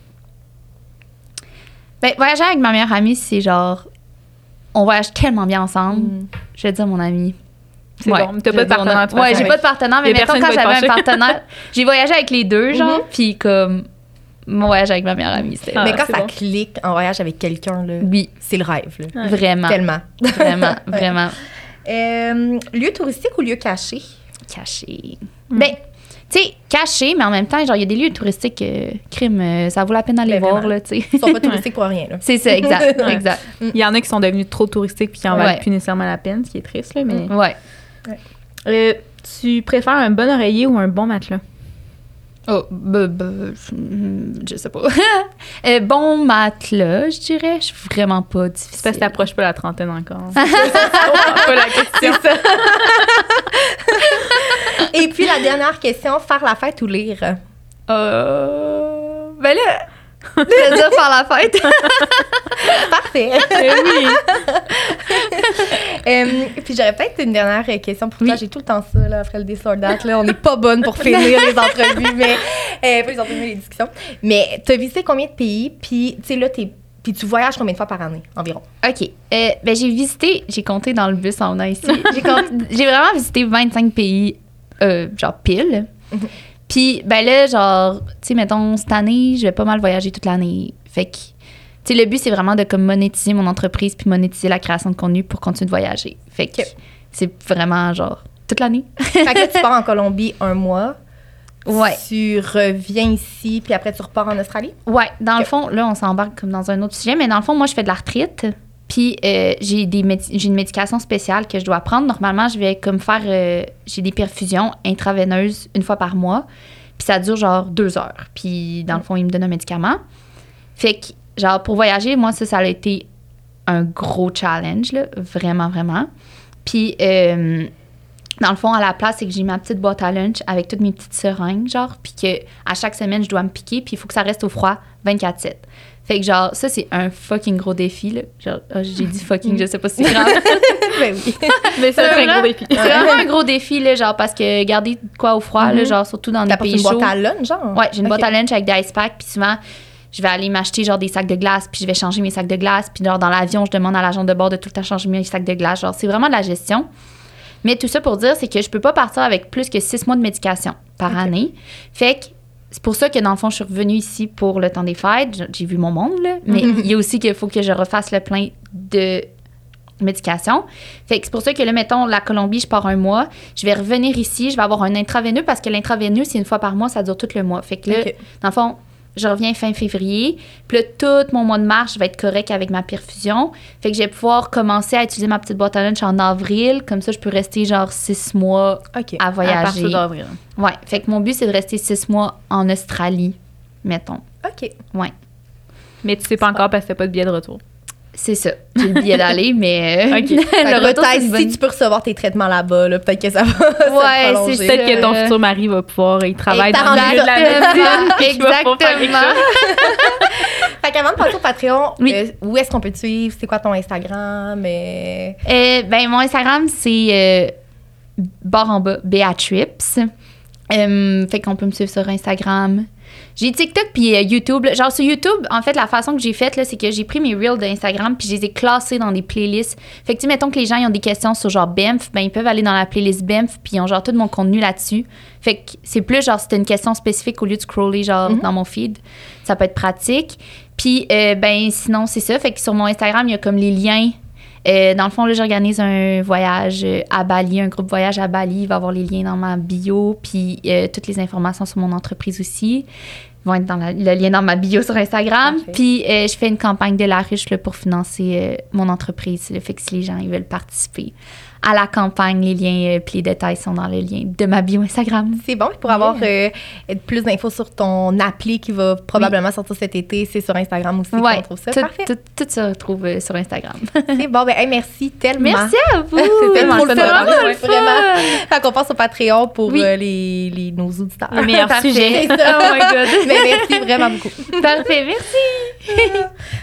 Ben, voyager avec ma meilleure amie, c'est genre, on voyage tellement bien ensemble. Mm. Je vais dire mon amie. C'est Ouais. bon. T'as Je pas veux de dire, on a- partenaire, tu Ouais, passes j'ai avec. pas de partenaire, mais Les mettons personnes quand vont être j'avais un fâchées. partenaire, j'ai voyagé avec les deux, genre, Mhm. puis comme, mon voyage avec ma meilleure amie, c'était Ah, Mais quand c'est ça bon. clique en voyage avec quelqu'un, là, oui, c'est le rêve. Là. Ouais. vraiment, Tellement. vraiment, vraiment Euh, lieu touristique ou lieu caché? caché. Mm. Ben, tu sais, caché, mais en même temps, genre, il y a des lieux touristiques, euh, crime, euh, ça vaut la peine d'aller Ben, voir, vraiment. là, tu sais. Ils sont pas touristiques pour rien. Là. C'est ça, exact, Ouais. exact. Il y en a qui sont devenus trop touristiques puis qui en valent Ouais. plus nécessairement la peine, ce qui est triste, là, mais... Ouais. Euh, tu préfères un bon oreiller ou un bon matelas? Oh, bah, bah, je, je sais pas. Euh, bon matelas, je dirais. Je suis vraiment pas difficile. C'est parce que t'approches pas la trentaine encore. C'est pas la question. Et puis la dernière question, faire la fête ou lire? Euh... Ben là, je veux dire faire la fête. Parfait. Eh oui. Euh, puis j'aurais peut-être une dernière question pour toi. Oui. J'ai tout le temps ça, là, après le This or That, là. On n'est pas bonne pour finir les entrevues, mais... Euh, pas les entrevues, mais les discussions. Mais t'as visité combien de pays? Puis, tu sais, là, t'es... Puis tu voyages combien de fois par année, environ? OK. Euh, ben j'ai visité, j'ai compté dans le bus en venant ici. J'ai, compté- j'ai vraiment visité vingt-cinq pays, euh, genre pile. Puis, ben là, genre, tu sais, mettons, cette année, je vais pas mal voyager toute l'année. Fait que, tu sais, le but, c'est vraiment de comme monétiser mon entreprise puis monétiser la création de contenu pour continuer de voyager. Fait que Ok. c'est vraiment, genre, toute l'année. Fait que là, tu pars en Colombie un mois. Ouais. Tu reviens ici, puis après, tu repars en Australie? Ouais, dans Ok. le fond, là, on s'embarque comme dans un autre sujet, mais dans le fond, moi, je fais de l'arthrite. Puis euh, j'ai des médi- j'ai une médication spéciale que je dois prendre. Normalement, je vais comme faire... euh, j'ai des perfusions intraveineuses une fois par mois. Puis ça dure genre deux heures. Puis dans le fond, ils me donnent un médicament. Fait que, genre, pour voyager, moi, ça, ça a été un gros challenge, là. Vraiment, vraiment. Puis... euh, dans le fond, à la place, c'est que j'ai ma petite boîte à lunch avec toutes mes petites seringues, genre, puis que à chaque semaine, je dois me piquer, puis il faut que ça reste au froid vingt-quatre sept. Fait que, genre, ça, c'est un fucking gros défi, là. Genre, oh, j'ai dit fucking, je sais pas si c'est grave. Ben oui. Mais c'est un très gros vraiment- défi. C'est vraiment un gros défi, là, genre, parce que garder de quoi au froid, là, Mhm. genre, surtout dans des T'apportes pays une chauds. boîte à lunch, genre? Ouais, j'ai une Ok. boîte à lunch avec des ice packs, puis souvent, je vais aller m'acheter, genre, des sacs de glace, puis je vais changer mes sacs de glace, puis genre, dans l'avion, je demande à l'agent de bord de tout le temps changer mes sacs de glace. Genre, c'est vraiment de la gestion. Mais tout ça pour dire, c'est que je peux pas partir avec plus que six mois de médication par Ok. année. Fait que c'est pour ça que, dans le fond, je suis revenue ici pour le temps des fêtes. J'ai- J'ai vu mon monde, là. Mais il y a aussi qu'il faut que je refasse le plein de médication. Fait que c'est pour ça que là, mettons, la Colombie, je pars un mois. Je vais revenir ici, je vais avoir un intraveineux parce que l'intraveineux, c'est une fois par mois, ça dure tout le mois. Fait que là, Ok. dans le fond, je reviens fin février. Puis là, tout mon mois de mars, je vais être correct avec ma perfusion. Fait que je vais pouvoir commencer à utiliser ma petite boîte à lunch en avril. Comme ça, je peux rester genre six mois OK. à À voyager. partir d'avril. Ouais. Fait que mon but, c'est de rester six mois en Australie, mettons. OK. Ouais. Mais tu sais pas encore parce que t'as pas de billet de retour. C'est ça. J'ai le billet d'aller, mais euh, Ok. Fait le que retour, c'est peut-être, une si bonne... tu peux recevoir tes traitements là-bas, là, peut-être que ça va Ouais, se prolonger. c'est Peut-être que ton Euh, futur mari va pouvoir, il travaille Et dans le t'arranger milieu de la ça. médecine. puis il va pouvoir faire quelque Exactement. chose. Fait qu'avant de passer au Patreon, Oui. euh, où est-ce qu'on peut te suivre? C'est quoi ton Instagram? Euh... Euh, ben, mon Instagram, c'est euh, barre en bas, Beatrips. Euh, fait qu'on peut me suivre sur Instagram. J'ai TikTok puis euh, YouTube. là. Genre sur YouTube, en fait, la façon que j'ai faite, là, c'est que j'ai pris mes reels d'Instagram puis je les ai classés dans des playlists. Fait que, tu sais, mettons que les gens ils ont des questions sur genre B E M F, ben ils peuvent aller dans la playlist B E M F puis ils ont genre tout mon contenu là-dessus. Fait que c'est plus genre c'était une question spécifique au lieu de scroller genre Mhm. dans mon feed. Ça peut être pratique. Puis, euh, ben sinon, c'est ça. Fait que sur mon Instagram, il y a comme les liens. Euh, dans le fond, là, j'organise un voyage euh, à Bali, un groupe voyage à Bali. Il va y avoir les liens dans ma bio, puis euh, toutes les informations sur mon entreprise aussi vont être dans la- le lien dans ma bio sur Instagram. Parfait. Puis euh, je fais une campagne de la riche là, pour financer euh, mon entreprise. Le fait que si les gens ils veulent participer à la campagne. Les liens euh, puis les détails sont dans le lien de ma bio Instagram. C'est bon. Puis pour avoir euh, plus d'infos sur ton appli qui va probablement oui. sortir cet été, c'est sur Instagram aussi ouais, qu'on trouve ça. Tout, Parfait. Tout, tout ça se retrouve euh, sur Instagram. C'est bon. Ben, hey, merci tellement. Merci à vous. C'était vraiment trop le fun. vraiment le fun. Vraiment. Fait qu'on passe au Patreon pour oui. euh, les, les, nos auditeurs. Le meilleur sujet. Oh my God. Mais merci vraiment beaucoup. Parfait. Merci.